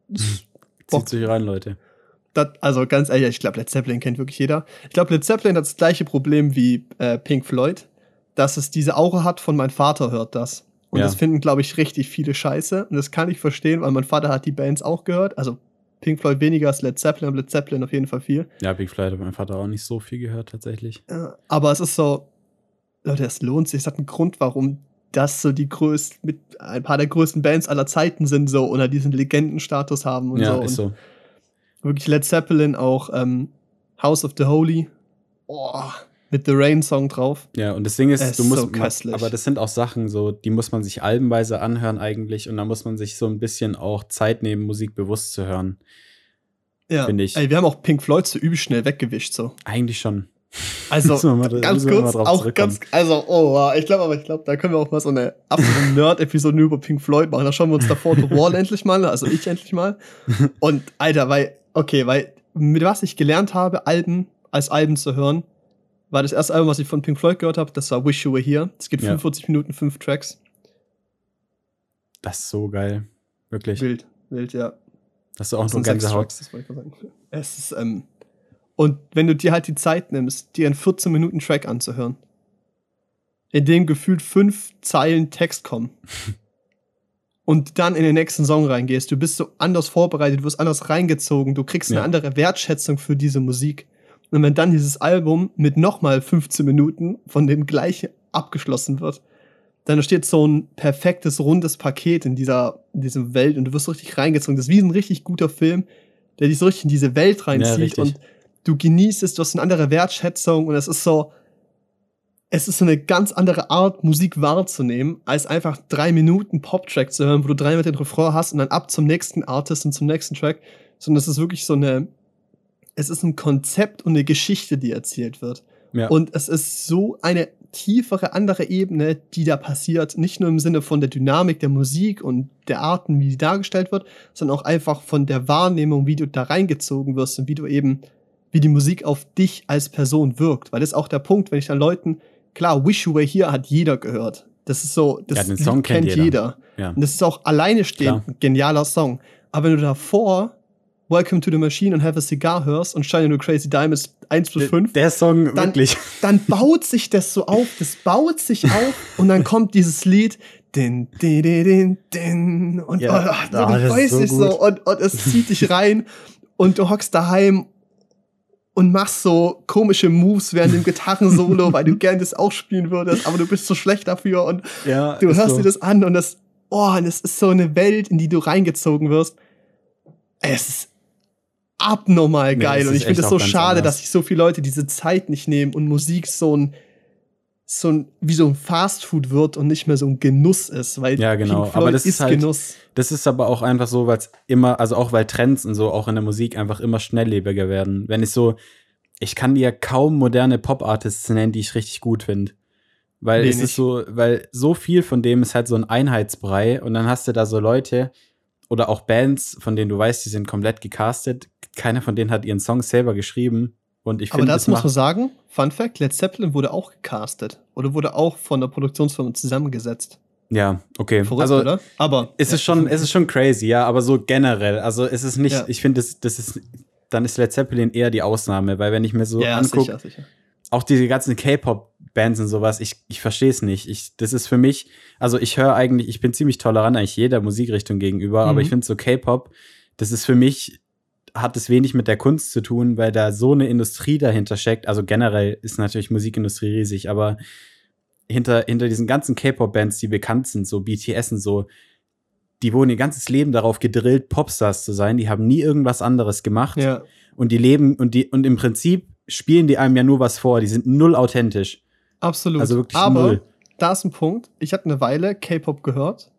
[SPEAKER 1] Bock.
[SPEAKER 2] Zieht sich rein, Leute.
[SPEAKER 1] Das, also ganz ehrlich, ich glaube, Led Zeppelin kennt wirklich jeder. Ich glaube, Led Zeppelin hat das gleiche Problem wie äh, Pink Floyd, dass es diese Aura hat von mein Vater hört das. Und
[SPEAKER 2] Ja.
[SPEAKER 1] das finden, glaube ich, richtig viele scheiße. Und das kann ich verstehen, weil mein Vater hat die Bands auch gehört. Also Pink Floyd weniger als Led Zeppelin, aber Led Zeppelin auf jeden Fall viel.
[SPEAKER 2] Ja, Big Flight hat mein Vater auch nicht so viel gehört, tatsächlich.
[SPEAKER 1] Äh, aber es ist so, Leute, es lohnt sich. Es hat einen Grund, warum das so die größten, mit ein paar der größten Bands aller Zeiten sind so oder diesen Legendenstatus haben und
[SPEAKER 2] Ja,
[SPEAKER 1] so.
[SPEAKER 2] ist
[SPEAKER 1] Und
[SPEAKER 2] so.
[SPEAKER 1] wirklich Led Zeppelin auch ähm, House of the Holy. Oh, mit The Rain Song drauf.
[SPEAKER 2] Ja, und das Ding ist,
[SPEAKER 1] Es
[SPEAKER 2] du
[SPEAKER 1] ist
[SPEAKER 2] musst,
[SPEAKER 1] so köstlich.
[SPEAKER 2] aber das sind auch Sachen, so, die muss man sich albenweise anhören eigentlich und da muss man sich so ein bisschen auch Zeit nehmen, Musik bewusst zu hören.
[SPEAKER 1] Ja.
[SPEAKER 2] Finde ich.
[SPEAKER 1] Ey, wir haben auch Pink Floyd so übel schnell weggewischt so.
[SPEAKER 2] Eigentlich schon.
[SPEAKER 1] Also
[SPEAKER 2] Müssen wir mal-
[SPEAKER 1] ganz
[SPEAKER 2] müssen wir mal
[SPEAKER 1] kurz,
[SPEAKER 2] drauf
[SPEAKER 1] auch
[SPEAKER 2] zurückkommen.
[SPEAKER 1] ganz, also oh, wow, ich glaube, aber ich glaube, da können wir auch mal so eine absolute Nerd-Episode nur über Pink Floyd machen. Da schauen wir uns davor The Wall endlich mal, also ich endlich mal. Und Alter, weil, okay, weil mit was ich gelernt habe, Alben als Alben zu hören, war das erste Album, was ich von Pink Floyd gehört habe. Das war Wish You Were Here. Es geht
[SPEAKER 2] Ja.
[SPEAKER 1] fünfundvierzig Minuten, fünf Tracks.
[SPEAKER 2] Das ist so geil. Wirklich.
[SPEAKER 1] Wild, wild, ja.
[SPEAKER 2] Hast du auch
[SPEAKER 1] Das
[SPEAKER 2] so
[SPEAKER 1] sind sechs
[SPEAKER 2] Gänsehaut?
[SPEAKER 1] Tracks, das wollte ich mal sagen. Es ist, ähm, und wenn du dir halt die Zeit nimmst, dir einen vierzehn Minuten Track anzuhören, in dem gefühlt fünf Zeilen Text kommen und dann in den nächsten Song reingehst, du bist so anders vorbereitet, du wirst anders reingezogen, du kriegst eine
[SPEAKER 2] Ja.
[SPEAKER 1] andere Wertschätzung für diese Musik. Und wenn dann dieses Album mit nochmal fünfzehn Minuten von dem gleichen abgeschlossen wird, dann entsteht so ein perfektes, rundes Paket in dieser, in dieser Welt und du wirst so richtig reingezogen. Das ist wie ein richtig guter Film, der dich so richtig in diese Welt
[SPEAKER 2] Ja,
[SPEAKER 1] reinzieht
[SPEAKER 2] richtig.
[SPEAKER 1] und du genießt es, du hast eine andere Wertschätzung und es ist so, es ist so eine ganz andere Art, Musik wahrzunehmen, als einfach drei Minuten Pop-Track zu hören, wo du dreimal den Refrain hast und dann ab zum nächsten Artist und zum nächsten Track, sondern es ist wirklich so eine, es ist ein Konzept und eine Geschichte, die erzählt wird.
[SPEAKER 2] Ja.
[SPEAKER 1] Und es ist so eine tiefere, andere Ebene, die da passiert, nicht nur im Sinne von der Dynamik der Musik und der Arten, wie die dargestellt wird, sondern auch einfach von der Wahrnehmung, wie du da reingezogen wirst und wie du eben, wie die Musik auf dich als Person wirkt. Weil das ist auch der Punkt, wenn ich dann Leuten, klar, Wish You Were Here hat jeder gehört. Das ist so, das
[SPEAKER 2] Ja, den
[SPEAKER 1] Lied
[SPEAKER 2] Song kennt
[SPEAKER 1] kennt
[SPEAKER 2] jeder.
[SPEAKER 1] jeder.
[SPEAKER 2] Ja.
[SPEAKER 1] Und das ist auch alleine stehend
[SPEAKER 2] Klar.
[SPEAKER 1] ein genialer Song. Aber wenn du davor Welcome to the Machine und Have a Cigar hörst und Shine Your Crazy Diamonds eins bis fünf,
[SPEAKER 2] Der Song,
[SPEAKER 1] dann,
[SPEAKER 2] wirklich.
[SPEAKER 1] dann baut sich das so auf, das baut sich auf und dann kommt dieses Lied, din, din, din, din, din, und
[SPEAKER 2] Ja,
[SPEAKER 1] oh,
[SPEAKER 2] ah,
[SPEAKER 1] du
[SPEAKER 2] das ist
[SPEAKER 1] freust
[SPEAKER 2] so
[SPEAKER 1] dich
[SPEAKER 2] gut.
[SPEAKER 1] so und, und es zieht dich rein und du hockst daheim und machst so komische Moves während dem Gitarrensolo, weil du gern das auch spielen würdest, aber du bist so schlecht dafür und
[SPEAKER 2] Ja,
[SPEAKER 1] du
[SPEAKER 2] ist
[SPEAKER 1] hörst
[SPEAKER 2] so.
[SPEAKER 1] dir das an und das, oh, und es ist so eine Welt, in die du reingezogen wirst. Es ist abnormal
[SPEAKER 2] Nee,
[SPEAKER 1] geil
[SPEAKER 2] es
[SPEAKER 1] und
[SPEAKER 2] ist
[SPEAKER 1] ich finde
[SPEAKER 2] echt
[SPEAKER 1] es so
[SPEAKER 2] auch ganz
[SPEAKER 1] schade,
[SPEAKER 2] anders.
[SPEAKER 1] dass sich so viele Leute diese Zeit nicht nehmen und Musik so ein, so ein, wie so ein Fastfood wird und nicht mehr so ein Genuss ist, weil
[SPEAKER 2] Ja, genau.
[SPEAKER 1] Pink Floyd
[SPEAKER 2] Aber das ist halt-
[SPEAKER 1] Genuss.
[SPEAKER 2] Das ist aber auch einfach so, weil es immer, also auch weil Trends und so auch in der Musik einfach immer schnelllebiger werden. Wenn ich so, ich kann dir kaum moderne Pop-Artists nennen, die ich richtig gut finde. Weil es
[SPEAKER 1] Wenig.
[SPEAKER 2] ist so, weil so viel von dem ist halt so ein Einheitsbrei und dann hast du da so Leute oder auch Bands, von denen du weißt, die sind komplett gecastet. Keiner von denen hat ihren Song selber geschrieben. Und ich
[SPEAKER 1] Aber
[SPEAKER 2] finde,
[SPEAKER 1] dazu
[SPEAKER 2] das
[SPEAKER 1] muss man
[SPEAKER 2] macht,
[SPEAKER 1] sagen, Fun Fact, Led Zeppelin wurde auch gecastet oder wurde auch von der Produktionsfirma zusammengesetzt.
[SPEAKER 2] ja, okay.
[SPEAKER 1] Verrückt,
[SPEAKER 2] Also
[SPEAKER 1] oder? Aber
[SPEAKER 2] es
[SPEAKER 1] ja,
[SPEAKER 2] ist schon, es ist schon crazy, ja, aber so generell. Also es ist nicht,
[SPEAKER 1] Ja.
[SPEAKER 2] ich finde, das, das ist, dann ist Led Zeppelin eher die Ausnahme, weil wenn ich mir so
[SPEAKER 1] ja,
[SPEAKER 2] angucke,
[SPEAKER 1] sicher, sicher.
[SPEAKER 2] auch diese ganzen K-Pop-Bands und sowas, ich, ich verstehe es nicht. Ich, das ist für mich, also ich höre eigentlich, ich bin ziemlich tolerant eigentlich jeder Musikrichtung gegenüber,
[SPEAKER 1] Mhm.
[SPEAKER 2] aber ich finde so K-Pop, das ist für mich, hat es wenig mit der Kunst zu tun, weil da so eine Industrie dahinter steckt. Also generell ist natürlich Musikindustrie riesig, aber hinter, hinter diesen ganzen K-Pop-Bands, die bekannt sind, so B T S und so, die wurden ihr ganzes Leben darauf gedrillt, Popstars zu sein. Die haben nie irgendwas anderes gemacht.
[SPEAKER 1] Ja.
[SPEAKER 2] Und die leben, und die, und im Prinzip spielen die einem ja nur was vor. Die sind null authentisch.
[SPEAKER 1] Absolut.
[SPEAKER 2] Also wirklich
[SPEAKER 1] Aber
[SPEAKER 2] null.
[SPEAKER 1] da ist ein Punkt. Ich hatte eine Weile K-Pop gehört,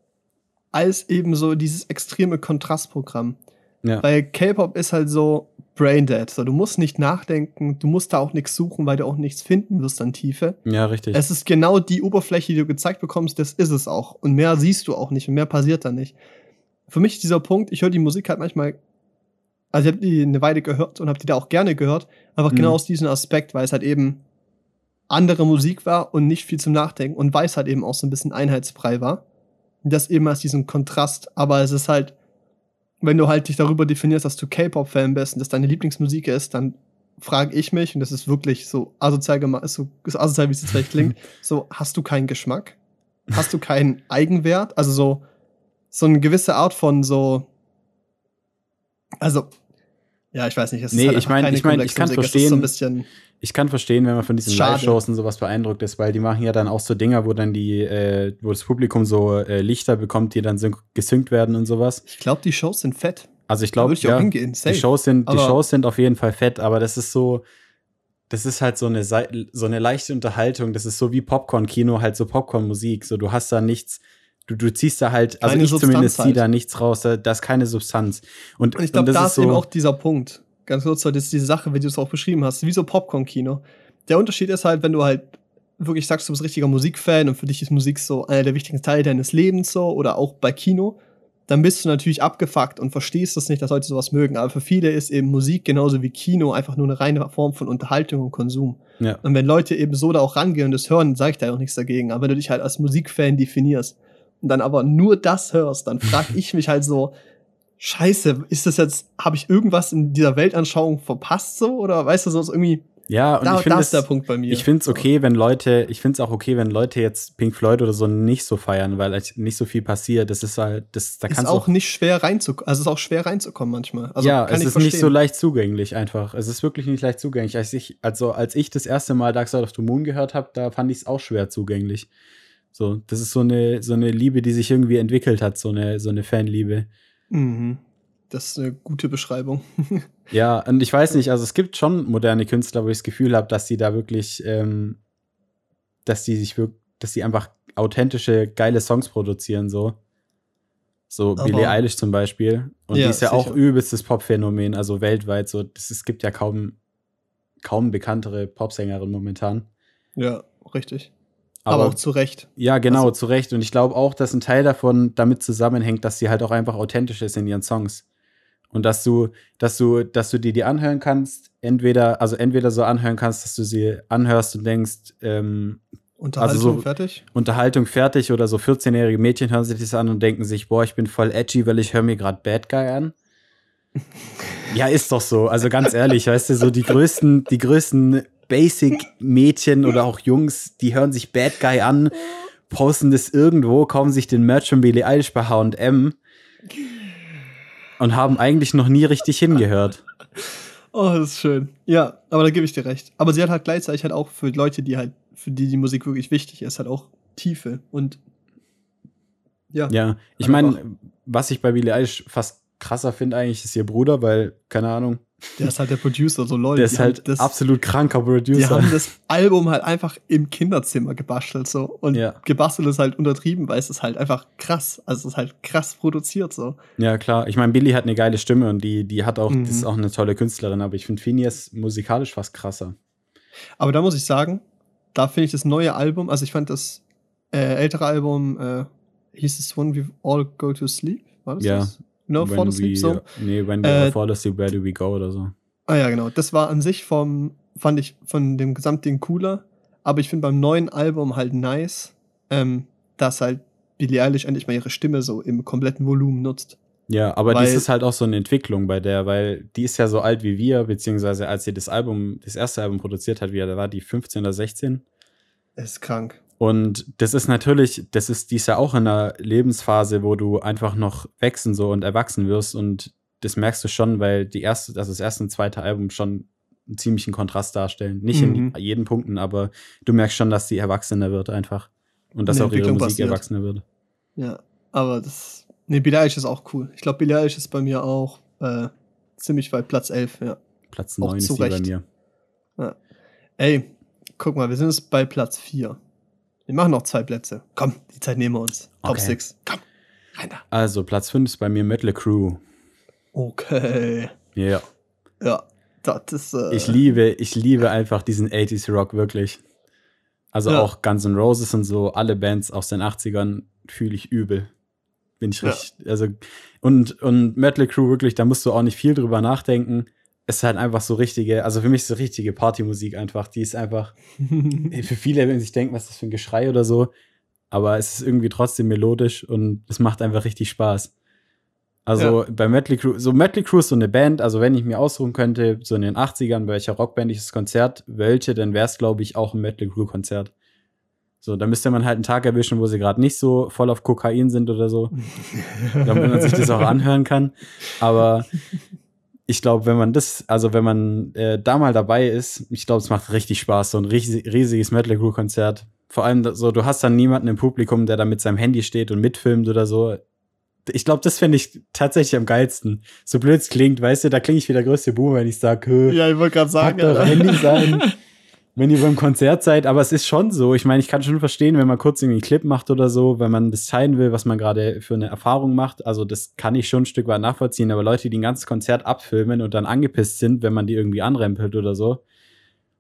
[SPEAKER 1] als eben so dieses extreme Kontrastprogramm.
[SPEAKER 2] Ja.
[SPEAKER 1] Weil K-Pop ist halt so braindead. So, du musst nicht nachdenken, du musst da auch nichts suchen, weil du auch nichts finden wirst an Tiefe.
[SPEAKER 2] Ja, richtig.
[SPEAKER 1] Es ist genau die Oberfläche, die du gezeigt bekommst, das ist es auch. Und mehr siehst du auch nicht und mehr passiert da nicht. Für mich dieser Punkt, ich höre die Musik halt manchmal, also ich habe die eine Weile gehört und habe die da auch gerne gehört, einfach
[SPEAKER 2] Mhm.
[SPEAKER 1] genau aus diesem Aspekt, weil es halt eben andere Musik war und nicht viel zum Nachdenken und weil es halt eben auch so ein bisschen einheitsbrei war. Und das eben als diesen Kontrast, aber es ist halt, wenn du halt dich darüber definierst, dass du K-Pop-Fan bist und das deine Lieblingsmusik ist, dann frage ich mich, und das ist wirklich so asozial gemacht, ist so ist asozial, wie es jetzt vielleicht klingt, so, hast du keinen Geschmack? Hast du keinen Eigenwert? Also so, so eine gewisse Art von so, also, ja, ich weiß nicht, es ist
[SPEAKER 2] Nee,
[SPEAKER 1] halt
[SPEAKER 2] ich
[SPEAKER 1] einfach
[SPEAKER 2] mein-
[SPEAKER 1] keine
[SPEAKER 2] ich mein, ich
[SPEAKER 1] komplexe
[SPEAKER 2] kann
[SPEAKER 1] Musik. Es ist
[SPEAKER 2] verstehen-
[SPEAKER 1] so ein bisschen,
[SPEAKER 2] Ich kann verstehen, wenn man von diesen
[SPEAKER 1] Schade.
[SPEAKER 2] Live-Shows und sowas beeindruckt ist, weil die machen ja dann auch so Dinger, wo dann die, äh, wo das Publikum so äh, Lichter bekommt, die dann syn- gesynkt werden und sowas.
[SPEAKER 1] ich glaube, die Shows sind fett.
[SPEAKER 2] Also ich
[SPEAKER 1] Da
[SPEAKER 2] glaube,
[SPEAKER 1] würde ich auch
[SPEAKER 2] ja,
[SPEAKER 1] hingehen,
[SPEAKER 2] die
[SPEAKER 1] safe.
[SPEAKER 2] Shows sind, die
[SPEAKER 1] Aber-
[SPEAKER 2] Shows sind auf jeden Fall fett, aber das ist so, das ist halt so eine, Sei- so eine leichte Unterhaltung. Das ist so wie Popcorn-Kino, halt so Popcorn-Musik. So, du hast da nichts, du, du ziehst da halt, also
[SPEAKER 1] Keine
[SPEAKER 2] ich
[SPEAKER 1] Substanz
[SPEAKER 2] zumindest ziehe
[SPEAKER 1] halt.
[SPEAKER 2] da nichts raus, da, da ist keine Substanz. Und,
[SPEAKER 1] Und ich glaube,
[SPEAKER 2] das
[SPEAKER 1] da
[SPEAKER 2] ist
[SPEAKER 1] ist eben auch dieser Punkt. Ganz kurz, das ist diese Sache, wie du es auch beschrieben hast, wie so Popcorn-Kino. Der Unterschied ist halt, wenn du halt wirklich sagst, du bist richtiger Musikfan und für dich ist Musik so einer der wichtigsten Teile deines Lebens so oder auch bei Kino, dann bist du natürlich abgefuckt und verstehst das nicht, dass Leute sowas mögen. Aber für viele ist eben Musik genauso wie Kino einfach nur eine reine Form von Unterhaltung und Konsum.
[SPEAKER 2] Ja.
[SPEAKER 1] Und wenn Leute eben so da auch rangehen und das hören, sage ich da auch nichts dagegen. Aber wenn du dich halt als Musikfan definierst und dann aber nur das hörst, dann frage ich mich halt so, Scheiße, ist das jetzt, habe ich irgendwas in dieser Weltanschauung verpasst so? Oder weißt du, so ist irgendwie,
[SPEAKER 2] Ja, und
[SPEAKER 1] da,
[SPEAKER 2] ich finde
[SPEAKER 1] da
[SPEAKER 2] es
[SPEAKER 1] ist der Punkt bei mir.
[SPEAKER 2] Ich finde es okay, wenn Leute, ich finde es auch okay, wenn Leute jetzt Pink Floyd oder so nicht so feiern, weil halt nicht so viel passiert. Das ist halt, das, da
[SPEAKER 1] Ist
[SPEAKER 2] kannst
[SPEAKER 1] auch
[SPEAKER 2] du
[SPEAKER 1] nicht schwer reinzukommen. Also es ist auch schwer reinzukommen manchmal. Also
[SPEAKER 2] ja,
[SPEAKER 1] kann
[SPEAKER 2] es
[SPEAKER 1] ich
[SPEAKER 2] ist
[SPEAKER 1] verstehen.
[SPEAKER 2] nicht so leicht zugänglich einfach. Es ist wirklich nicht leicht zugänglich. Als ich, also als ich das erste Mal Dark Side of the Moon gehört habe, da fand ich es auch schwer zugänglich. So, das ist so eine, so eine Liebe, die sich irgendwie entwickelt hat, so eine, so eine Fanliebe.
[SPEAKER 1] Mhm. Das ist eine gute Beschreibung.
[SPEAKER 2] Ja, und ich weiß nicht, also es gibt schon moderne Künstler, wo ich das Gefühl habe, dass die da wirklich, ähm, dass die sich wirklich, dass die einfach authentische, geile Songs produzieren, so. So
[SPEAKER 1] Aber-
[SPEAKER 2] Billie Eilish zum Beispiel. Und
[SPEAKER 1] Ja,
[SPEAKER 2] die ist ja auch
[SPEAKER 1] sicher.
[SPEAKER 2] übelstes Pop-Phänomen, also weltweit so. Das, es gibt ja kaum, kaum bekanntere Popsängerin momentan.
[SPEAKER 1] Ja, richtig. Aber,
[SPEAKER 2] Aber,
[SPEAKER 1] auch zu Recht.
[SPEAKER 2] ja, genau,
[SPEAKER 1] also-
[SPEAKER 2] zu Recht. Und ich glaube auch, dass ein Teil davon damit zusammenhängt, dass sie halt auch einfach authentisch ist in ihren Songs. Und dass du, dass du, dass du dir die anhören kannst, entweder, also entweder so anhören kannst, dass du sie anhörst und denkst, ähm,
[SPEAKER 1] Unterhaltung,
[SPEAKER 2] also so-
[SPEAKER 1] fertig?
[SPEAKER 2] Unterhaltung fertig oder so vierzehnjährige Mädchen hören sich das an und denken sich, boah, ich bin voll edgy, weil ich höre mir gerade Bad Guy an. Ja, ist doch so. Also ganz ehrlich, weißt du, so die größten, die größten Basic-Mädchen oder auch Jungs, die hören sich Bad Guy an, posten das irgendwo, kaufen sich den Merch von Billie Eilish bei H und M und haben eigentlich noch nie richtig hingehört.
[SPEAKER 1] Oh, das ist schön. Ja, aber da gebe ich dir recht. Aber sie hat halt gleichzeitig halt auch für Leute, die halt, für die die Musik wirklich wichtig ist, halt auch Tiefe. Und ja.
[SPEAKER 2] Ja, ich
[SPEAKER 1] Einfach.
[SPEAKER 2] meine, was ich bei Billie Eilish fast krasser finde eigentlich, ist ihr Bruder, weil, keine Ahnung,
[SPEAKER 1] Der ist halt der Producer, so lol.
[SPEAKER 2] der
[SPEAKER 1] Die
[SPEAKER 2] ist
[SPEAKER 1] haben
[SPEAKER 2] halt
[SPEAKER 1] das,
[SPEAKER 2] absolut kranker
[SPEAKER 1] Die
[SPEAKER 2] Producer.
[SPEAKER 1] haben das Album halt einfach im Kinderzimmer gebastelt so. Und
[SPEAKER 2] Ja.
[SPEAKER 1] gebastelt ist halt untertrieben, weil es ist halt einfach krass. Also es ist halt krass produziert so.
[SPEAKER 2] Ja, klar. Ich meine, Billie hat eine geile Stimme und die, die hat auch,
[SPEAKER 1] Mhm.
[SPEAKER 2] das ist auch eine tolle Künstlerin, aber ich finde Phineas musikalisch fast krasser.
[SPEAKER 1] Aber da muss ich sagen, da finde ich das neue Album, also ich fand das äh, ältere Album, äh, hieß es When We All Go to Sleep? War das
[SPEAKER 2] Ja.
[SPEAKER 1] das? No, Fall
[SPEAKER 2] When
[SPEAKER 1] Asleep,
[SPEAKER 2] we,
[SPEAKER 1] so.
[SPEAKER 2] Nee, when we
[SPEAKER 1] Äh,
[SPEAKER 2] all fall asleep, where do we go oder so.
[SPEAKER 1] Ah ja, genau. Das war an sich vom, fand ich von dem Gesamtding cooler. Aber ich finde beim neuen Album halt nice, ähm, dass halt Billie Eilish endlich mal ihre Stimme so im kompletten Volumen nutzt.
[SPEAKER 2] Ja, aber
[SPEAKER 1] Weil-
[SPEAKER 2] dies ist halt auch so eine Entwicklung bei der, weil die ist ja so alt wie wir, beziehungsweise als sie das Album, das erste Album produziert hat, wie da war die fünfzehn oder sechzehn.
[SPEAKER 1] Es ist krank.
[SPEAKER 2] Und das ist natürlich, das ist, die ist ja auch in einer Lebensphase, wo du einfach noch wachsen so und erwachsen wirst und das merkst du schon, weil die erste, also das erste und zweite Album schon einen ziemlichen Kontrast darstellen. Nicht
[SPEAKER 1] Mhm.
[SPEAKER 2] in jeden Punkten, aber du merkst schon, dass sie erwachsener wird einfach. Und dass
[SPEAKER 1] Eine
[SPEAKER 2] auch ihre
[SPEAKER 1] Entwicklung
[SPEAKER 2] Musik
[SPEAKER 1] passiert.
[SPEAKER 2] erwachsener wird.
[SPEAKER 1] Ja, aber das. Nee, Billie Eilish ist auch cool. Ich glaube, Billie Eilish ist bei mir auch äh, ziemlich weit Platz elf, ja.
[SPEAKER 2] Platz
[SPEAKER 1] Auch
[SPEAKER 2] neun ist
[SPEAKER 1] zu
[SPEAKER 2] sie bei
[SPEAKER 1] Recht.
[SPEAKER 2] mir.
[SPEAKER 1] Ey, guck mal, wir sind jetzt bei Platz vier. Wir machen noch zwei Plätze. Komm, die Zeit nehmen wir uns. Top
[SPEAKER 2] Okay.
[SPEAKER 1] sechs. Komm, rein da.
[SPEAKER 2] Also, Platz fünf ist bei mir Mötley Crüe.
[SPEAKER 1] Okay.
[SPEAKER 2] Ja.
[SPEAKER 1] Ja, das ist. Äh,
[SPEAKER 2] Ich liebe, ich liebe einfach diesen achtziger Rock, wirklich. Also
[SPEAKER 1] Ja.
[SPEAKER 2] auch Guns N' Roses und so, alle Bands aus den achtzigern fühle ich übel. Bin ich
[SPEAKER 1] Ja.
[SPEAKER 2] richtig, also, und, und Mötley Crüe wirklich, da musst du auch nicht viel drüber nachdenken. Es ist halt einfach so richtige, also für mich ist es richtige Partymusik einfach. Die ist einfach, für viele, wenn sie sich denken, was ist das für ein Geschrei oder so, aber es ist irgendwie trotzdem melodisch und es macht einfach richtig Spaß. Also bei Mötley Crüe, so Mötley Crüe ist so eine Band, also wenn ich mir aussuchen könnte, so in den achtzigern, bei welcher Rockband ich das Konzert wollte, dann wäre es, glaube ich, auch ein Mötley Crüe-Konzert. So, da müsste man halt einen Tag erwischen, wo sie gerade nicht so voll auf Kokain sind oder so, damit man sich das auch anhören kann. Aber ich glaube, wenn man das, also wenn man äh, da mal dabei ist, ich glaube, es macht richtig Spaß, so ein riesig, riesiges Mötley Crüe-Konzert. Vor allem so, du hast dann niemanden im Publikum, der da mit seinem Handy steht und mitfilmt oder so. Ich glaube, das fände ich tatsächlich am geilsten. So blöd es klingt, weißt du, da klinge ich wie der größte Boomer, wenn ich sage,
[SPEAKER 1] ja, ich wollte gerade sagen.
[SPEAKER 2] packt eure
[SPEAKER 1] Alter.
[SPEAKER 2] Handys ein, wenn ihr beim Konzert seid. Aber es ist schon so. Ich meine, ich kann schon verstehen, wenn man kurz irgendwie einen Clip macht oder so, wenn man das teilen will, was man gerade für eine Erfahrung macht. Also das kann ich schon ein Stück weit nachvollziehen. Aber Leute, die ein ganzes Konzert abfilmen und dann angepisst sind, wenn man die irgendwie anrempelt oder so,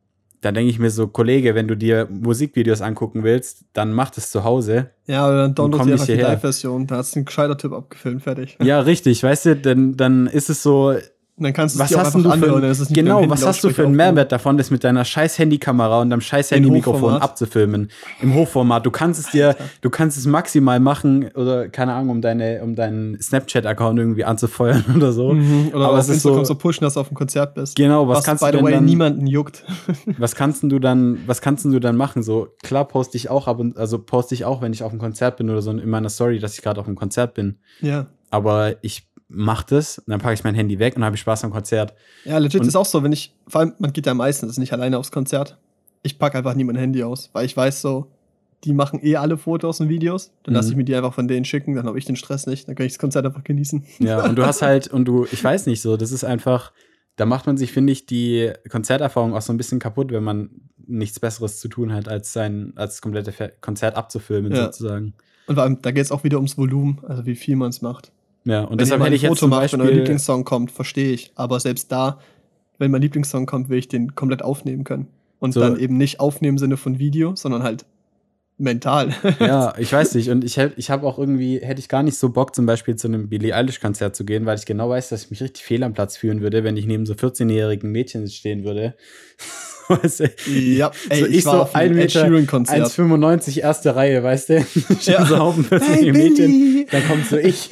[SPEAKER 2] dann denke ich mir so, Kollege, wenn du dir Musikvideos angucken willst, dann mach das zu Hause.
[SPEAKER 1] Ja, oder dann download
[SPEAKER 2] komm
[SPEAKER 1] dir
[SPEAKER 2] nicht
[SPEAKER 1] einfach die
[SPEAKER 2] hierher.
[SPEAKER 1] Live-Version. Da hast du einen gescheiter Typ abgefilmt, fertig.
[SPEAKER 2] Ja, richtig, weißt du, dann, dann ist es so,
[SPEAKER 1] Und dann kannst du es
[SPEAKER 2] was
[SPEAKER 1] dir auch
[SPEAKER 2] hast
[SPEAKER 1] einfach
[SPEAKER 2] denn du für,
[SPEAKER 1] anhören. dann ist es nicht
[SPEAKER 2] genau,
[SPEAKER 1] mit dem
[SPEAKER 2] was hast du für einen
[SPEAKER 1] Handy-Lautsprecher
[SPEAKER 2] Mehrwert davon, das mit deiner scheiß Handykamera und deinem scheiß Handymikrofon
[SPEAKER 1] Hochformat.
[SPEAKER 2] abzufilmen? Im Hochformat. Du kannst es dir, du kannst es maximal machen oder, keine Ahnung, um deine, um deinen Snapchat-Account irgendwie anzufeuern oder so.
[SPEAKER 1] Mhm. Oder
[SPEAKER 2] Aber
[SPEAKER 1] auf
[SPEAKER 2] es ist
[SPEAKER 1] Instagram
[SPEAKER 2] so,
[SPEAKER 1] so pushen, dass du auf dem Konzert bist.
[SPEAKER 2] genau, was,
[SPEAKER 1] Was,
[SPEAKER 2] kannst
[SPEAKER 1] by
[SPEAKER 2] du
[SPEAKER 1] the
[SPEAKER 2] denn
[SPEAKER 1] way,
[SPEAKER 2] dann,
[SPEAKER 1] niemanden juckt.
[SPEAKER 2] was kannst du dann, was kannst du dann machen? So, klar poste ich auch ab und, also poste ich auch, wenn ich auf einem Konzert bin oder so in meiner Story, dass ich gerade auf einem Konzert bin.
[SPEAKER 1] Ja.
[SPEAKER 2] Aber ich mach das und dann packe ich mein Handy weg und habe ich Spaß am Konzert.
[SPEAKER 1] Ja, legit
[SPEAKER 2] Und-
[SPEAKER 1] ist auch so, wenn ich, vor allem, man geht ja meistens nicht alleine aufs Konzert. Ich packe einfach nie mein Handy aus, weil ich weiß so, die machen eh alle Fotos und Videos. Dann lasse
[SPEAKER 2] Mhm.
[SPEAKER 1] ich mir die einfach von denen schicken, dann habe ich den Stress nicht, dann kann ich das Konzert einfach genießen.
[SPEAKER 2] Ja, und du hast halt, und du, ich weiß nicht so, das ist einfach, da macht man sich, finde ich, die Konzerterfahrung auch so ein bisschen kaputt, wenn man nichts Besseres zu tun hat, als sein, als das komplette Fe- Konzert abzufilmen,
[SPEAKER 1] Ja.
[SPEAKER 2] sozusagen.
[SPEAKER 1] Und vor allem, da geht es auch wieder ums Volumen, also wie viel man es macht.
[SPEAKER 2] Ja, und
[SPEAKER 1] Wenn
[SPEAKER 2] deshalb
[SPEAKER 1] ihr mal
[SPEAKER 2] hätte
[SPEAKER 1] ein
[SPEAKER 2] ich jetzt
[SPEAKER 1] Foto
[SPEAKER 2] zum
[SPEAKER 1] macht, wenn euer
[SPEAKER 2] Beispiel,
[SPEAKER 1] Lieblingssong kommt, verstehe ich. Aber selbst da, wenn mein Lieblingssong kommt, will ich den komplett aufnehmen können. Und
[SPEAKER 2] So.
[SPEAKER 1] dann eben nicht aufnehmen im Sinne von Video, sondern halt mental.
[SPEAKER 2] ja, ich weiß nicht, und ich hätte, ich habe auch irgendwie, hätte ich gar nicht so Bock, zum Beispiel zu einem Billie Eilish-Konzert zu gehen, weil ich genau weiß, dass ich mich richtig fehl am Platz fühlen würde, wenn ich neben so vierzehn-jährigen Mädchen stehen würde. Weißt du?
[SPEAKER 1] Ja, ey,
[SPEAKER 2] So,
[SPEAKER 1] ich,
[SPEAKER 2] ich
[SPEAKER 1] war
[SPEAKER 2] so
[SPEAKER 1] auf einem
[SPEAKER 2] ein
[SPEAKER 1] Ed
[SPEAKER 2] Meter,
[SPEAKER 1] Sheeran-Konzert.
[SPEAKER 2] eins Komma fünfundneunzig, erste Reihe, weißt du? Stehen
[SPEAKER 1] Ja.
[SPEAKER 2] so Haufen
[SPEAKER 1] Hey,
[SPEAKER 2] vierzehn-jährige Mädchen,
[SPEAKER 1] Billie!
[SPEAKER 2] dann kommt so ich.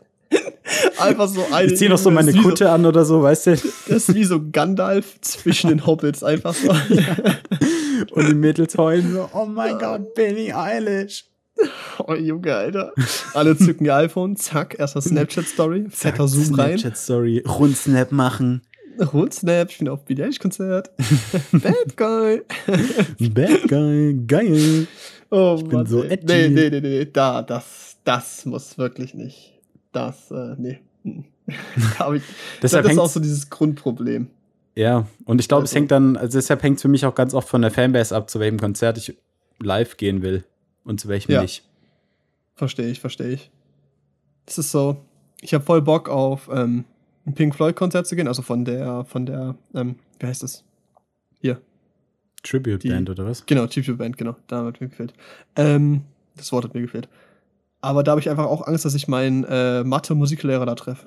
[SPEAKER 1] Einfach so eine.
[SPEAKER 2] Ich zieh noch so meine
[SPEAKER 1] das ist wie
[SPEAKER 2] Kutte an oder so, weißt du?
[SPEAKER 1] So, das ist wie so Gandalf zwischen den Hobbits, einfach so.
[SPEAKER 2] Und die Mädels heulen so, oh mein Gott, Billie Eilish.
[SPEAKER 1] Oh, Junge, Alter. Alle zücken ihr iPhone, zack, erster Snapchat-Story, fetter Zoom rein.
[SPEAKER 2] Snapchat-Story, Rundsnap machen.
[SPEAKER 1] Rund Snap, ich bin auf Billie Eilish-Konzert. Bad Guy.
[SPEAKER 2] Bad Guy, geil.
[SPEAKER 1] Oh,
[SPEAKER 2] Ich bin
[SPEAKER 1] Mann,
[SPEAKER 2] so
[SPEAKER 1] ey.
[SPEAKER 2] edgy.
[SPEAKER 1] Nee, nee, nee, nee, da, das, das muss wirklich nicht. Das, äh, nee. Hm. Da hab ich,
[SPEAKER 2] Deshalb
[SPEAKER 1] das ist auch
[SPEAKER 2] hängt's,
[SPEAKER 1] so dieses Grundproblem.
[SPEAKER 2] ja, und ich glaube, es
[SPEAKER 1] Also-
[SPEAKER 2] hängt dann, also deshalb hängt es für mich auch ganz oft von der Fanbase ab, zu welchem Konzert ich live gehen will und zu welchem
[SPEAKER 1] Ja.
[SPEAKER 2] nicht.
[SPEAKER 1] Verstehe ich, verstehe ich. Das ist so, ich habe voll Bock auf ähm, ein Pink Floyd-Konzert zu gehen, also von der, von der, ähm, wie heißt das? Hier,
[SPEAKER 2] Tribute-Band oder was?
[SPEAKER 1] genau, Tribute Band, genau, da hat mir gefehlt. Ähm, das Wort hat mir gefehlt. Aber da habe ich einfach auch Angst, dass ich meinen äh, Mathe-Musiklehrer da treffe.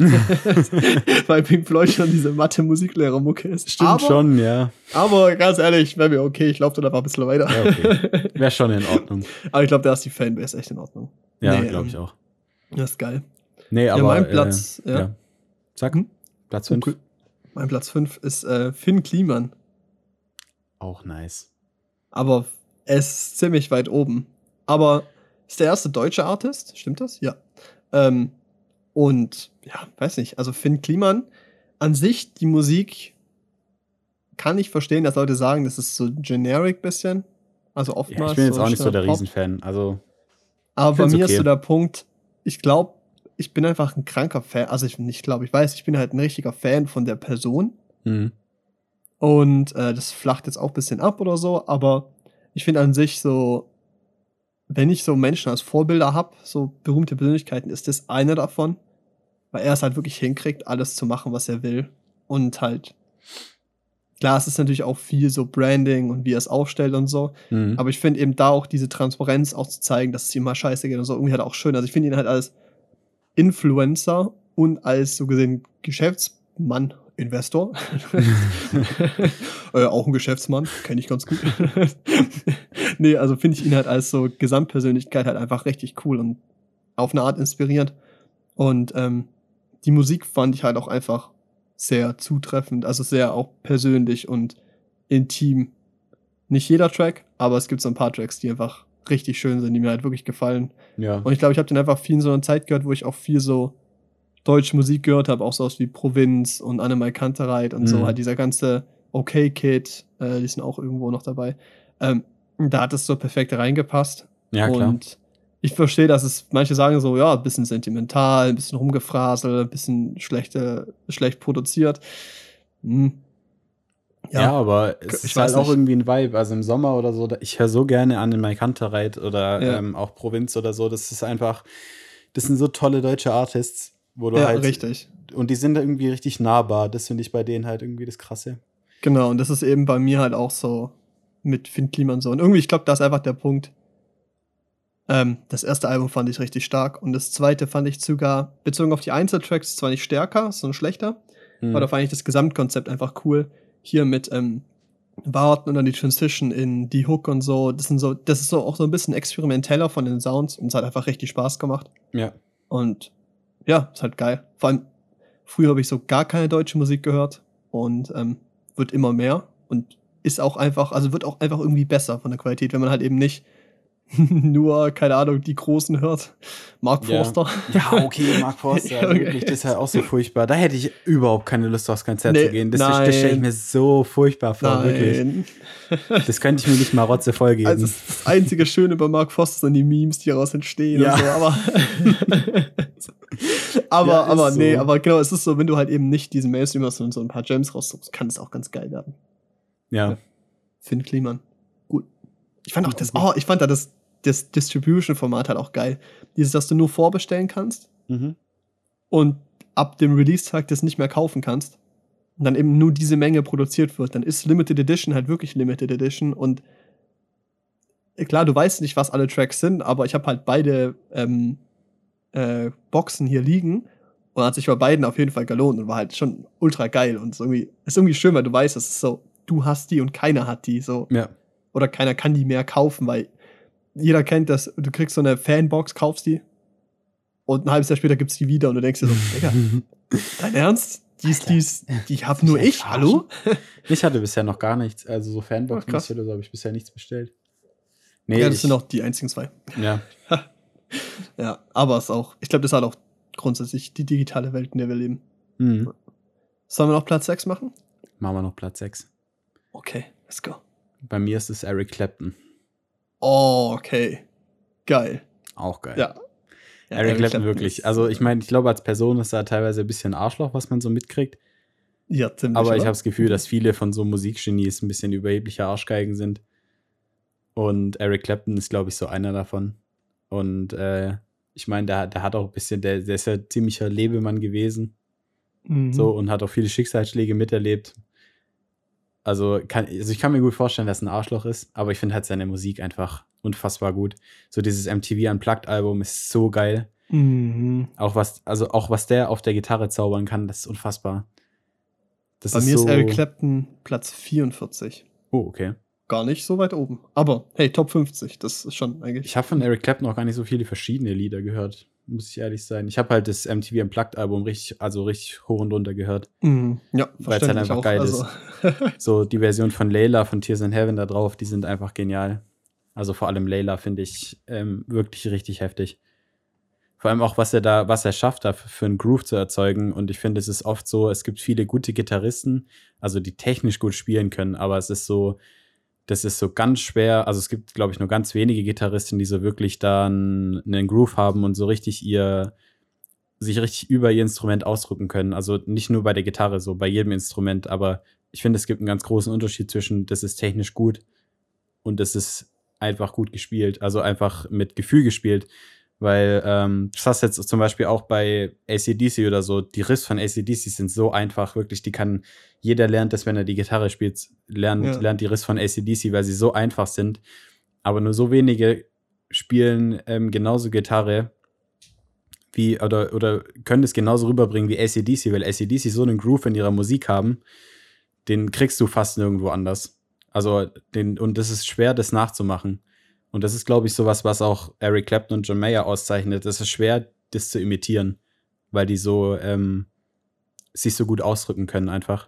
[SPEAKER 1] Weil Pink Floyd schon diese Mathe-Musiklehrer-Mucke ist.
[SPEAKER 2] Stimmt
[SPEAKER 1] aber,
[SPEAKER 2] schon, ja.
[SPEAKER 1] Aber ganz ehrlich, wäre mir okay, ich laufe dann einfach ein bisschen weiter.
[SPEAKER 2] Ja, okay. Wäre schon in Ordnung.
[SPEAKER 1] Aber ich glaube, da ist die Fanbase echt in Ordnung.
[SPEAKER 2] Ja,
[SPEAKER 1] Nee,
[SPEAKER 2] glaube ich
[SPEAKER 1] ähm,
[SPEAKER 2] auch.
[SPEAKER 1] Das ist geil.
[SPEAKER 2] Nee, aber.
[SPEAKER 1] mein Platz,
[SPEAKER 2] äh,
[SPEAKER 1] ja.
[SPEAKER 2] ja. Sag,
[SPEAKER 1] Hm?
[SPEAKER 2] Platz fünf.
[SPEAKER 1] Okay. Mein Platz fünf ist äh, Finn Kliman.
[SPEAKER 2] Auch nice.
[SPEAKER 1] Aber er ist ziemlich weit oben. Aber ist der erste deutsche Artist, stimmt das? Ja. Ähm, und ja, weiß nicht, also Finn Kliman an sich, die Musik kann ich verstehen, dass Leute sagen, das ist so generic bisschen. Also
[SPEAKER 2] Ja,
[SPEAKER 1] oftmals.
[SPEAKER 2] ich bin jetzt auch nicht so der
[SPEAKER 1] Pop.
[SPEAKER 2] Riesenfan. Also,
[SPEAKER 1] Aber bei
[SPEAKER 2] find's
[SPEAKER 1] mir
[SPEAKER 2] okay.
[SPEAKER 1] ist so der Punkt, ich glaube, ich bin einfach ein kranker Fan. Also ich nicht glaube, ich weiß, ich bin halt ein richtiger Fan von der Person.
[SPEAKER 2] mhm.
[SPEAKER 1] Und äh, das flacht jetzt auch ein bisschen ab oder so, aber ich finde an sich so, wenn ich so Menschen als Vorbilder habe, so berühmte Persönlichkeiten, ist das eine davon, weil er es halt wirklich hinkriegt, alles zu machen, was er will. Und halt, klar, es ist natürlich auch viel so Branding und wie er es aufstellt und so,
[SPEAKER 2] Mhm.
[SPEAKER 1] aber ich finde eben da auch diese Transparenz auch zu zeigen, dass es ihm mal scheiße geht und so, irgendwie halt auch schön. Also ich finde ihn halt als Influencer und als so gesehen Geschäftsmann, Investor. äh, auch ein Geschäftsmann, kenne ich ganz gut. Nee, also finde ich ihn halt als so Gesamtpersönlichkeit halt einfach richtig cool und auf eine Art inspirierend. Und ähm, die Musik fand ich halt auch einfach sehr zutreffend, also sehr auch persönlich und intim. Nicht jeder Track, aber es gibt so ein paar Tracks, die einfach richtig schön sind, die mir halt wirklich gefallen.
[SPEAKER 2] Ja.
[SPEAKER 1] Und ich glaube, ich habe den einfach viel in so einer Zeit gehört, wo ich auch viel so deutsche Musik gehört habe, auch so aus wie Provinz und Annemai Kantereit und
[SPEAKER 2] Mhm.
[SPEAKER 1] so, halt dieser ganze Okay Kid, äh, die sind auch irgendwo noch dabei. Ähm, da hat es so perfekt reingepasst.
[SPEAKER 2] Ja, klar.
[SPEAKER 1] Und ich verstehe, dass es manche sagen so, ja, ein bisschen sentimental, ein bisschen rumgefrasel, ein bisschen schlechte, schlecht produziert. Hm.
[SPEAKER 2] Ja, aber es
[SPEAKER 1] ich
[SPEAKER 2] ist halt
[SPEAKER 1] weiß
[SPEAKER 2] auch
[SPEAKER 1] nicht.
[SPEAKER 2] irgendwie ein Vibe. Also im Sommer oder so, da- ich höre so gerne an in Mai Kantereit oder
[SPEAKER 1] Ja.
[SPEAKER 2] ähm, auch Provinz oder so. Das ist einfach, das sind so tolle deutsche Artists, wo du
[SPEAKER 1] ja,
[SPEAKER 2] halt.
[SPEAKER 1] richtig.
[SPEAKER 2] Und die sind da irgendwie richtig nahbar. Das finde ich bei denen halt irgendwie das Krasse.
[SPEAKER 1] Genau, und das ist eben bei mir halt auch so mit Finn Kliman so. Und irgendwie, ich glaube, da ist einfach der Punkt. Ähm, das erste Album fand ich richtig stark und das zweite fand ich sogar, bezogen auf die Einzeltracks, zwar nicht stärker, sondern schlechter,
[SPEAKER 2] Mhm.
[SPEAKER 1] aber da fand ich das Gesamtkonzept einfach cool. Hier mit ähm, Warten und dann die Transition in die Hook und so. Das sind so, das ist so auch so ein bisschen experimenteller von den Sounds und es hat einfach richtig Spaß gemacht.
[SPEAKER 2] Ja.
[SPEAKER 1] Und ja, ist halt geil. Vor allem, früher habe ich so gar keine deutsche Musik gehört und ähm, wird immer mehr und ist auch einfach, also wird auch einfach irgendwie besser von der Qualität, wenn man halt eben nicht nur, keine Ahnung, die Großen hört. Mark
[SPEAKER 2] Ja.
[SPEAKER 1] Forster.
[SPEAKER 2] Ja, okay, Mark Forster, also
[SPEAKER 1] Okay.
[SPEAKER 2] wirklich, das ist halt auch so furchtbar. Da hätte ich überhaupt keine Lust, aufs Konzert
[SPEAKER 1] Nee,
[SPEAKER 2] zu gehen. Das, das stelle ich
[SPEAKER 1] nein.
[SPEAKER 2] mir so furchtbar vor, wirklich.
[SPEAKER 1] Nein.
[SPEAKER 2] Das könnte ich mir nicht mal rotzevoll geben.
[SPEAKER 1] Also das, das einzige Schöne bei Mark Forster sind die Memes, die daraus entstehen
[SPEAKER 2] Ja.
[SPEAKER 1] und so, aber aber,
[SPEAKER 2] Ja, ist
[SPEAKER 1] aber nee,
[SPEAKER 2] so.
[SPEAKER 1] aber genau, es ist so, wenn du halt eben nicht diesen Mainstream hast und so ein paar Gems raussuchst, kann es auch ganz geil werden.
[SPEAKER 2] Ja.
[SPEAKER 1] Finn Kliman. Gut. Ich fand auch
[SPEAKER 2] Gut,
[SPEAKER 1] das,
[SPEAKER 2] gut.
[SPEAKER 1] oh, ich fand da das, das Distribution-Format halt auch geil. Dieses, dass du nur vorbestellen kannst
[SPEAKER 2] Mhm.
[SPEAKER 1] und ab dem Release-Tag das nicht mehr kaufen kannst und dann eben nur diese Menge produziert wird, dann ist Limited Edition halt wirklich Limited Edition und äh, klar, du weißt nicht, was alle Tracks sind, aber ich habe halt beide ähm, äh, Boxen hier liegen und hat sich bei beiden auf jeden Fall gelohnt und war halt schon ultra geil und ist irgendwie, ist irgendwie schön, weil du weißt, es ist so, du hast die und keiner hat die, so.
[SPEAKER 2] Ja.
[SPEAKER 1] Oder keiner kann die mehr kaufen, weil jeder kennt das, du kriegst so eine Fanbox, kaufst die und ein halbes Jahr später gibt's die wieder und du denkst dir so, Digga, dein Ernst? Die ist, die ist, die hab nur ich, hallo?
[SPEAKER 2] Ich hatte bisher noch gar nichts. Also so
[SPEAKER 1] Ach, krass.
[SPEAKER 2] Fanbox-mäßig oder so habe ich bisher nichts bestellt. Nee,
[SPEAKER 1] Ja, das
[SPEAKER 2] ich,
[SPEAKER 1] sind auch die einzigen zwei.
[SPEAKER 2] ja.
[SPEAKER 1] Ja, aber es ist auch, ich glaube, das ist halt auch grundsätzlich die digitale Welt, in der wir leben.
[SPEAKER 2] Mhm.
[SPEAKER 1] Sollen wir noch Platz sechs machen?
[SPEAKER 2] Machen wir noch Platz sechs.
[SPEAKER 1] Okay, let's go.
[SPEAKER 2] Bei mir ist es Eric Clapton.
[SPEAKER 1] Oh, okay. Geil.
[SPEAKER 2] Auch geil.
[SPEAKER 1] Ja. Ja,
[SPEAKER 2] Eric Clapton wirklich.
[SPEAKER 1] ist-
[SPEAKER 2] Also ich meine, ich glaube, als Person ist er teilweise ein bisschen Arschloch, was man so mitkriegt.
[SPEAKER 1] Ja, ziemlich.
[SPEAKER 2] Aber ich
[SPEAKER 1] oder?
[SPEAKER 2] habe das Gefühl, dass viele von so Musikgenies ein bisschen überhebliche Arschgeigen sind. Und Eric Clapton ist, glaube ich, so einer davon. Und äh, ich meine, der, der hat auch ein bisschen, der, der ist ja ziemlicher Lebemann gewesen.
[SPEAKER 1] Mhm.
[SPEAKER 2] So, und hat auch viele Schicksalsschläge miterlebt. Also, kann, also ich kann mir gut vorstellen, dass er ein Arschloch ist, aber ich finde halt seine Musik einfach unfassbar gut. So dieses M T V Unplugged-Album ist so geil.
[SPEAKER 1] Mhm.
[SPEAKER 2] Auch was, also auch was der auf der Gitarre zaubern kann, das ist unfassbar. Das
[SPEAKER 1] Bei
[SPEAKER 2] ist
[SPEAKER 1] mir
[SPEAKER 2] so,
[SPEAKER 1] ist Eric Clapton Platz vierundvierzig.
[SPEAKER 2] Oh, okay.
[SPEAKER 1] Gar nicht so weit oben. Aber hey, Top fünfzig, das ist schon eigentlich.
[SPEAKER 2] Ich habe von Eric Clapton auch gar nicht so viele verschiedene Lieder gehört, muss ich ehrlich sein. Ich habe halt das M T V Unplugged-Album richtig, also richtig hoch und runter gehört.
[SPEAKER 1] Mhm. Ja,
[SPEAKER 2] Weil es halt
[SPEAKER 1] verständlich
[SPEAKER 2] einfach
[SPEAKER 1] auch.
[SPEAKER 2] geil
[SPEAKER 1] also.
[SPEAKER 2] So die Version von Layla von Tears in Heaven da drauf, die sind einfach genial. Also vor allem Layla finde ich ähm, wirklich richtig heftig. Vor allem auch, was er da, was er schafft, da für einen Groove zu erzeugen. Und ich finde, es ist oft so, es gibt viele gute Gitarristen, also die technisch gut spielen können, aber es ist so, das ist so ganz schwer. Also es gibt, glaube ich, nur ganz wenige Gitarristen, die so wirklich da einen, einen Groove haben und so richtig ihr, sich richtig über ihr Instrument ausdrücken können. Also nicht nur bei der Gitarre, so bei jedem Instrument, aber ich finde, es gibt einen ganz großen Unterschied zwischen, das ist technisch gut und das ist einfach gut gespielt. Also einfach mit Gefühl gespielt. Weil ähm, das hast jetzt zum Beispiel auch bei A C D C oder so, die Riffs von A C D C sind so einfach, wirklich, die kann, jeder lernt das, wenn er die Gitarre spielt, lernt,
[SPEAKER 1] Ja.
[SPEAKER 2] lernt die Riffs von A C D C, weil sie so einfach sind. Aber nur so wenige spielen ähm, genauso Gitarre wie, oder, oder können es genauso rüberbringen wie A C D C, weil A C D C so einen Groove in ihrer Musik haben, den kriegst du fast nirgendwo anders. Also, den, und das ist schwer, das nachzumachen. Und das ist, glaube ich, sowas, was auch Eric Clapton und John Mayer auszeichnet. Es ist schwer, das zu imitieren, weil die so ähm, sich so gut ausdrücken können einfach.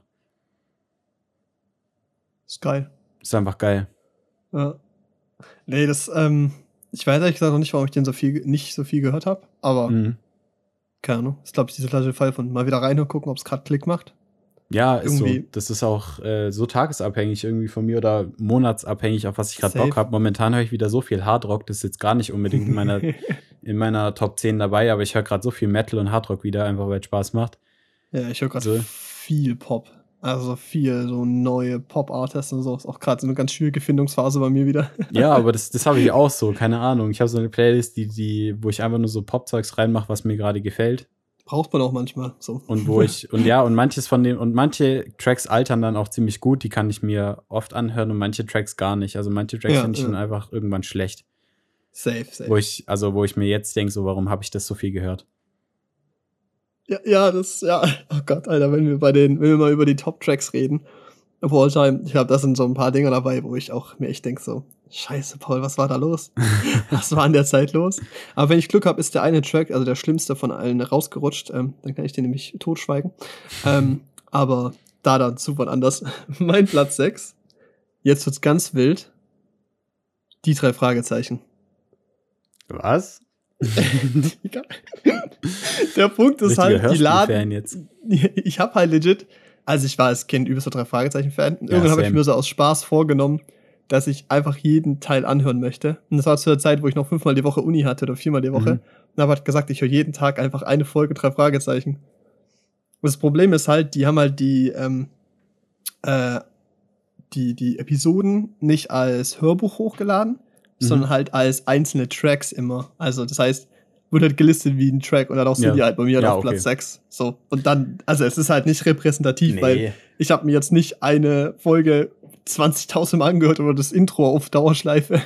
[SPEAKER 1] Ist geil.
[SPEAKER 2] Ist einfach geil.
[SPEAKER 1] Ja. Nee, das, ähm, ich weiß ehrlich gesagt noch nicht, warum ich den so viel, nicht so viel gehört habe, aber
[SPEAKER 2] Mhm.
[SPEAKER 1] keine Ahnung. Ist, glaube ich, dieser klassische Fall von mal wieder rein und gucken, ob es gerade Klick macht.
[SPEAKER 2] Ja, ist so.
[SPEAKER 1] Irgendwie-
[SPEAKER 2] Das ist auch äh, so tagesabhängig irgendwie von mir oder monatsabhängig, auf was ich gerade
[SPEAKER 1] Safe.
[SPEAKER 2] Bock habe. Momentan höre ich wieder so viel Hardrock, das ist jetzt gar nicht unbedingt in meiner, in meiner Top zehn dabei, aber ich höre gerade so viel Metal und Hardrock wieder, einfach weil es Spaß macht.
[SPEAKER 1] Ja, ich höre gerade
[SPEAKER 2] So.
[SPEAKER 1] viel Pop. Also viel so neue Pop-Artists und so. Ist auch gerade so eine ganz schwierige Findungsphase bei mir wieder.
[SPEAKER 2] Ja, aber das, das habe ich auch so, keine Ahnung. Ich habe so eine Playlist, die, die, wo ich einfach nur so Popzeugs reinmache, was mir gerade gefällt.
[SPEAKER 1] Braucht man auch manchmal so.
[SPEAKER 2] Und wo ich, und ja, und manches von den, und manche Tracks altern dann auch ziemlich gut, die kann ich mir oft anhören und manche Tracks gar nicht. Also manche Tracks
[SPEAKER 1] Ja,
[SPEAKER 2] finde ich
[SPEAKER 1] ja.
[SPEAKER 2] dann einfach irgendwann schlecht.
[SPEAKER 1] Safe, safe.
[SPEAKER 2] Wo ich, also wo ich mir jetzt denke, so, warum habe ich das so viel gehört?
[SPEAKER 1] Ja, ja, das, ja, oh Gott, Alter, wenn wir bei den, wenn wir mal über die Top-Tracks reden, of all time, ich glaube, das sind so ein paar Dinge dabei, wo ich auch mir echt denke, so, scheiße, Paul, was war da los? Was war in der Zeit los? Aber wenn ich Glück habe, ist der eine Track, also der schlimmste von allen, rausgerutscht, ähm, dann kann ich den nämlich totschweigen. ähm, aber da dann zu von anders. Mein Platz sechs, jetzt wird's ganz wild, die drei Fragezeichen.
[SPEAKER 2] Was?
[SPEAKER 1] Der Punkt ist
[SPEAKER 2] Richtiger
[SPEAKER 1] halt, die laden.
[SPEAKER 2] jetzt.
[SPEAKER 1] Ich hab halt legit, also ich war als Kind übelster drei Fragezeichen-Fan. Irgendwann
[SPEAKER 2] Ja,
[SPEAKER 1] habe ich
[SPEAKER 2] same.
[SPEAKER 1] mir so aus Spaß vorgenommen, dass ich einfach jeden Teil anhören möchte. Und das war zu der Zeit, wo ich noch fünfmal die Woche Uni hatte oder viermal die Woche.
[SPEAKER 2] Mhm.
[SPEAKER 1] Und habe halt gesagt, ich höre jeden Tag einfach eine Folge drei Fragezeichen. Und das Problem ist halt, die haben halt die, ähm, äh, die, die Episoden nicht als Hörbuch hochgeladen,
[SPEAKER 2] Mhm.
[SPEAKER 1] sondern halt als einzelne Tracks immer. Also das heißt, wurde halt gelistet wie ein Track und dann sind
[SPEAKER 2] Ja.
[SPEAKER 1] die halt bei mir halt
[SPEAKER 2] Ja,
[SPEAKER 1] auf
[SPEAKER 2] okay.
[SPEAKER 1] Platz sechs. So. Und dann, also es ist halt nicht repräsentativ,
[SPEAKER 2] Nee.
[SPEAKER 1] weil ich habe mir jetzt nicht eine Folge zwanzigtausend Mal angehört oder das Intro auf Dauerschleife.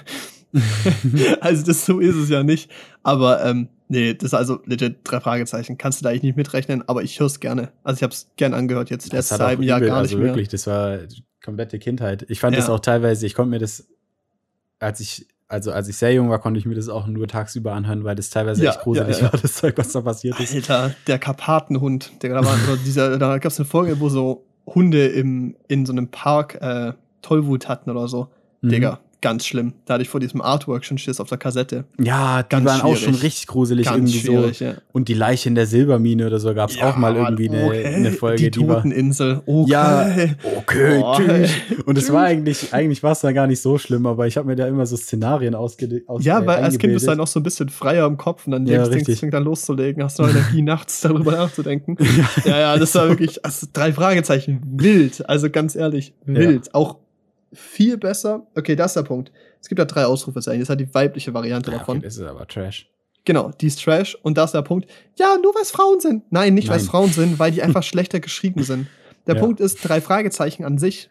[SPEAKER 1] Also das, so ist es ja nicht. Aber ähm, nee, das ist also legit drei Fragezeichen. Kannst du da eigentlich nicht mitrechnen, aber ich höre es gerne. Also ich habe es gern angehört jetzt.
[SPEAKER 2] Das
[SPEAKER 1] Jetzt
[SPEAKER 2] hat
[SPEAKER 1] seit
[SPEAKER 2] auch
[SPEAKER 1] einem Jahr
[SPEAKER 2] übel,
[SPEAKER 1] gar nicht
[SPEAKER 2] also
[SPEAKER 1] mehr.
[SPEAKER 2] wirklich, das war komplette Kindheit. Ich fand
[SPEAKER 1] Ja.
[SPEAKER 2] das auch teilweise, ich konnte mir das, als ich, also als ich sehr jung war, konnte ich mir das auch nur tagsüber anhören, weil das teilweise
[SPEAKER 1] Ja,
[SPEAKER 2] echt gruselig
[SPEAKER 1] ja, ja.
[SPEAKER 2] war, das Zeug, was da passiert ist.
[SPEAKER 1] Alter, der Karpatenhund. Der, da war so dieser, da gab es eine Folge, wo so Hunde im, in so einem Park äh, Tollwut hatten oder so.
[SPEAKER 2] Mhm.
[SPEAKER 1] Digga, ganz schlimm. Da hatte ich vor diesem Artwork schon Schiss auf der Kassette.
[SPEAKER 2] Ja, die
[SPEAKER 1] Ganz
[SPEAKER 2] waren auch
[SPEAKER 1] schwierig.
[SPEAKER 2] schon richtig gruselig
[SPEAKER 1] Ganz
[SPEAKER 2] irgendwie
[SPEAKER 1] schwierig,
[SPEAKER 2] so.
[SPEAKER 1] ja.
[SPEAKER 2] Und die Leiche in der Silbermine oder so gab es auch mal irgendwie eine,
[SPEAKER 1] okay.
[SPEAKER 2] eine Folge,
[SPEAKER 1] die
[SPEAKER 2] die war.
[SPEAKER 1] Toteninsel. Okay.
[SPEAKER 2] Ja, okay,
[SPEAKER 1] Boah.
[SPEAKER 2] tschüss. Und es war eigentlich, eigentlich war es da gar nicht so schlimm, aber ich habe mir da immer so Szenarien ausge aus,
[SPEAKER 1] Ja,
[SPEAKER 2] äh,
[SPEAKER 1] weil als Kind bist du
[SPEAKER 2] eingebildet.
[SPEAKER 1] halt noch so ein bisschen freier im Kopf und dann
[SPEAKER 2] Ja,
[SPEAKER 1] denkst,
[SPEAKER 2] richtig.
[SPEAKER 1] fängt dann loszulegen, hast du noch Energie, nachts darüber nachzudenken. Ja, ja, das war wirklich, also drei Fragezeichen, wild. Also ganz ehrlich, wild. Auch viel besser. Okay, das ist der Punkt. Es gibt ja drei Ausrufezeichen. Das ist halt die weibliche Variante
[SPEAKER 2] Ja,
[SPEAKER 1] davon.
[SPEAKER 2] okay, das ist aber Trash.
[SPEAKER 1] Genau, die ist Trash. Und das ist der Punkt. Ja, nur weil es Frauen sind. Nein, nicht weil es
[SPEAKER 2] Nein.
[SPEAKER 1] Frauen sind, weil die einfach schlechter geschrieben sind. Der
[SPEAKER 2] Ja.
[SPEAKER 1] Punkt ist, drei Fragezeichen an sich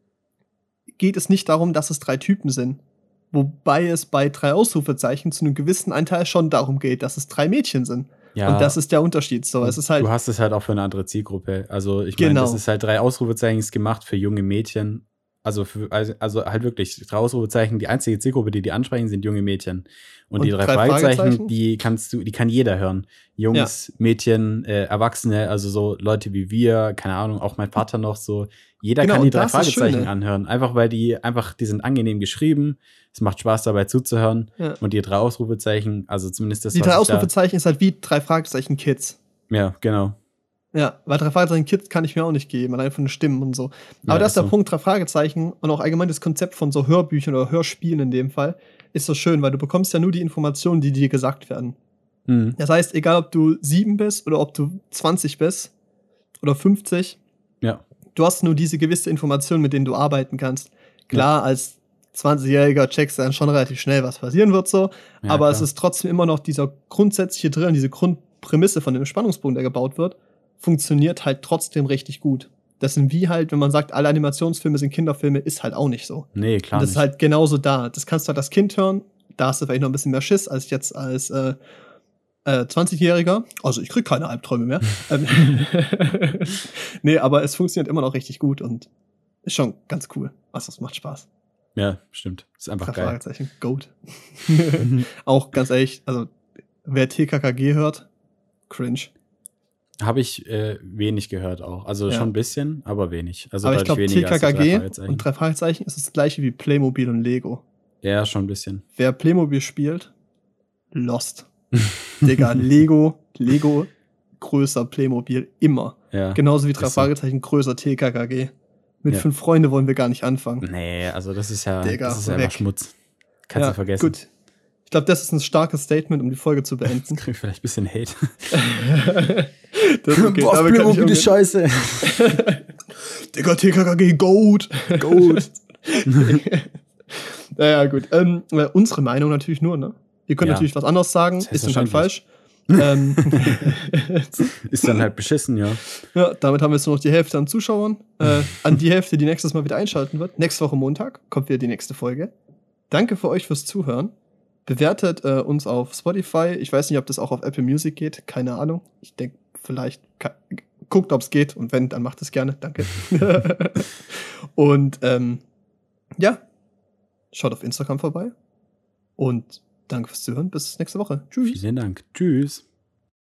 [SPEAKER 1] geht es nicht darum, dass es drei Typen sind. Wobei es bei drei Ausrufezeichen zu einem gewissen Anteil schon darum geht, dass es drei Mädchen sind.
[SPEAKER 2] Ja,
[SPEAKER 1] Und das ist der Unterschied. So, es ist halt,
[SPEAKER 2] du hast es halt auch für eine andere Zielgruppe. Also ich meine,
[SPEAKER 1] Genau.
[SPEAKER 2] das ist halt drei Ausrufezeichen ist gemacht für junge Mädchen. Also, für, also, also halt wirklich, drei Ausrufezeichen, die einzige Zielgruppe, die die ansprechen, sind junge Mädchen. Und,
[SPEAKER 1] Und
[SPEAKER 2] die drei,
[SPEAKER 1] drei
[SPEAKER 2] Fragezeichen,
[SPEAKER 1] Fragezeichen?
[SPEAKER 2] die kannst du, die kann jeder hören. Jungs, Mädchen, äh, Erwachsene, also so Leute wie wir, keine Ahnung, auch mein Vater noch so. Jeder
[SPEAKER 1] Genau,
[SPEAKER 2] kann die
[SPEAKER 1] und
[SPEAKER 2] drei
[SPEAKER 1] das ist das
[SPEAKER 2] Fragezeichen
[SPEAKER 1] Schöne.
[SPEAKER 2] anhören. Einfach weil die einfach, die sind angenehm geschrieben. Es macht Spaß dabei zuzuhören.
[SPEAKER 1] Ja.
[SPEAKER 2] Und die drei Ausrufezeichen, also zumindest das,
[SPEAKER 1] die
[SPEAKER 2] was
[SPEAKER 1] drei
[SPEAKER 2] ich da,
[SPEAKER 1] Ausrufezeichen ist halt wie drei Fragezeichen Kids.
[SPEAKER 2] ja, genau.
[SPEAKER 1] Ja, weil drei Fragezeichen Kids kann ich mir auch nicht geben, allein von den Stimmen und so. Aber
[SPEAKER 2] Ja,
[SPEAKER 1] das
[SPEAKER 2] ist
[SPEAKER 1] ist der
[SPEAKER 2] so.
[SPEAKER 1] Punkt, drei Fragezeichen und auch allgemein das Konzept von so Hörbüchern oder Hörspielen in dem Fall ist so schön, weil du bekommst ja nur die Informationen, die dir gesagt werden.
[SPEAKER 2] Hm.
[SPEAKER 1] Das heißt, egal ob du sieben bist oder ob du zwanzig bist oder fünfzig,
[SPEAKER 2] Ja.
[SPEAKER 1] du hast nur diese gewisse Information, mit denen du arbeiten kannst. Klar, als zwanzigjähriger checkst du dann schon relativ schnell, was passieren wird so,
[SPEAKER 2] Ja,
[SPEAKER 1] aber es
[SPEAKER 2] klar.
[SPEAKER 1] ist trotzdem immer noch dieser grundsätzliche Drill, diese Grundprämisse von dem Spannungsbogen, der gebaut wird, funktioniert halt trotzdem richtig gut. Das sind wie halt, wenn man sagt, alle Animationsfilme sind Kinderfilme, ist halt auch nicht so.
[SPEAKER 2] Nee, klar
[SPEAKER 1] Und das
[SPEAKER 2] nicht.
[SPEAKER 1] ist halt genauso da. Das kannst du halt als Kind hören, da hast du vielleicht noch ein bisschen mehr Schiss als jetzt als äh, äh, zwanzigjähriger. Also ich krieg keine Albträume mehr. Ähm, nee, aber es funktioniert immer noch richtig gut und ist schon ganz cool. Also es macht Spaß.
[SPEAKER 2] Ja, stimmt. Ist einfach
[SPEAKER 1] Drei
[SPEAKER 2] geil.
[SPEAKER 1] Fragezeichen, Goat. Auch ganz ehrlich, also wer T K K G hört, cringe.
[SPEAKER 2] Habe ich äh, wenig gehört auch. Also
[SPEAKER 1] Ja.
[SPEAKER 2] schon ein bisschen, aber wenig. Also
[SPEAKER 1] Aber ich
[SPEAKER 2] deutlich
[SPEAKER 1] glaube, T
[SPEAKER 2] weniger
[SPEAKER 1] K
[SPEAKER 2] als die
[SPEAKER 1] K
[SPEAKER 2] drei
[SPEAKER 1] G
[SPEAKER 2] Fragezeichen.
[SPEAKER 1] und drei Fragezeichen ist das gleiche wie Playmobil und Lego.
[SPEAKER 2] Ja, schon ein bisschen.
[SPEAKER 1] Wer Playmobil spielt, lost. Digga, Lego, Lego größer Playmobil, immer.
[SPEAKER 2] Ja.
[SPEAKER 1] Genauso wie drei
[SPEAKER 2] ist so.
[SPEAKER 1] Fragezeichen größer T K K G. Mit
[SPEAKER 2] Ja.
[SPEAKER 1] fünf Freunde wollen wir gar nicht anfangen.
[SPEAKER 2] Nee, also das ist ja,
[SPEAKER 1] Digga,
[SPEAKER 2] das ist
[SPEAKER 1] weg.
[SPEAKER 2] einfach Schmutz. Kannst
[SPEAKER 1] Ja,
[SPEAKER 2] du vergessen.
[SPEAKER 1] Gut. Ich glaube, das ist ein starkes Statement, um die Folge zu beenden.
[SPEAKER 2] Krieg vielleicht ein bisschen Hate.
[SPEAKER 1] Das ist okay,
[SPEAKER 2] Boah,
[SPEAKER 1] damit kann ich
[SPEAKER 2] Playmobil
[SPEAKER 1] umgehen.
[SPEAKER 2] ist scheiße.
[SPEAKER 1] Digga, T K K G, Goat.
[SPEAKER 2] Goat.
[SPEAKER 1] Naja, gut. Ähm, äh, unsere Meinung natürlich nur, ne? Ihr könnt
[SPEAKER 2] Ja.
[SPEAKER 1] natürlich was anderes sagen, ist dann
[SPEAKER 2] Selbstverständlich.
[SPEAKER 1] falsch. ähm,
[SPEAKER 2] Ist dann halt beschissen, ja.
[SPEAKER 1] Ja, damit haben wir jetzt nur noch die Hälfte an Zuschauern. Äh, an die Hälfte, die nächstes Mal wieder einschalten wird. Nächste Woche Montag kommt wieder die nächste Folge. Danke für euch fürs Zuhören. Bewertet äh, uns auf Spotify. Ich weiß nicht, ob das auch auf Apple Music geht. Keine Ahnung. Ich denke, vielleicht ka- guckt, ob es geht. Und wenn, dann macht es gerne. Danke. Und ähm, ja, schaut auf Instagram vorbei. Und danke fürs Zuhören. Bis nächste Woche.
[SPEAKER 2] Tschüss. Vielen Dank. Tschüss.